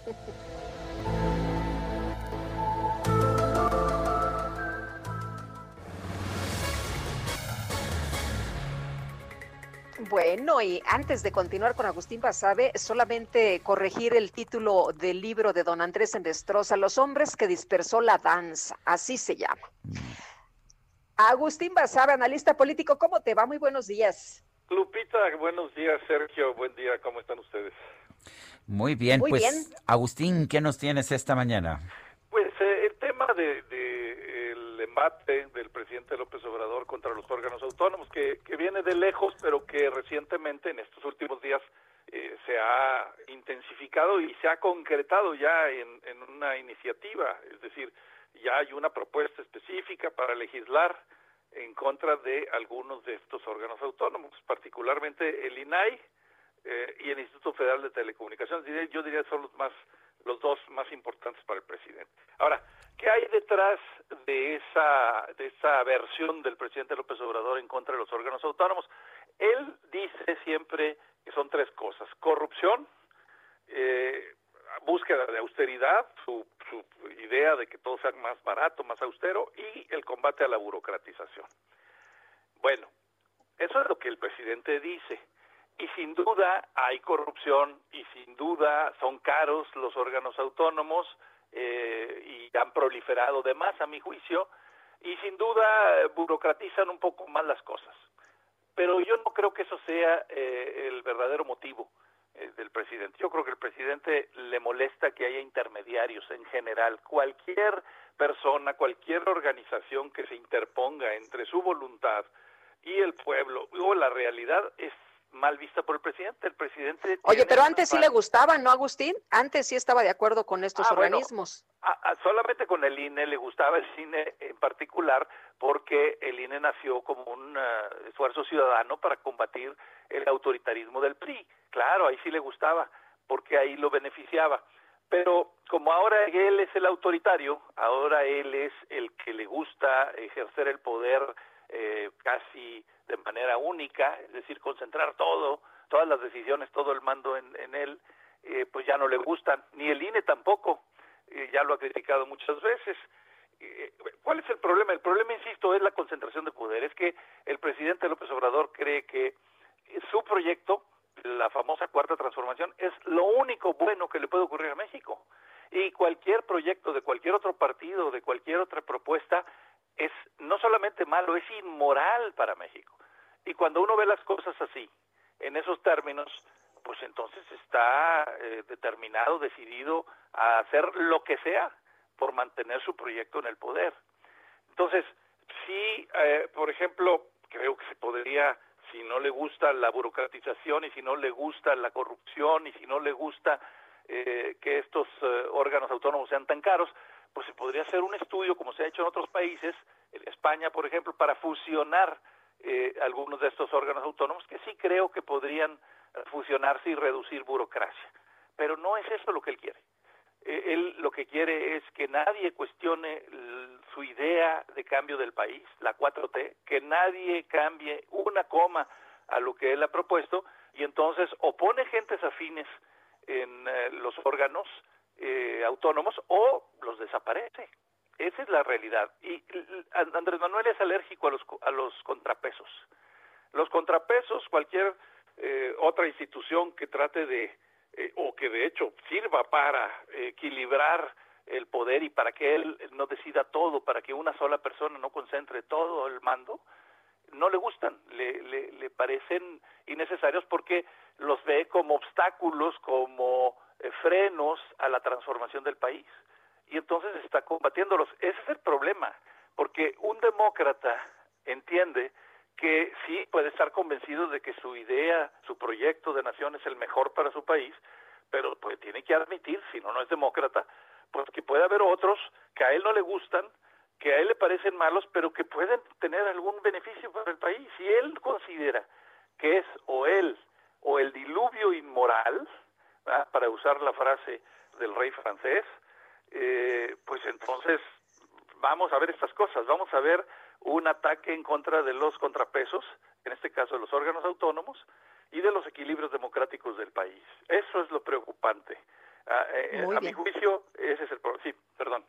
Speaker 4: Bueno, y antes de continuar con Agustín Basabe, solamente corregir el título del libro de don Andrés Enestrosa, Los hombres que dispersó la danza, así se llama. Agustín Basabe, analista político, ¿cómo te va? Muy buenos días.
Speaker 23: Lupita, buenos días. Sergio, buen día. ¿Cómo están ustedes?
Speaker 3: Muy bien,
Speaker 4: Muy
Speaker 3: pues
Speaker 4: bien.
Speaker 3: Agustín, ¿qué nos tienes esta mañana?
Speaker 23: Pues el tema del embate del presidente López Obrador contra los órganos autónomos, que viene de lejos, pero que recientemente, en estos últimos días, se ha intensificado y se ha concretado ya en una iniciativa. Es decir, ya hay una propuesta específica para legislar en contra de algunos de estos órganos autónomos, particularmente el INAI y el Instituto Federal de Telecomunicaciones. Yo diría que son los dos más importantes para el presidente. Ahora, ¿qué hay detrás de esa versión del presidente López Obrador en contra de los órganos autónomos? Él dice siempre que son tres cosas: corrupción, búsqueda de austeridad, su idea de que todo sea más barato, más austero, y el combate a la burocratización. Bueno, eso es lo que el presidente dice. Y sin duda hay corrupción y sin duda son caros los órganos autónomos y han proliferado de más a mi juicio y sin duda burocratizan un poco más las cosas. Pero yo no creo que eso sea el verdadero motivo del presidente. Yo creo que al presidente le molesta que haya intermediarios en general. Cualquier persona, cualquier organización que se interponga entre su voluntad y el pueblo o la realidad es mal vista por el presidente. El presidente...
Speaker 4: Oye, pero antes sí le gustaban, ¿no, Agustín? Antes sí estaba de acuerdo con estos organismos.
Speaker 23: Bueno, solamente con el INE le gustaba el INE en particular porque el INE nació como un esfuerzo ciudadano para combatir el autoritarismo del PRI. Claro, ahí sí le gustaba porque ahí lo beneficiaba. Pero como ahora él es el autoritario, ahora él es el que le gusta ejercer el poder casi de manera única, es decir, concentrar todas las decisiones, todo el mando en él, pues ya no le gustan, ni el INE tampoco, ya lo ha criticado muchas veces. ¿Cuál es el problema? El problema, insisto, es la concentración de poder, es que el presidente López Obrador cree que su proyecto, la famosa Cuarta Transformación, es lo único bueno que le puede ocurrir a México, y cualquier proyecto de cualquier otro partido, de cualquier otra propuesta, es no solamente malo, es inmoral para México. Y cuando uno ve las cosas así, en esos términos, pues entonces está determinado, decidido a hacer lo que sea por mantener su proyecto en el poder. Entonces, sí, por ejemplo, creo que se podría, si no le gusta la burocratización y si no le gusta la corrupción y si no le gusta que estos órganos autónomos sean tan caros, pues se podría hacer un estudio, como se ha hecho en otros países, en España, por ejemplo, para fusionar algunos de estos órganos autónomos, que sí creo que podrían fusionarse y reducir burocracia. Pero no es eso lo que él quiere. Él lo que quiere es que nadie cuestione su idea de cambio del país, la 4T, que nadie cambie una coma a lo que él ha propuesto, y entonces o pone gentes afines en los órganos autónomos o los desaparece. Esa es la realidad. Y Andrés Manuel es alérgico a los contrapesos. Los contrapesos, cualquier otra institución que trate de, o que de hecho sirva para equilibrar el poder y para que él no decida todo, para que una sola persona no concentre todo el mando, no le gustan, le parecen innecesarios porque los ve como obstáculos, como frenos a la transformación del país. Y entonces está combatiéndolos. Ese es el problema, porque un demócrata entiende que sí puede estar convencido de que su idea, su proyecto de nación es el mejor para su país, pero pues tiene que admitir, si no es demócrata, pues que puede haber otros que a él no le gustan, que a él le parecen malos, pero que pueden tener algún beneficio para el país. Si él considera que es o él o el diluvio inmoral, ¿verdad?, para usar la frase del rey francés, pues entonces vamos a ver estas cosas, vamos a ver un ataque en contra de los contrapesos, en este caso de los órganos autónomos, y de los equilibrios democráticos del país. Eso es lo preocupante. A mi juicio, ese es el problema. Sí, perdón.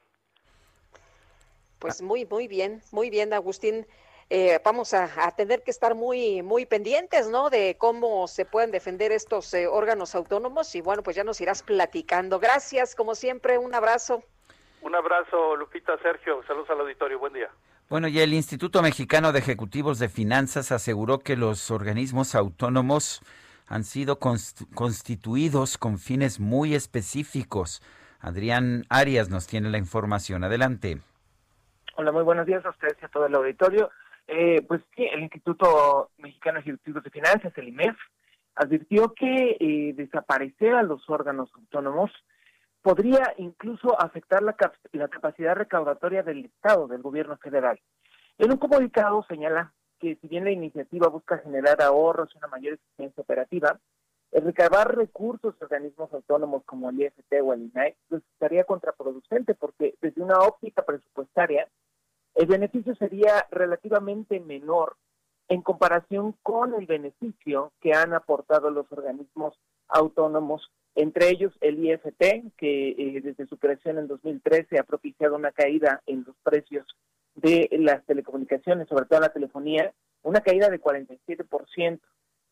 Speaker 4: Pues muy bien, Agustín. Vamos a tener que estar muy pendientes, ¿no?, de cómo se pueden defender estos órganos autónomos, y bueno, pues ya nos irás platicando. Gracias, como siempre, un abrazo.
Speaker 23: Un abrazo, Lupita, Sergio, saludos al auditorio, buen día.
Speaker 3: Bueno, y el Instituto Mexicano de Ejecutivos de Finanzas aseguró que los organismos autónomos han sido constituidos con fines muy específicos. Adrián Arias nos tiene la información. Adelante.
Speaker 14: Hola, muy buenos días a ustedes y a todo el auditorio. Pues sí, el Instituto Mexicano de Ejecutivos de Finanzas, el IMEF, advirtió que desaparecer a los órganos autónomos podría incluso afectar la capacidad recaudatoria del Estado, del gobierno federal. En un comunicado señala que si bien la iniciativa busca generar ahorros y una mayor eficiencia operativa, el recabar recursos de organismos autónomos como el IFT o el INAI resultaría contraproducente porque desde una óptica presupuestaria el beneficio sería relativamente menor en comparación con el beneficio que han aportado los organismos autónomos, entre ellos el IFT, que desde su creación en 2013 ha propiciado una caída en los precios de las telecomunicaciones, sobre todo la telefonía, una caída de 47%.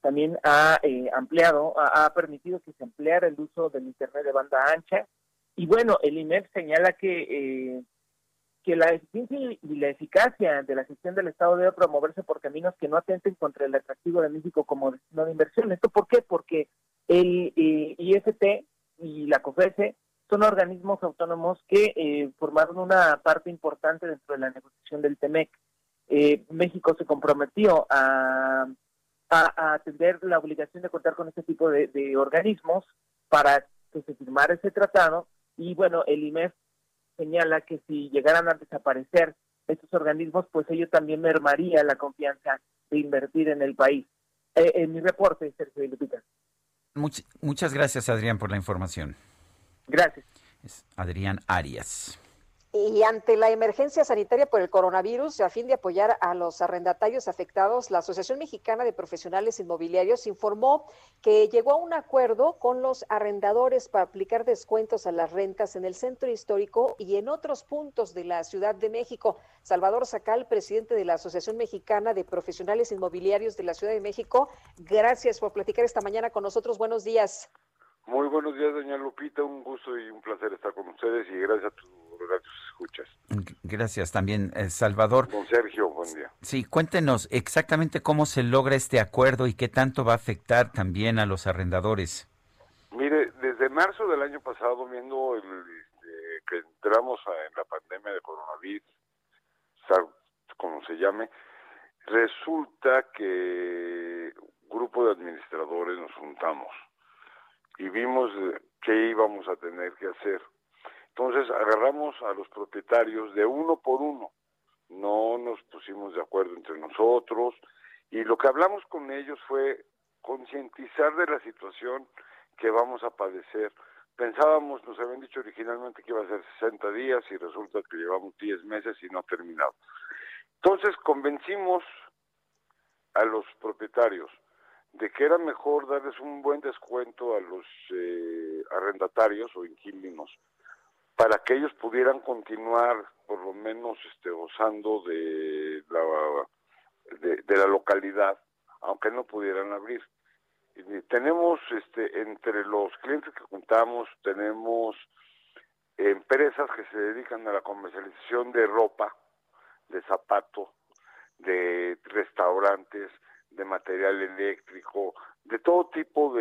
Speaker 14: también ha permitido que se ampliara el uso del Internet de banda ancha. Y bueno, el IMEF señala que la eficiencia y la eficacia de la gestión del Estado debe promoverse por caminos que no atenten contra el atractivo de México como destino de inversión. ¿Esto por qué? Porque el IFT y la COFESE son organismos autónomos que formaron una parte importante dentro de la negociación del TEMEC. México se comprometió a atender la obligación de contar con este tipo de organismos para que se firmara ese tratado, y bueno, el IMEF señala que si llegaran a desaparecer estos organismos, pues ello también mermaría la confianza de invertir en el país. En mi reporte, Sergio y Lupita.
Speaker 3: Muchas gracias, Adrián, por la información.
Speaker 14: Gracias.
Speaker 3: Es Adrián Arias.
Speaker 4: Y ante la emergencia sanitaria por el coronavirus, a fin de apoyar a los arrendatarios afectados, la Asociación Mexicana de Profesionales Inmobiliarios informó que llegó a un acuerdo con los arrendadores para aplicar descuentos a las rentas en el centro histórico y en otros puntos de la Ciudad de México. Salvador Sacal, presidente de la Asociación Mexicana de Profesionales Inmobiliarios de la Ciudad de México, gracias por platicar esta mañana con nosotros. Buenos días.
Speaker 13: Muy buenos días, doña Lupita, un gusto y un placer estar con ustedes y gracias a tus escuchas.
Speaker 3: Gracias también, Salvador.
Speaker 13: Don Sergio, buen día.
Speaker 3: Sí, cuéntenos exactamente cómo se logra este acuerdo y qué tanto va a afectar también a los arrendadores.
Speaker 13: Mire, desde marzo del año pasado, viendo que entramos en la pandemia de coronavirus, como se llame, resulta que un grupo de administradores nos juntamos y vimos qué íbamos a tener que hacer. Entonces agarramos a los propietarios de uno por uno, no nos pusimos de acuerdo entre nosotros y lo que hablamos con ellos fue concientizar de la situación que vamos a padecer. Pensábamos, nos habían dicho originalmente que iba a ser 60 días y resulta que llevamos 10 meses y no ha terminado. Entonces convencimos a los propietarios de que era mejor darles un buen descuento a los arrendatarios o inquilinos para que ellos pudieran continuar por lo menos gozando de la localidad, aunque no pudieran abrir. Y tenemos entre los clientes que juntamos, tenemos empresas que se dedican a la comercialización de ropa, de zapato, de restaurantes, de material eléctrico, de todo tipo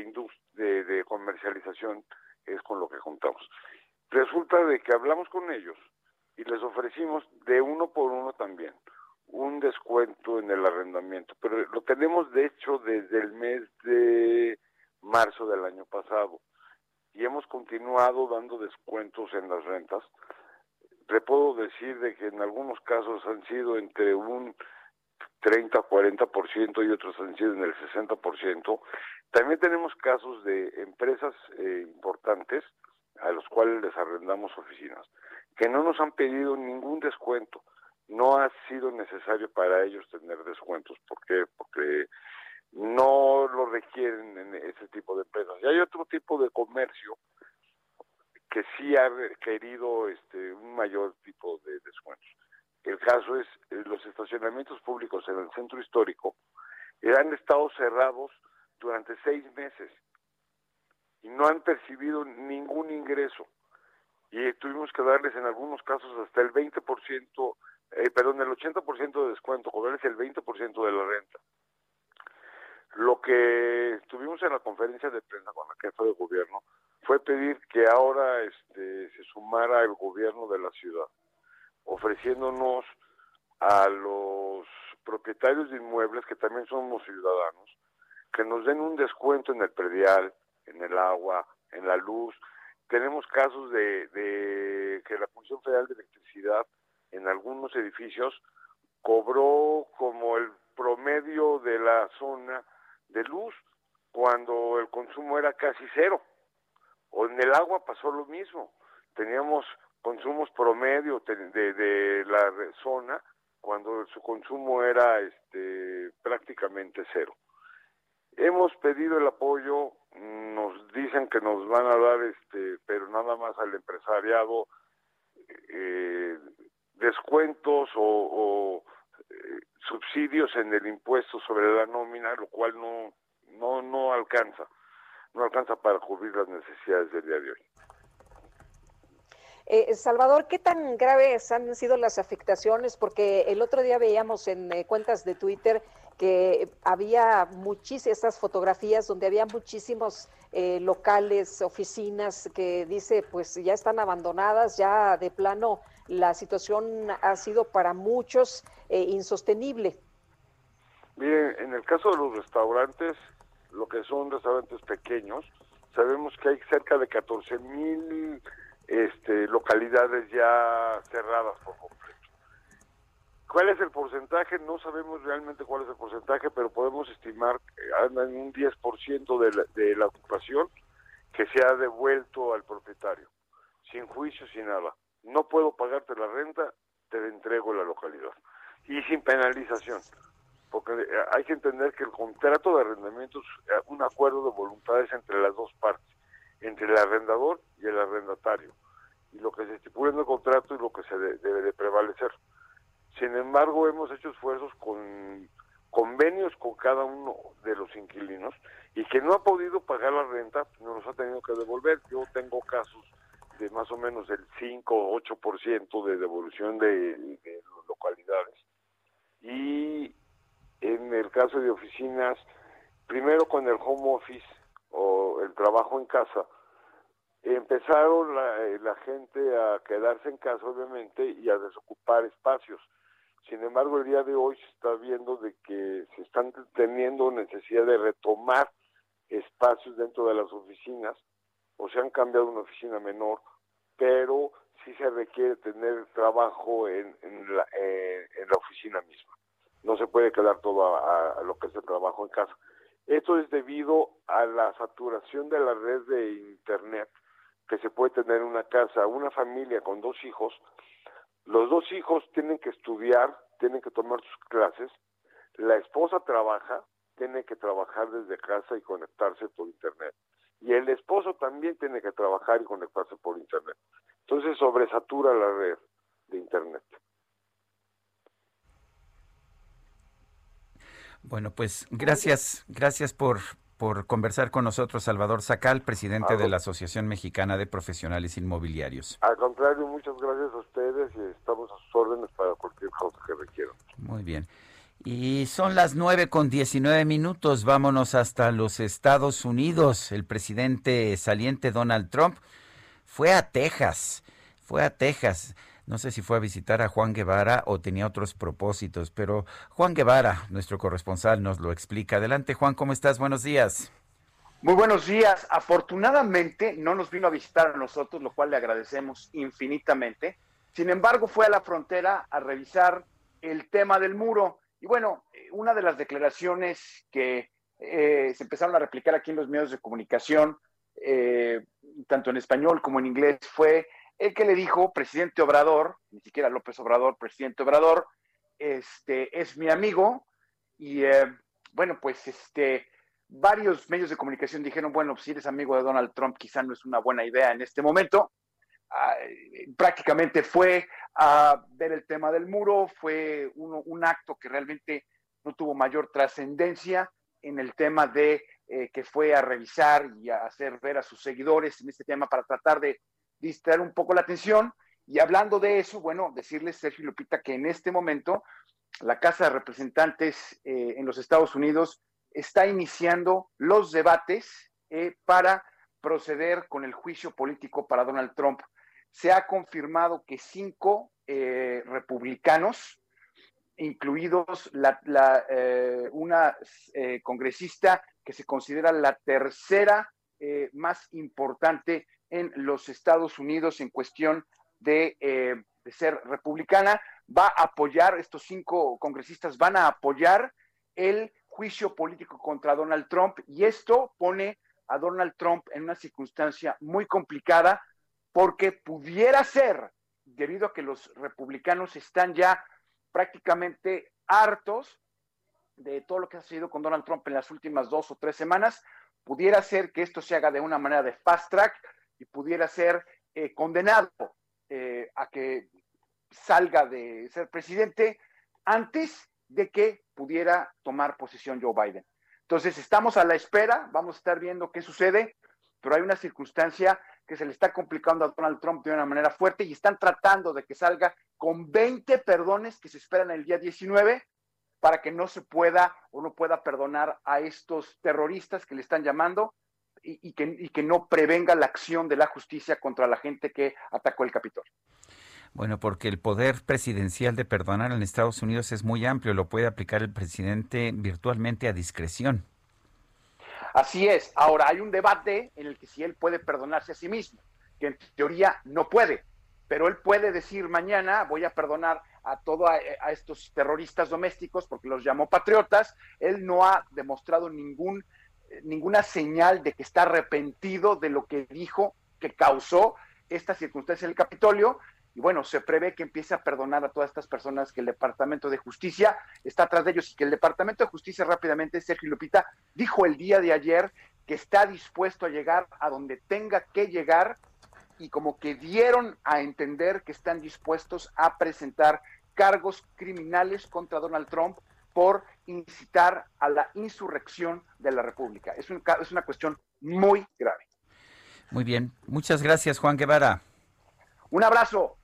Speaker 13: de comercialización, es con lo que juntamos. Resulta de que hablamos con ellos y les ofrecimos de uno por uno también un descuento en el arrendamiento, pero lo tenemos de hecho desde el mes de marzo del año pasado y hemos continuado dando descuentos en las rentas. Le puedo decir de que en algunos casos han sido entre un 30-40% y otros han sido en el 60%. También tenemos casos de empresas importantes a los cuales les arrendamos oficinas, que no nos han pedido ningún descuento. No ha sido necesario para ellos tener descuentos. ¿Por qué? Porque no lo requieren en ese tipo de empresas. Y hay otro tipo de comercio que sí ha requerido un mayor tipo de descuentos. El caso es los estacionamientos públicos en el centro histórico han estado cerrados durante 6 meses y no han percibido ningún ingreso. Y tuvimos que darles en algunos casos hasta el 20%, el 80% de descuento, cobrarles el 20% de la renta. Lo que tuvimos en la conferencia de prensa con la jefa de gobierno fue pedir que ahora se sumara el gobierno de la ciudad, ofreciéndonos a los propietarios de inmuebles, que también somos ciudadanos, que nos den un descuento en el predial, en el agua, en la luz. Tenemos casos de que la Comisión Federal de Electricidad en algunos edificios cobró como el promedio de la zona de luz cuando el consumo era casi cero. O en el agua pasó lo mismo. Teníamos consumos promedio de la zona cuando su consumo era prácticamente cero. Hemos pedido el apoyo, nos dicen que nos van a dar pero nada más al empresariado descuentos o subsidios en el impuesto sobre la nómina, lo cual no alcanza para cubrir las necesidades del día de hoy.
Speaker 4: Salvador, ¿qué tan graves han sido las afectaciones? Porque el otro día veíamos en cuentas de Twitter que había estas fotografías donde había muchísimos locales, oficinas que dice pues ya están abandonadas, ya de plano la situación ha sido para muchos insostenible.
Speaker 13: Miren, en el caso de los restaurantes, lo que son restaurantes pequeños, sabemos que hay cerca de 14,000 localidades ya cerradas por completo. ¿Cuál es el porcentaje? No sabemos realmente cuál es el porcentaje, pero podemos estimar que anda en un 10% de la ocupación que se ha devuelto al propietario, sin juicio, sin nada. No puedo pagarte la renta, te entrego la localidad. Y sin penalización, porque hay que entender que el contrato de arrendamiento es un acuerdo de voluntades entre las dos partes, entre el arrendador y el arrendatario, y lo que se estipula en el contrato y lo que se debe de prevalecer. Sin embargo, hemos hecho esfuerzos con convenios con cada uno de los inquilinos, y que no ha podido pagar la renta, nos los ha tenido que devolver. Yo tengo casos de más o menos el 5 o 8% de devolución de localidades. Y en el caso de oficinas, primero con el home office o el trabajo en casa, empezaron la gente a quedarse en casa, obviamente, y a desocupar espacios. Sin embargo, el día de hoy se está viendo de que se están teniendo necesidad de retomar espacios dentro de las oficinas, o se han cambiado una oficina menor, pero sí se requiere tener trabajo en la oficina misma. No se puede quedar todo a lo que es el trabajo en casa. Esto es debido a la saturación de la red de Internet que se puede tener en una casa, una familia con 2 hijos. Los 2 hijos tienen que estudiar, tienen que tomar sus clases, la esposa trabaja, tiene que trabajar desde casa y conectarse por Internet. Y el esposo también tiene que trabajar y conectarse por Internet. Entonces sobresatura la red de Internet.
Speaker 3: Bueno, pues gracias por conversar con nosotros, Salvador Sacal, presidente de la Asociación Mexicana de Profesionales Inmobiliarios.
Speaker 13: Al contrario, muchas gracias a ustedes y estamos a sus órdenes para cualquier cosa que requieran.
Speaker 3: Muy bien. Y son las 9:19. Vámonos hasta los Estados Unidos. El presidente saliente Donald Trump fue a Texas. No sé si fue a visitar a Juan Guevara o tenía otros propósitos, pero Juan Guevara, nuestro corresponsal, nos lo explica. Adelante, Juan, ¿cómo estás? Buenos días.
Speaker 15: Muy buenos días. Afortunadamente no nos vino a visitar a nosotros, lo cual le agradecemos infinitamente. Sin embargo, fue a la frontera a revisar el tema del muro. Y bueno, una de las declaraciones que se empezaron a replicar aquí en los medios de comunicación, tanto en español como en inglés, fue el que le dijo presidente Obrador, ni siquiera López Obrador, presidente Obrador, es mi amigo. Y bueno, pues varios medios de comunicación dijeron, bueno, si eres amigo de Donald Trump, quizá no es una buena idea en este momento. Prácticamente fue a ver el tema del muro, fue un acto que realmente no tuvo mayor trascendencia en el tema de que fue a revisar y a hacer ver a sus seguidores en este tema para tratar de distraer un poco la atención. Y hablando de eso, bueno, decirles, Sergio y Lupita, que en este momento la Casa de Representantes en los Estados Unidos está iniciando los debates para proceder con el juicio político para Donald Trump. Se ha confirmado que 5 republicanos, incluidos una congresista que se considera la tercera más importante en los Estados Unidos en cuestión de ser republicana, va a apoyar, estos 5 congresistas van a apoyar el juicio político contra Donald Trump, y esto pone a Donald Trump en una circunstancia muy complicada, porque pudiera ser, debido a que los republicanos están ya prácticamente hartos de todo lo que ha sucedido con Donald Trump en las últimas 2 o 3 semanas, pudiera ser que esto se haga de una manera de fast track y pudiera ser condenado a que salga de ser presidente antes de que pudiera tomar posesión Joe Biden. Entonces estamos a la espera, vamos a estar viendo qué sucede, pero hay una circunstancia que se le está complicando a Donald Trump de una manera fuerte y están tratando de que salga con 20 perdones que se esperan el día 19 para que no se pueda o no pueda perdonar a estos terroristas que le están llamando y que no prevenga la acción de la justicia contra la gente que atacó el Capitolio.
Speaker 3: Bueno, porque el poder presidencial de perdonar en Estados Unidos es muy amplio, lo puede aplicar el presidente virtualmente a discreción.
Speaker 15: Así es. Ahora, hay un debate en el que si él puede perdonarse a sí mismo, que en teoría no puede, pero él puede decir mañana voy a perdonar a estos terroristas domésticos porque los llamó patriotas. Él no ha demostrado ninguna señal de que está arrepentido de lo que dijo que causó esta circunstancia en el Capitolio. Y bueno, se prevé que empiece a perdonar a todas estas personas, que el Departamento de Justicia está atrás de ellos y que el Departamento de Justicia rápidamente, Sergio y Lupita, dijo el día de ayer que está dispuesto a llegar a donde tenga que llegar y como que dieron a entender que están dispuestos a presentar cargos criminales contra Donald Trump por incitar a la insurrección de la República. Es una cuestión muy grave.
Speaker 3: Muy bien. Muchas gracias, Juan Guevara.
Speaker 15: Un abrazo.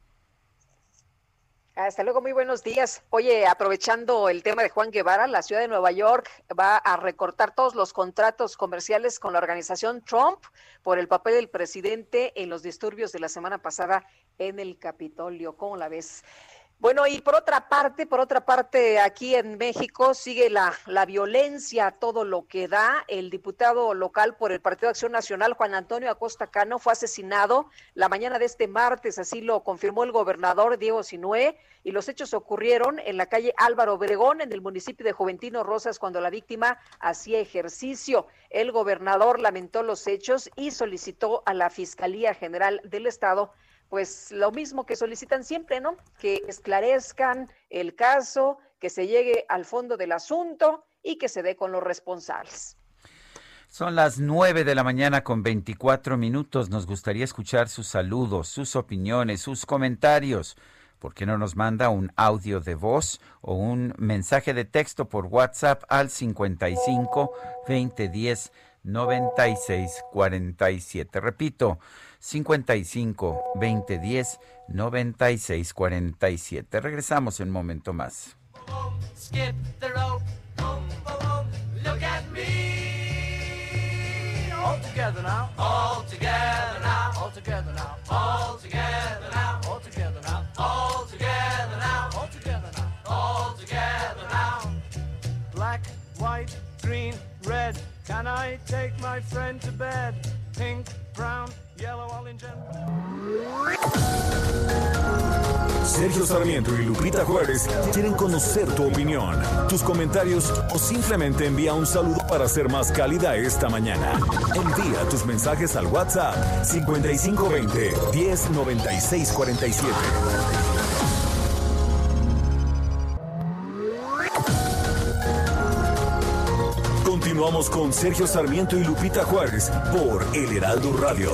Speaker 4: Hasta luego, muy buenos días. Oye, aprovechando el tema de Juan Guevara, la ciudad de Nueva York va a recortar todos los contratos comerciales con la organización Trump por el papel del presidente en los disturbios de la semana pasada en el Capitolio. ¿Cómo la ves? Bueno, y por otra parte, aquí en México sigue la violencia, todo lo que da. El diputado local por el Partido de Acción Nacional, Juan Antonio Acosta Cano, fue asesinado la mañana de este martes, así lo confirmó el gobernador Diego Sinue, y los hechos ocurrieron en la calle Álvaro Obregón, en el municipio de Juventino Rosas, cuando la víctima hacía ejercicio. El gobernador lamentó los hechos y solicitó a la Fiscalía General del Estado pues lo mismo que solicitan siempre, ¿no? Que esclarezcan el caso, que se llegue al fondo del asunto y que se dé con los responsables.
Speaker 3: Son las 9 de la mañana con 24 minutos. Nos gustaría escuchar sus saludos, sus opiniones, sus comentarios. ¿Por qué no nos manda un audio de voz o un mensaje de texto por WhatsApp al 55 2010 9647? Repito, 55 2010 9647. Regresamos en un momento más.
Speaker 9: Skip the rope, look at me. All together now, all together now, all together now, all together now, all together now, all together now, all together now, all together now. Black, white, green, red. Can I take my friend to bed? Pink, brown, yellow, orange and...
Speaker 2: Sergio Sarmiento y Lupita Juárez quieren conocer tu opinión, tus comentarios o simplemente envía un saludo para ser más cálida esta mañana. Envía tus mensajes al WhatsApp 5520 109647. Continuamos con Sergio Sarmiento y Lupita Juárez por El Heraldo Radio.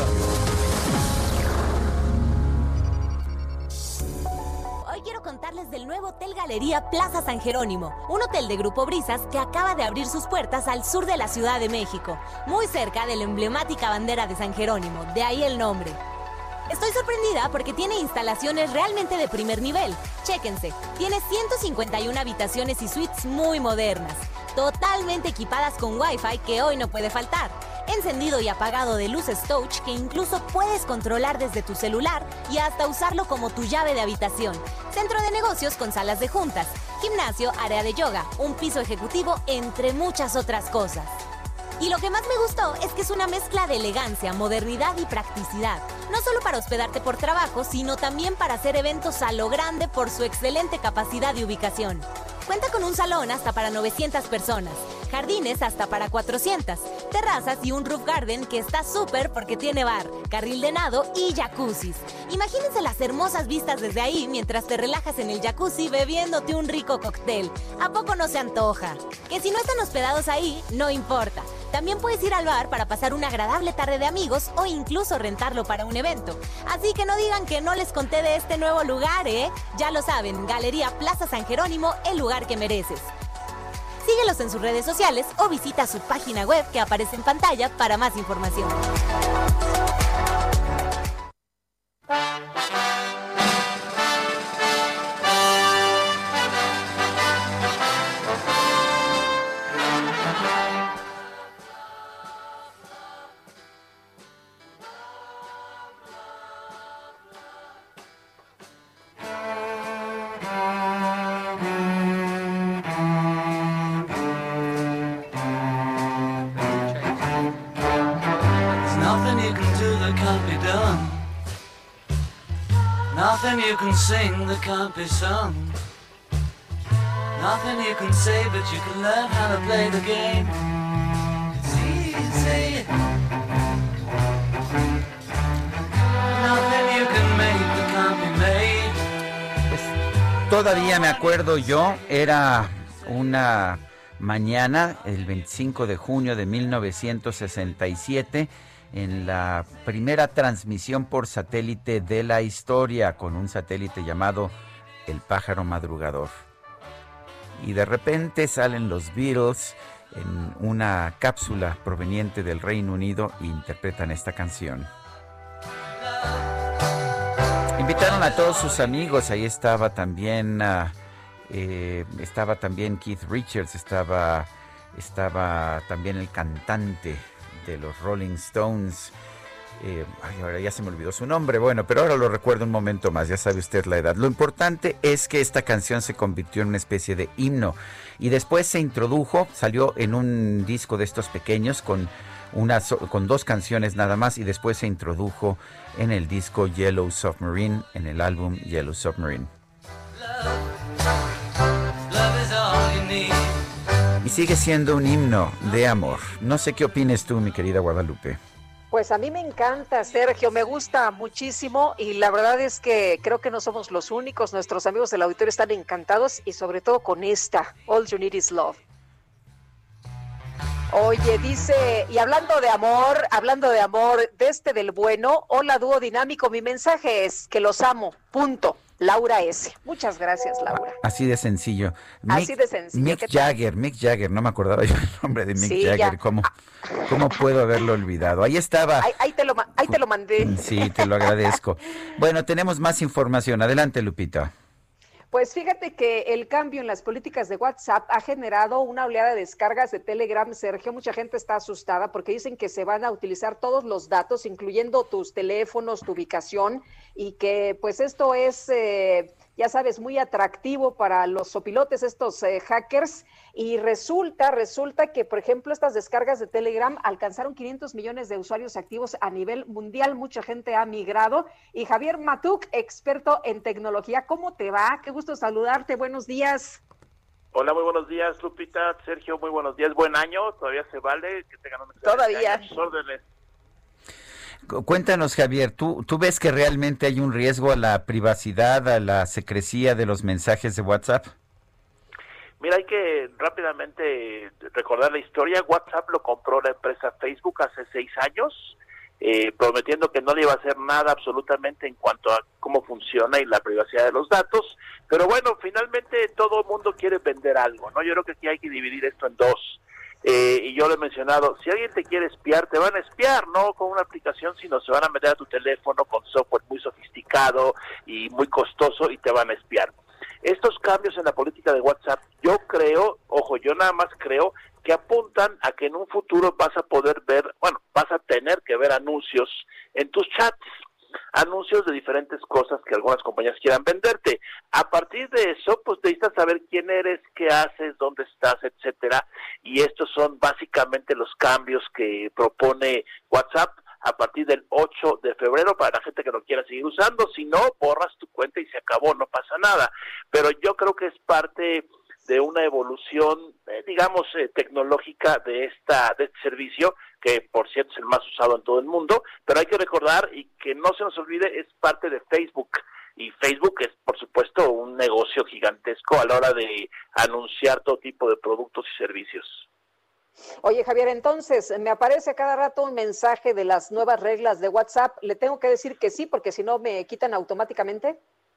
Speaker 16: Hoy quiero contarles del nuevo Hotel Galería Plaza San Jerónimo, un hotel de Grupo Brisas que acaba de abrir sus puertas al sur de la Ciudad de México, muy cerca de la emblemática bandera de San Jerónimo, de ahí el nombre. Estoy sorprendida porque tiene instalaciones realmente de primer nivel. Chéquense, tiene 151 habitaciones y suites muy modernas, totalmente equipadas con Wi-Fi que hoy no puede faltar, encendido y apagado de luces touch que incluso puedes controlar desde tu celular y hasta usarlo como tu llave de habitación, centro de negocios con salas de juntas, gimnasio, área de yoga, un piso ejecutivo, entre muchas otras cosas. Y lo que más me gustó es que es una mezcla de elegancia, modernidad y practicidad. No solo para hospedarte por trabajo, sino también para hacer eventos a lo grande por su excelente capacidad de ubicación. Cuenta con un salón hasta para 900 personas, jardines hasta para 400, terrazas y un roof garden que está súper porque tiene bar, carril de nado y jacuzzis. Imagínense las hermosas vistas desde ahí mientras te relajas en el jacuzzi bebiéndote un rico cóctel. ¿A poco no se antoja? Que si no están hospedados ahí, no importa. También puedes ir al bar para pasar una agradable tarde de amigos o incluso rentarlo para un evento. Así que no digan que no les conté de este nuevo lugar, ¿eh? Ya lo saben, Galería Plaza San Jerónimo, el lugar que mereces. Síguelos en sus redes sociales o visita su página web que aparece en pantalla para más información.
Speaker 9: Nothing you can sing that can't be sung. Nothing you can say, but you can learn how to play the game. It's easy. Nothing you can make that can't be made.
Speaker 3: Pues todavía me acuerdo yo, era una mañana, el 25 de junio de 1967, en la primera transmisión por satélite de la historia, con un satélite llamado El Pájaro Madrugador. Y de repente salen los Beatles en una cápsula proveniente del Reino Unido e interpretan esta canción. Invitaron a todos sus amigos, ahí estaba también Keith Richards, estaba también el cantante de los Rolling Stones, ahora ya se me olvidó su nombre, bueno, pero ahora lo recuerdo un momento más, ya sabe usted la edad. Lo importante es que esta canción se convirtió en una especie de himno y después se introdujo, salió en un disco de estos pequeños con dos canciones nada más, y después se introdujo en el disco Yellow Submarine, en el álbum Yellow Submarine. Y sigue siendo un himno de amor. No sé qué opines tú, mi querida Guadalupe.
Speaker 4: Pues a mí me encanta, Sergio, me gusta muchísimo y la verdad es que creo que no somos los únicos, nuestros amigos del auditorio están encantados y sobre todo con esta, All You Need Is Love. Oye, dice, y hablando de amor, del bueno, hola dúo dinámico, mi mensaje es que los amo, punto. Laura S. Muchas gracias, Laura.
Speaker 3: Así de sencillo.
Speaker 4: Así de sencillo.
Speaker 3: Mick Jagger, no me acordaba yo el nombre de Mick Jagger. ¿Cómo puedo haberlo olvidado? Ahí estaba.
Speaker 4: Ahí te lo mandé.
Speaker 3: Sí, te lo agradezco. Bueno, tenemos más información. Adelante, Lupita.
Speaker 4: Pues fíjate que el cambio en las políticas de WhatsApp ha generado una oleada de descargas de Telegram, Sergio. Mucha gente está asustada porque dicen que se van a utilizar todos los datos, incluyendo tus teléfonos, tu ubicación, y que pues esto es, ya sabes, muy atractivo para los sopilotes, estos hackers. Y resulta que, por ejemplo, estas descargas de Telegram alcanzaron 500 millones de usuarios activos a nivel mundial. Mucha gente ha migrado. Y Javier Matuk, experto en tecnología, ¿cómo te va? Qué gusto saludarte. Buenos días.
Speaker 17: Hola, muy buenos días, Lupita, Sergio, muy buenos días. Buen año, todavía se vale. Que tengan un
Speaker 4: todavía.
Speaker 17: Año, sus órdenes.
Speaker 3: Cuéntanos, Javier, ¿tú ves que realmente hay un riesgo a la privacidad, a la secrecía de los mensajes de WhatsApp?
Speaker 17: Mira, hay que rápidamente recordar la historia. WhatsApp lo compró la empresa Facebook hace 6 años, prometiendo que no le iba a hacer nada absolutamente en cuanto a cómo funciona y la privacidad de los datos. Pero bueno, finalmente todo el mundo quiere vender algo, ¿no? Yo creo que aquí hay que dividir esto en dos. Y yo lo he mencionado, si alguien te quiere espiar, te van a espiar, no con una aplicación, sino se van a meter a tu teléfono con software muy sofisticado y muy costoso y te van a espiar. Estos cambios en la política de WhatsApp, yo nada más creo que apuntan a que en un futuro vas a tener que ver anuncios en tus chats, anuncios de diferentes cosas que algunas compañías quieran venderte. A partir de eso, pues necesitas saber quién eres, qué haces, dónde estás, etcétera, y estos son básicamente los cambios que propone WhatsApp a partir del 8 de febrero para la gente que lo quiera seguir usando. Si no, borras tu cuenta y se acabó, no pasa nada. Pero yo creo que es parte de una evolución tecnológica de este servicio, que por cierto es el más usado en todo el mundo, pero hay que recordar y que no se nos olvide, es parte de Facebook. Y Facebook es, por supuesto, un negocio gigantesco a la hora de anunciar todo tipo de productos y servicios.
Speaker 4: Oye, Javier, entonces, me aparece cada rato un mensaje de las nuevas reglas de WhatsApp. ¿Le tengo que decir que sí, porque si no me quitan automáticamente?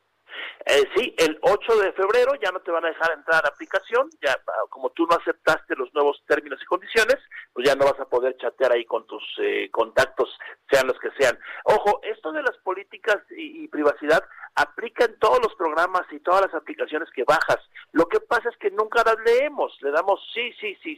Speaker 17: Sí, el 8 de febrero ya no te van a dejar entrar a la aplicación, ya como tú no aceptaste los nuevos términos y condiciones, pues ya no vas a poder chatear ahí con tus contactos, sean los que sean. Ojo, esto de las políticas y privacidad aplica en todos los programas y todas las aplicaciones que bajas. Lo que pasa es que nunca las leemos, le damos sí,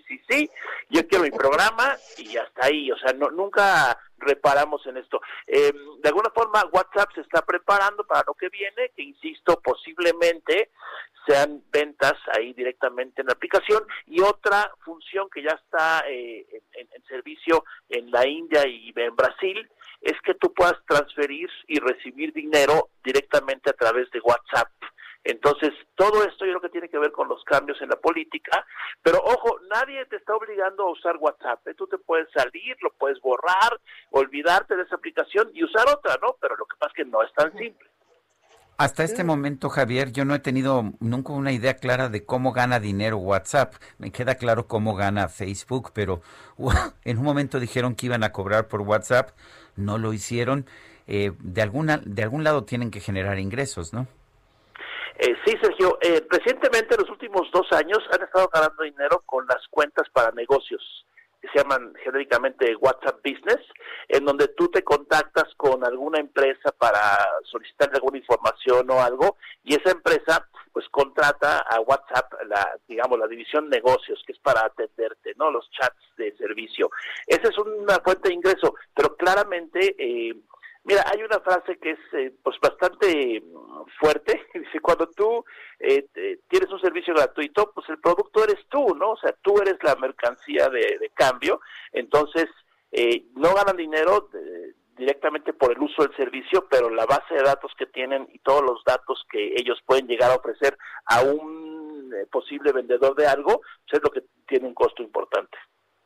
Speaker 17: yo quiero mi programa y ya está ahí, o sea, nunca reparamos en esto. De alguna forma WhatsApp se está preparando para lo que viene, que insisto, posiblemente sean ventas ahí directamente en la aplicación, y otra función que ya está en servicio en la India y en Brasil es que tú puedas transferir y recibir dinero directamente a través de WhatsApp. Entonces, todo esto yo creo que tiene que ver con los cambios en la política, pero ojo, nadie te está obligando a usar WhatsApp, Tú te puedes salir, lo puedes borrar, olvidarte de esa aplicación y usar otra, ¿no? Pero lo que pasa es que no es tan simple.
Speaker 3: Hasta este momento, Javier, yo no he tenido nunca una idea clara de cómo gana dinero WhatsApp. Me queda claro cómo gana Facebook, pero en un momento dijeron que iban a cobrar por WhatsApp, no lo hicieron. De algún lado tienen que generar ingresos, ¿no?
Speaker 17: Sí, Sergio, recientemente, en los últimos 2 años, han estado ganando dinero con las cuentas para negocios, que se llaman genéricamente WhatsApp Business, en donde tú te contactas con alguna empresa para solicitarle alguna información o algo, y esa empresa pues contrata a WhatsApp la división negocios, que es para atenderte, ¿no? Los chats de servicio. Esa es una fuente de ingreso, pero claramente mira, hay una frase que es pues bastante fuerte. Dice, cuando tú tienes un servicio gratuito, pues el producto eres tú, ¿no? O sea, tú eres la mercancía de cambio. Entonces, no ganan dinero directamente por el uso del servicio, pero la base de datos que tienen y todos los datos que ellos pueden llegar a ofrecer a un posible vendedor de algo, pues es lo que tiene un costo importante.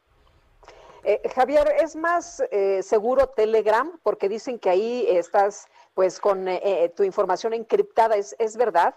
Speaker 4: Javier, ¿es más seguro Telegram? Porque dicen que ahí estás pues con tu información encriptada, ¿es verdad?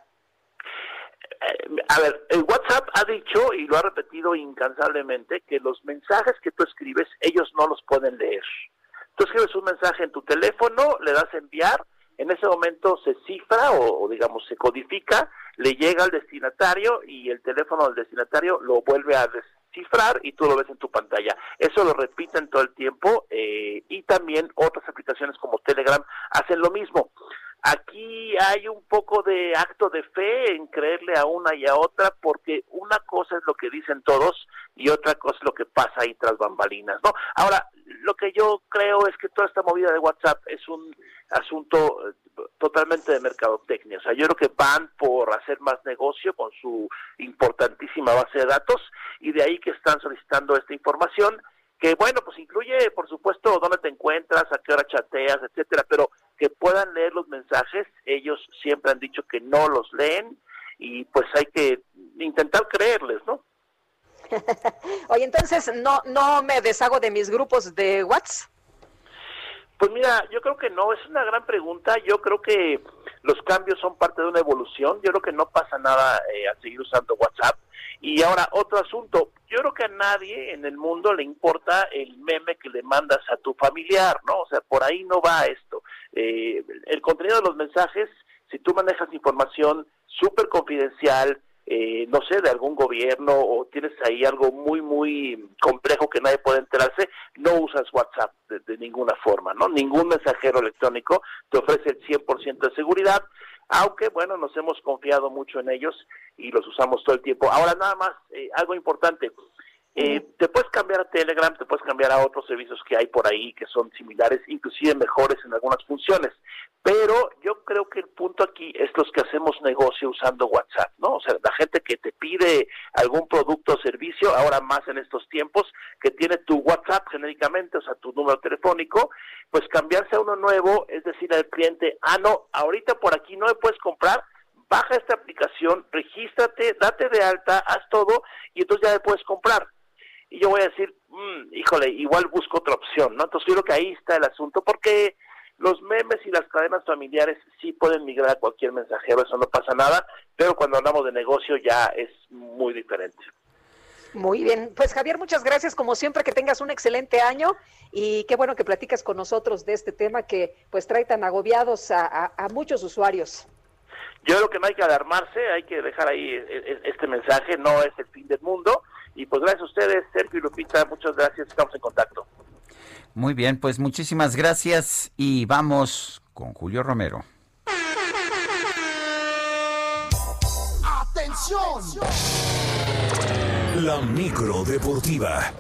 Speaker 17: A ver, el WhatsApp ha dicho, y lo ha repetido incansablemente, que los mensajes que tú escribes, ellos no los pueden leer. Tú escribes un mensaje en tu teléfono, le das a enviar, en ese momento se cifra o digamos se codifica, le llega al destinatario y el teléfono del destinatario lo vuelve a descifrar y tú lo ves en tu pantalla. Eso lo repiten todo el tiempo y también otras aplicaciones como Telegram hacen lo mismo. Aquí hay un poco de acto de fe en creerle a una y a otra, porque una cosa es lo que dicen todos y otra cosa es lo que pasa ahí tras bambalinas, ¿no? Ahora, lo que yo creo es que toda esta movida de WhatsApp es un asunto totalmente de mercadotecnia. O sea, yo creo que van por hacer más negocio con su importantísima base de datos y de ahí que están solicitando esta información, que bueno, pues incluye, por supuesto, dónde te encuentras, a qué hora chateas, etcétera, pero que puedan leer los mensajes. Ellos siempre han dicho que no los leen y pues hay que intentar creerles, ¿no?
Speaker 4: Oye, entonces, ¿no me deshago de mis grupos de WhatsApp?
Speaker 17: Pues mira, yo creo que no, es una gran pregunta. Yo creo que los cambios son parte de una evolución. Yo creo que no pasa nada al seguir usando WhatsApp. Y ahora, otro asunto, yo creo que a nadie en el mundo le importa el meme que le mandas a tu familiar, ¿no? O sea, por ahí no va esto. El contenido de los mensajes, si tú manejas información súper confidencial, no sé, de algún gobierno, o tienes ahí algo muy, muy complejo que nadie puede enterarse, no usas WhatsApp de ninguna forma, ¿no? Ningún mensajero electrónico te ofrece el 100% de seguridad, aunque, bueno, nos hemos confiado mucho en ellos y los usamos todo el tiempo. Ahora, nada más, algo importante. Te puedes cambiar a Telegram, te puedes cambiar a otros servicios que hay por ahí que son similares, inclusive mejores en algunas funciones, pero yo creo que el punto aquí es los que hacemos negocio usando WhatsApp, ¿no? O sea, la gente que te pide algún producto o servicio, ahora más en estos tiempos, que tiene tu WhatsApp genéricamente, o sea, tu número telefónico, pues cambiarse a uno nuevo, es decir, al cliente, no, ahorita por aquí no me puedes comprar, baja esta aplicación, regístrate, date de alta, haz todo y entonces ya le puedes comprar. Y yo voy a decir, híjole, igual busco otra opción, ¿no? Entonces yo creo que ahí está el asunto, porque los memes y las cadenas familiares sí pueden migrar a cualquier mensajero, eso no pasa nada, pero cuando hablamos de negocio ya es muy diferente.
Speaker 4: Muy bien, pues Javier, muchas gracias, como siempre, que tengas un excelente año y qué bueno que platicas con nosotros de este tema que pues trae tan agobiados a muchos usuarios.
Speaker 17: Yo creo que no hay que alarmarse, hay que dejar ahí este mensaje, no es el fin del mundo, y pues gracias a ustedes, Sergio y Lupita, muchas gracias, estamos en contacto.
Speaker 3: Muy bien, pues muchísimas gracias y vamos con Julio Romero.
Speaker 2: ¡Atención! La micro deportiva.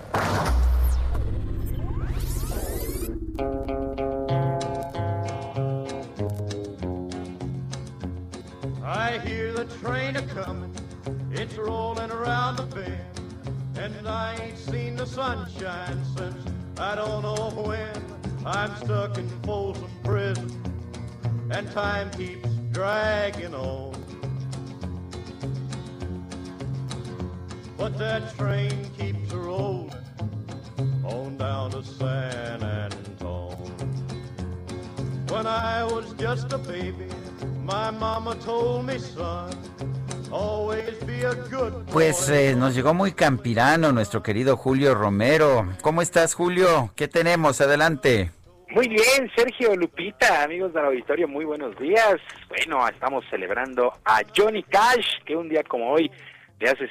Speaker 1: I hear the train a-comin', it's rollin' around the bend, and I ain't seen the sunshine since I don't know when. I'm stuck in Folsom Prison, and time keeps dragging on. But that train keeps rollin' on down to San Antone. When I was just a baby, my mama told me, son, always be a good boy.
Speaker 3: Pues nos llegó muy campirano nuestro querido Julio Romero. ¿Cómo estás, Julio? ¿Qué tenemos? Adelante.
Speaker 18: Muy bien, Sergio, Lupita, amigos del auditorio, muy buenos días. Bueno, estamos celebrando a Johnny Cash, que un día como hoy, de hace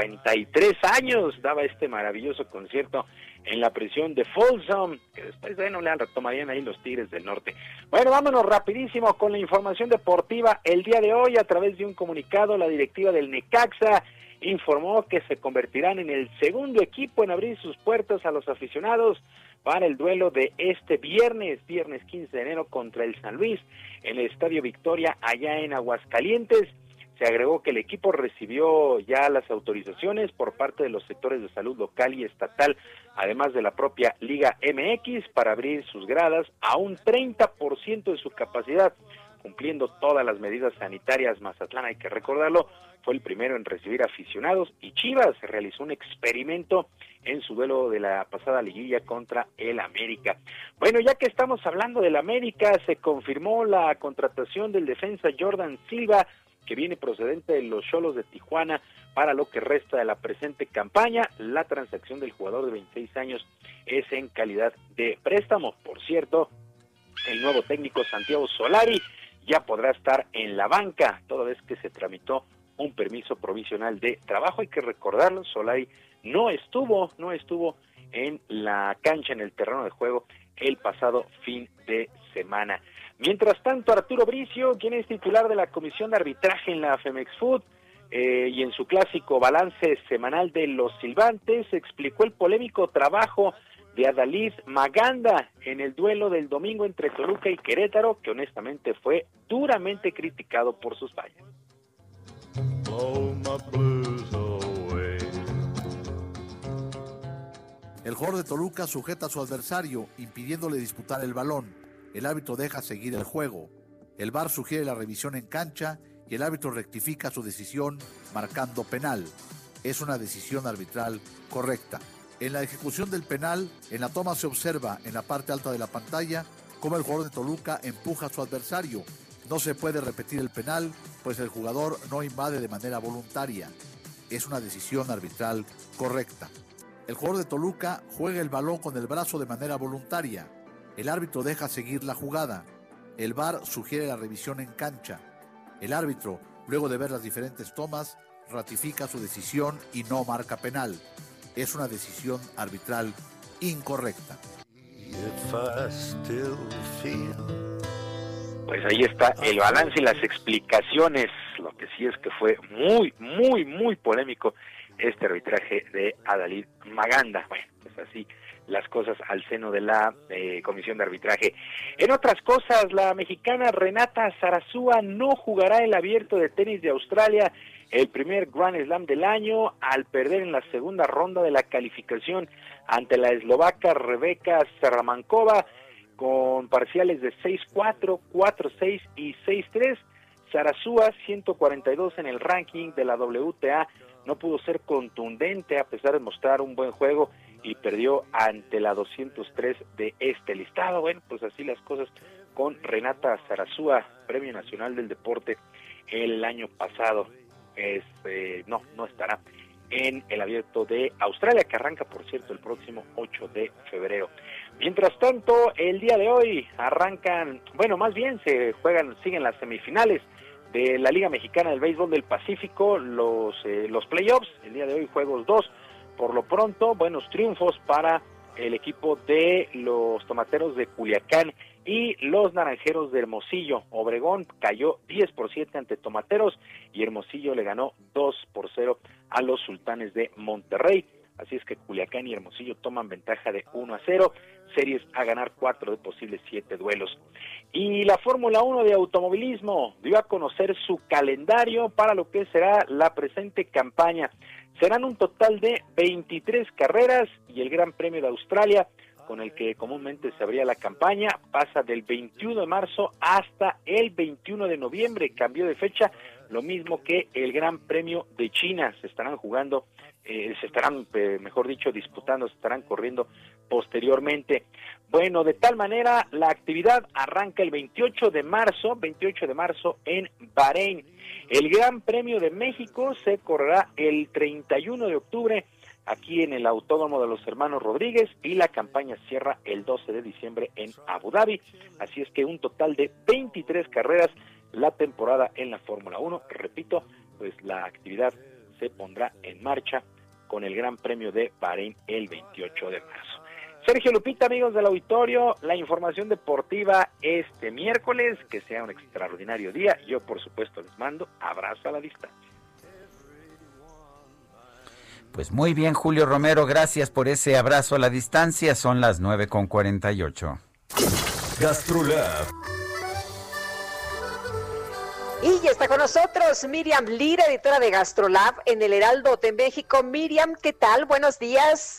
Speaker 18: 53 años, daba este maravilloso concierto en la prisión de Folsom, que después, bueno, le retomarían ahí los Tigres del Norte. Bueno, vámonos rapidísimo con la información deportiva. El día de hoy, a través de un comunicado, la directiva del Necaxa informó que se convertirán en el segundo equipo en abrir sus puertas a los aficionados para el duelo de este viernes 15 de enero contra el San Luis, en el Estadio Victoria, allá en Aguascalientes. Se agregó que el equipo recibió ya las autorizaciones por parte de los sectores de salud local y estatal, además de la propia Liga MX, para abrir sus gradas a un 30% de su capacidad, cumpliendo todas las medidas sanitarias. Mazatlán, hay que recordarlo, fue el primero en recibir aficionados, y Chivas realizó un experimento en su duelo de la pasada liguilla contra el América. Bueno, ya que estamos hablando del América, se confirmó la contratación del defensa Jordan Silva, que viene procedente de los Xolos de Tijuana para lo que resta de la presente campaña. La transacción del jugador de 26 años es en calidad de préstamo. Por cierto, el nuevo técnico Santiago Solari ya podrá estar en la banca, toda vez que se tramitó un permiso provisional de trabajo. Hay que recordarlo, Solari no estuvo en la cancha, en el terreno de juego, el pasado fin de semana. Mientras tanto, Arturo Bricio, quien es titular de la Comisión de Arbitraje en la Femex Food, y en su clásico balance semanal de los silbantes, explicó el polémico trabajo de Adalid Maganda en el duelo del domingo entre Toluca y Querétaro, que honestamente fue duramente criticado por sus fallas.
Speaker 19: El jugador de Toluca sujeta a su adversario, impidiéndole disputar el balón. El árbitro deja seguir el juego. El VAR sugiere la revisión en cancha y el árbitro rectifica su decisión marcando penal. Es una decisión arbitral correcta. En la ejecución del penal, en la toma se observa en la parte alta de la pantalla cómo el jugador de Toluca empuja a su adversario. No se puede repetir el penal, pues el jugador no invade de manera voluntaria. Es una decisión arbitral correcta. El jugador de Toluca juega el balón con el brazo de manera voluntaria. El árbitro deja seguir la jugada. El VAR sugiere la revisión en cancha. El árbitro, luego de ver las diferentes tomas, ratifica su decisión y no marca penal. Es una decisión arbitral incorrecta.
Speaker 18: Pues ahí está el balance y las explicaciones. Lo que sí es que fue muy polémico este arbitraje de Adalid Maganda. Bueno, pues así las cosas al seno de la Comisión de Arbitraje. En otras cosas, la mexicana Renata Zarazúa no jugará el Abierto de Tenis de Australia, el primer Grand Slam del año, al perder en la segunda ronda de la calificación ante la eslovaca Rebeka Serramankova con parciales de 6-4, 4-6 y 6-3. Sarasúa, 142 en el ranking de la WTA, no pudo ser contundente a pesar de mostrar un buen juego y perdió ante la 203 de este listado. Bueno, pues así las cosas con Renata Sarasúa, Premio Nacional del Deporte el año pasado. No estará en el Abierto de Australia, que arranca, por cierto, el próximo 8 de febrero. Mientras tanto, el día de hoy siguen las semifinales de la Liga Mexicana del Béisbol del Pacífico, los playoffs. El día de hoy, juegos 2. Por lo pronto, buenos triunfos para el equipo de los Tomateros de Culiacán y los Naranjeros de Hermosillo. Obregón cayó 10-7 ante Tomateros y Hermosillo le ganó 2-0 a los Sultanes de Monterrey. Así es que Culiacán y Hermosillo toman ventaja de 1-0, series a ganar 4 de posibles 7 duelos. Y la Fórmula 1 de automovilismo dio a conocer su calendario para lo que será la presente campaña. Serán un total de 23 carreras y el Gran Premio de Australia, con el que comúnmente se abría la campaña, pasa del 21 de marzo hasta el 21 de noviembre, cambió de fecha, lo mismo que el Gran Premio de China. Se estarán disputando, se estarán corriendo posteriormente. Bueno, de tal manera, la actividad arranca el 28 de marzo en Bahrein. El Gran Premio de México se correrá el 31 de octubre aquí en el Autódromo de los Hermanos Rodríguez y la campaña cierra el 12 de diciembre en Abu Dhabi. Así es que un total de 23 carreras la temporada en la Fórmula 1. Repito, pues la actividad se pondrá en marcha con el Gran Premio de Bahrein el 28 de marzo. Sergio, Lupita, amigos del auditorio, la información deportiva este miércoles. Que sea un extraordinario día. Yo, por supuesto, les mando abrazo a la distancia.
Speaker 3: Pues muy bien, Julio Romero, gracias por ese abrazo a la distancia. Son las 9:48.
Speaker 2: GastroLab.
Speaker 4: Y ya está con nosotros Miriam Lira, editora de GastroLab en el Heraldo de México. Miriam, ¿qué tal? Buenos días.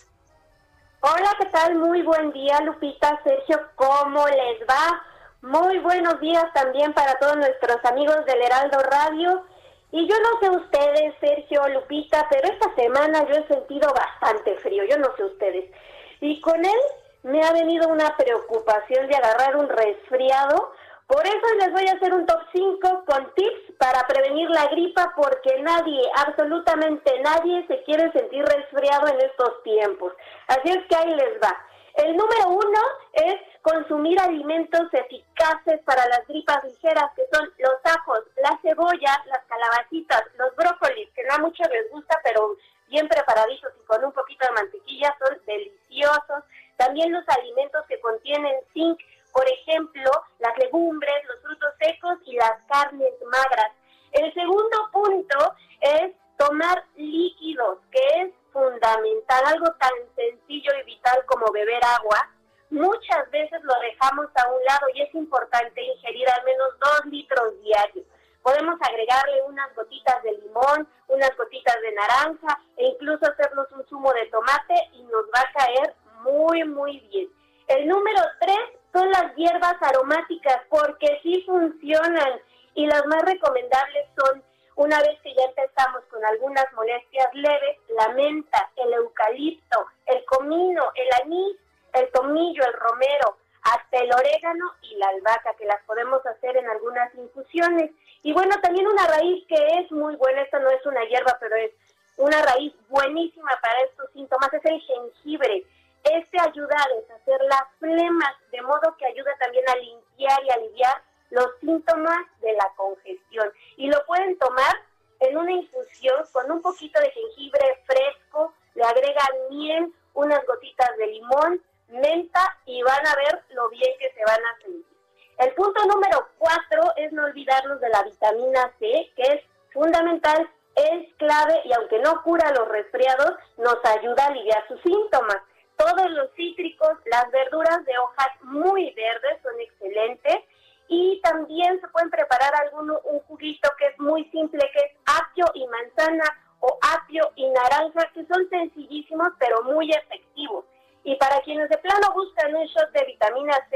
Speaker 5: Hola, ¿qué tal? Muy buen día, Lupita, Sergio, ¿cómo les va? Muy buenos días también para todos nuestros amigos del Heraldo Radio. Y yo no sé ustedes, Sergio, Lupita, pero esta semana yo he sentido bastante frío, yo no sé ustedes. Y con él me ha venido una preocupación de agarrar un resfriado. Por eso les voy a hacer un top 5 con tips para prevenir la gripa, porque nadie, absolutamente nadie, se quiere sentir resfriado en estos tiempos. Así es que ahí les va. El número 1 es consumir alimentos eficaces para las gripas ligeras, que son los ajos, la cebolla, las calabacitas, los brócolis, que no a muchos les gusta, pero bien preparaditos y con un poquito de mantequilla son deliciosos. También los alimentos que contienen zinc, por ejemplo, las legumbres, los frutos secos y las carnes magras. El segundo punto es tomar líquidos, que es fundamental, algo tan sencillo y vital como beber agua. Muchas veces lo dejamos a un lado y es importante ingerir al menos 2 litros diarios. Podemos agregarle unas gotitas de limón, unas gotitas de naranja e incluso hacernos un zumo de tomate y nos va a caer muy, muy bien. El número 3 son las hierbas aromáticas, porque sí funcionan y las más recomendables son, una vez que ya empezamos con algunas molestias leves, la menta, el eucalipto, el comino, el anís, el tomillo, el romero, hasta el orégano y la albahaca, que las podemos hacer en algunas infusiones. Y bueno, también una raíz que es muy buena, esta no es una hierba, pero es una raíz buenísima para estos síntomas, es el jengibre. Este ayuda a deshacer las flemas, de modo que ayuda también a limpiar y aliviar los síntomas de la congestión. Y lo pueden tomar en una infusión con un poquito de jengibre fresco, le agregan miel, unas gotitas de limón, menta y van a ver lo bien que se van a sentir. El punto número 4 es no olvidarnos de la vitamina C, que es fundamental, es clave y aunque no cura los resfriados, nos ayuda a aliviar sus síntomas. Todos los cítricos, las verduras de hojas muy verdes son excelentes y también se pueden preparar un juguito que es muy simple, que es apio y manzana o apio y naranja, que son sencillísimos pero muy efectivos. Y para quienes de plano buscan un shot de vitamina C,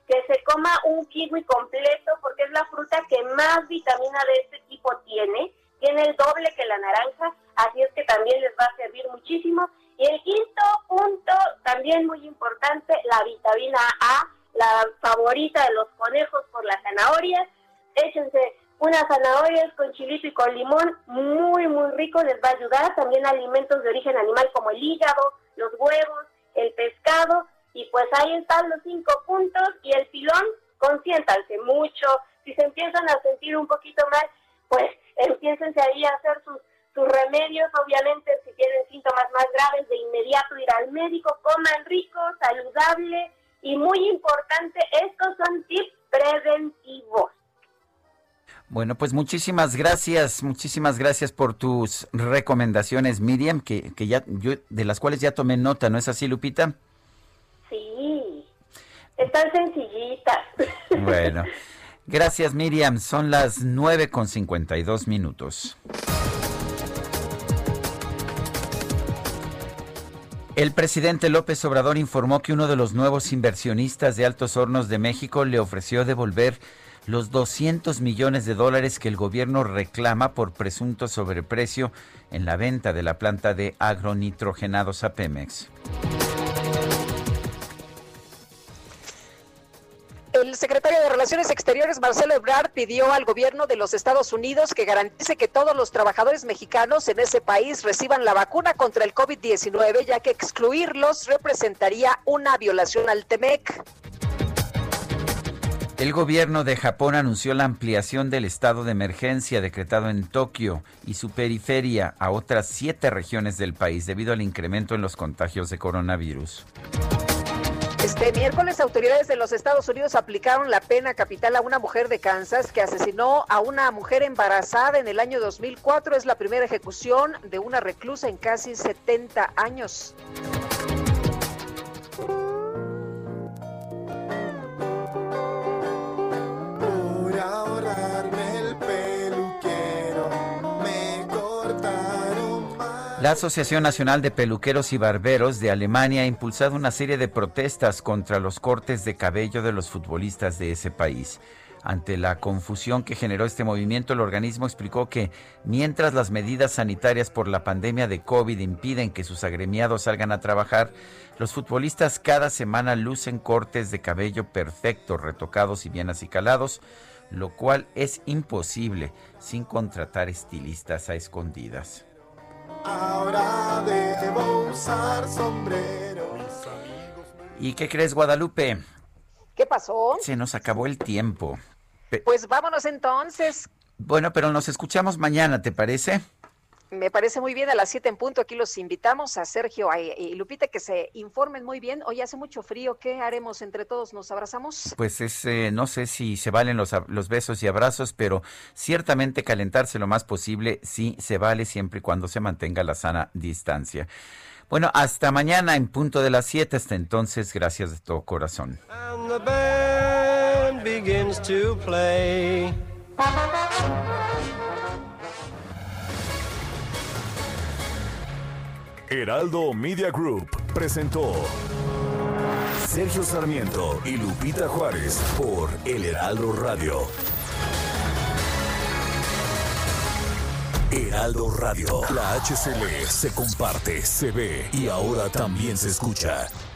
Speaker 5: que se coma un kiwi completo porque es la fruta que más vitamina de este tipo tiene el doble que la naranja, así es que también les va a servir muchísimo. Y el quinto punto, también muy importante, la vitamina A, la favorita de los conejos por las zanahorias. Échense unas zanahorias con chilito y con limón, muy muy rico, les va a ayudar. También alimentos de origen animal como el hígado, los huevos, el pescado. Y pues ahí están los 5 puntos. Y el pilón, consiéntanse mucho. Si se empiezan a sentir un poquito mal, pues empiécense ahí a hacer sus remedios. Obviamente, si tienen síntomas más graves, de inmediato ir al médico. Coman rico, saludable y muy importante, estos son tips preventivos.
Speaker 3: Bueno, pues muchísimas gracias por tus recomendaciones, Miriam, que ya yo de las cuales ya tomé nota, ¿no es así, Lupita?
Speaker 5: Sí, están sencillitas.
Speaker 3: Bueno, gracias, Miriam, son las 9:52. El presidente López Obrador informó que uno de los nuevos inversionistas de Altos Hornos de México le ofreció devolver los $200 millones que el gobierno reclama por presunto sobreprecio en la venta de la planta de agronitrogenados a Pemex.
Speaker 4: El secretario de Relaciones Exteriores, Marcelo Ebrard, pidió al gobierno de los Estados Unidos que garantice que todos los trabajadores mexicanos en ese país reciban la vacuna contra el COVID-19, ya que excluirlos representaría una violación al TEMEC.
Speaker 3: El gobierno de Japón anunció la ampliación del estado de emergencia decretado en Tokio y su periferia a otras 7 regiones del país debido al incremento en los contagios de coronavirus.
Speaker 4: Este miércoles, autoridades de los Estados Unidos aplicaron la pena capital a una mujer de Kansas que asesinó a una mujer embarazada en el año 2004. Es la primera ejecución de una reclusa en casi 70 años.
Speaker 9: Por ahorrarme el peluquero, me cortaron mal.
Speaker 3: La Asociación Nacional de Peluqueros y Barberos de Alemania ha impulsado una serie de protestas contra los cortes de cabello de los futbolistas de ese país. Ante la confusión que generó este movimiento, el organismo explicó que mientras las medidas sanitarias por la pandemia de COVID impiden que sus agremiados salgan a trabajar, los futbolistas cada semana lucen cortes de cabello perfectos, retocados y bien acicalados, lo cual es imposible sin contratar estilistas a escondidas.
Speaker 9: Ahora debo usar sombrero.
Speaker 3: ¿Y qué crees, Guadalupe?
Speaker 4: ¿Qué pasó?
Speaker 3: Se nos acabó el tiempo.
Speaker 4: Pues vámonos entonces.
Speaker 3: Bueno, pero nos escuchamos mañana, ¿te parece?
Speaker 4: Me parece muy bien, a las 7 en punto. Aquí los invitamos a Sergio y Lupita que se informen muy bien. Hoy hace mucho frío, ¿qué haremos entre todos? ¿Nos abrazamos?
Speaker 3: Pues no sé si se valen los besos y abrazos, pero ciertamente calentarse lo más posible sí se vale siempre y cuando se mantenga la sana distancia. Bueno, hasta mañana en punto de las 7. Hasta entonces, gracias de todo corazón.
Speaker 9: And the band begins to play.
Speaker 2: Heraldo Media Group presentó Sergio Sarmiento y Lupita Juárez por El Heraldo Radio. Heraldo Radio, la HCL se comparte, se ve y ahora también se escucha.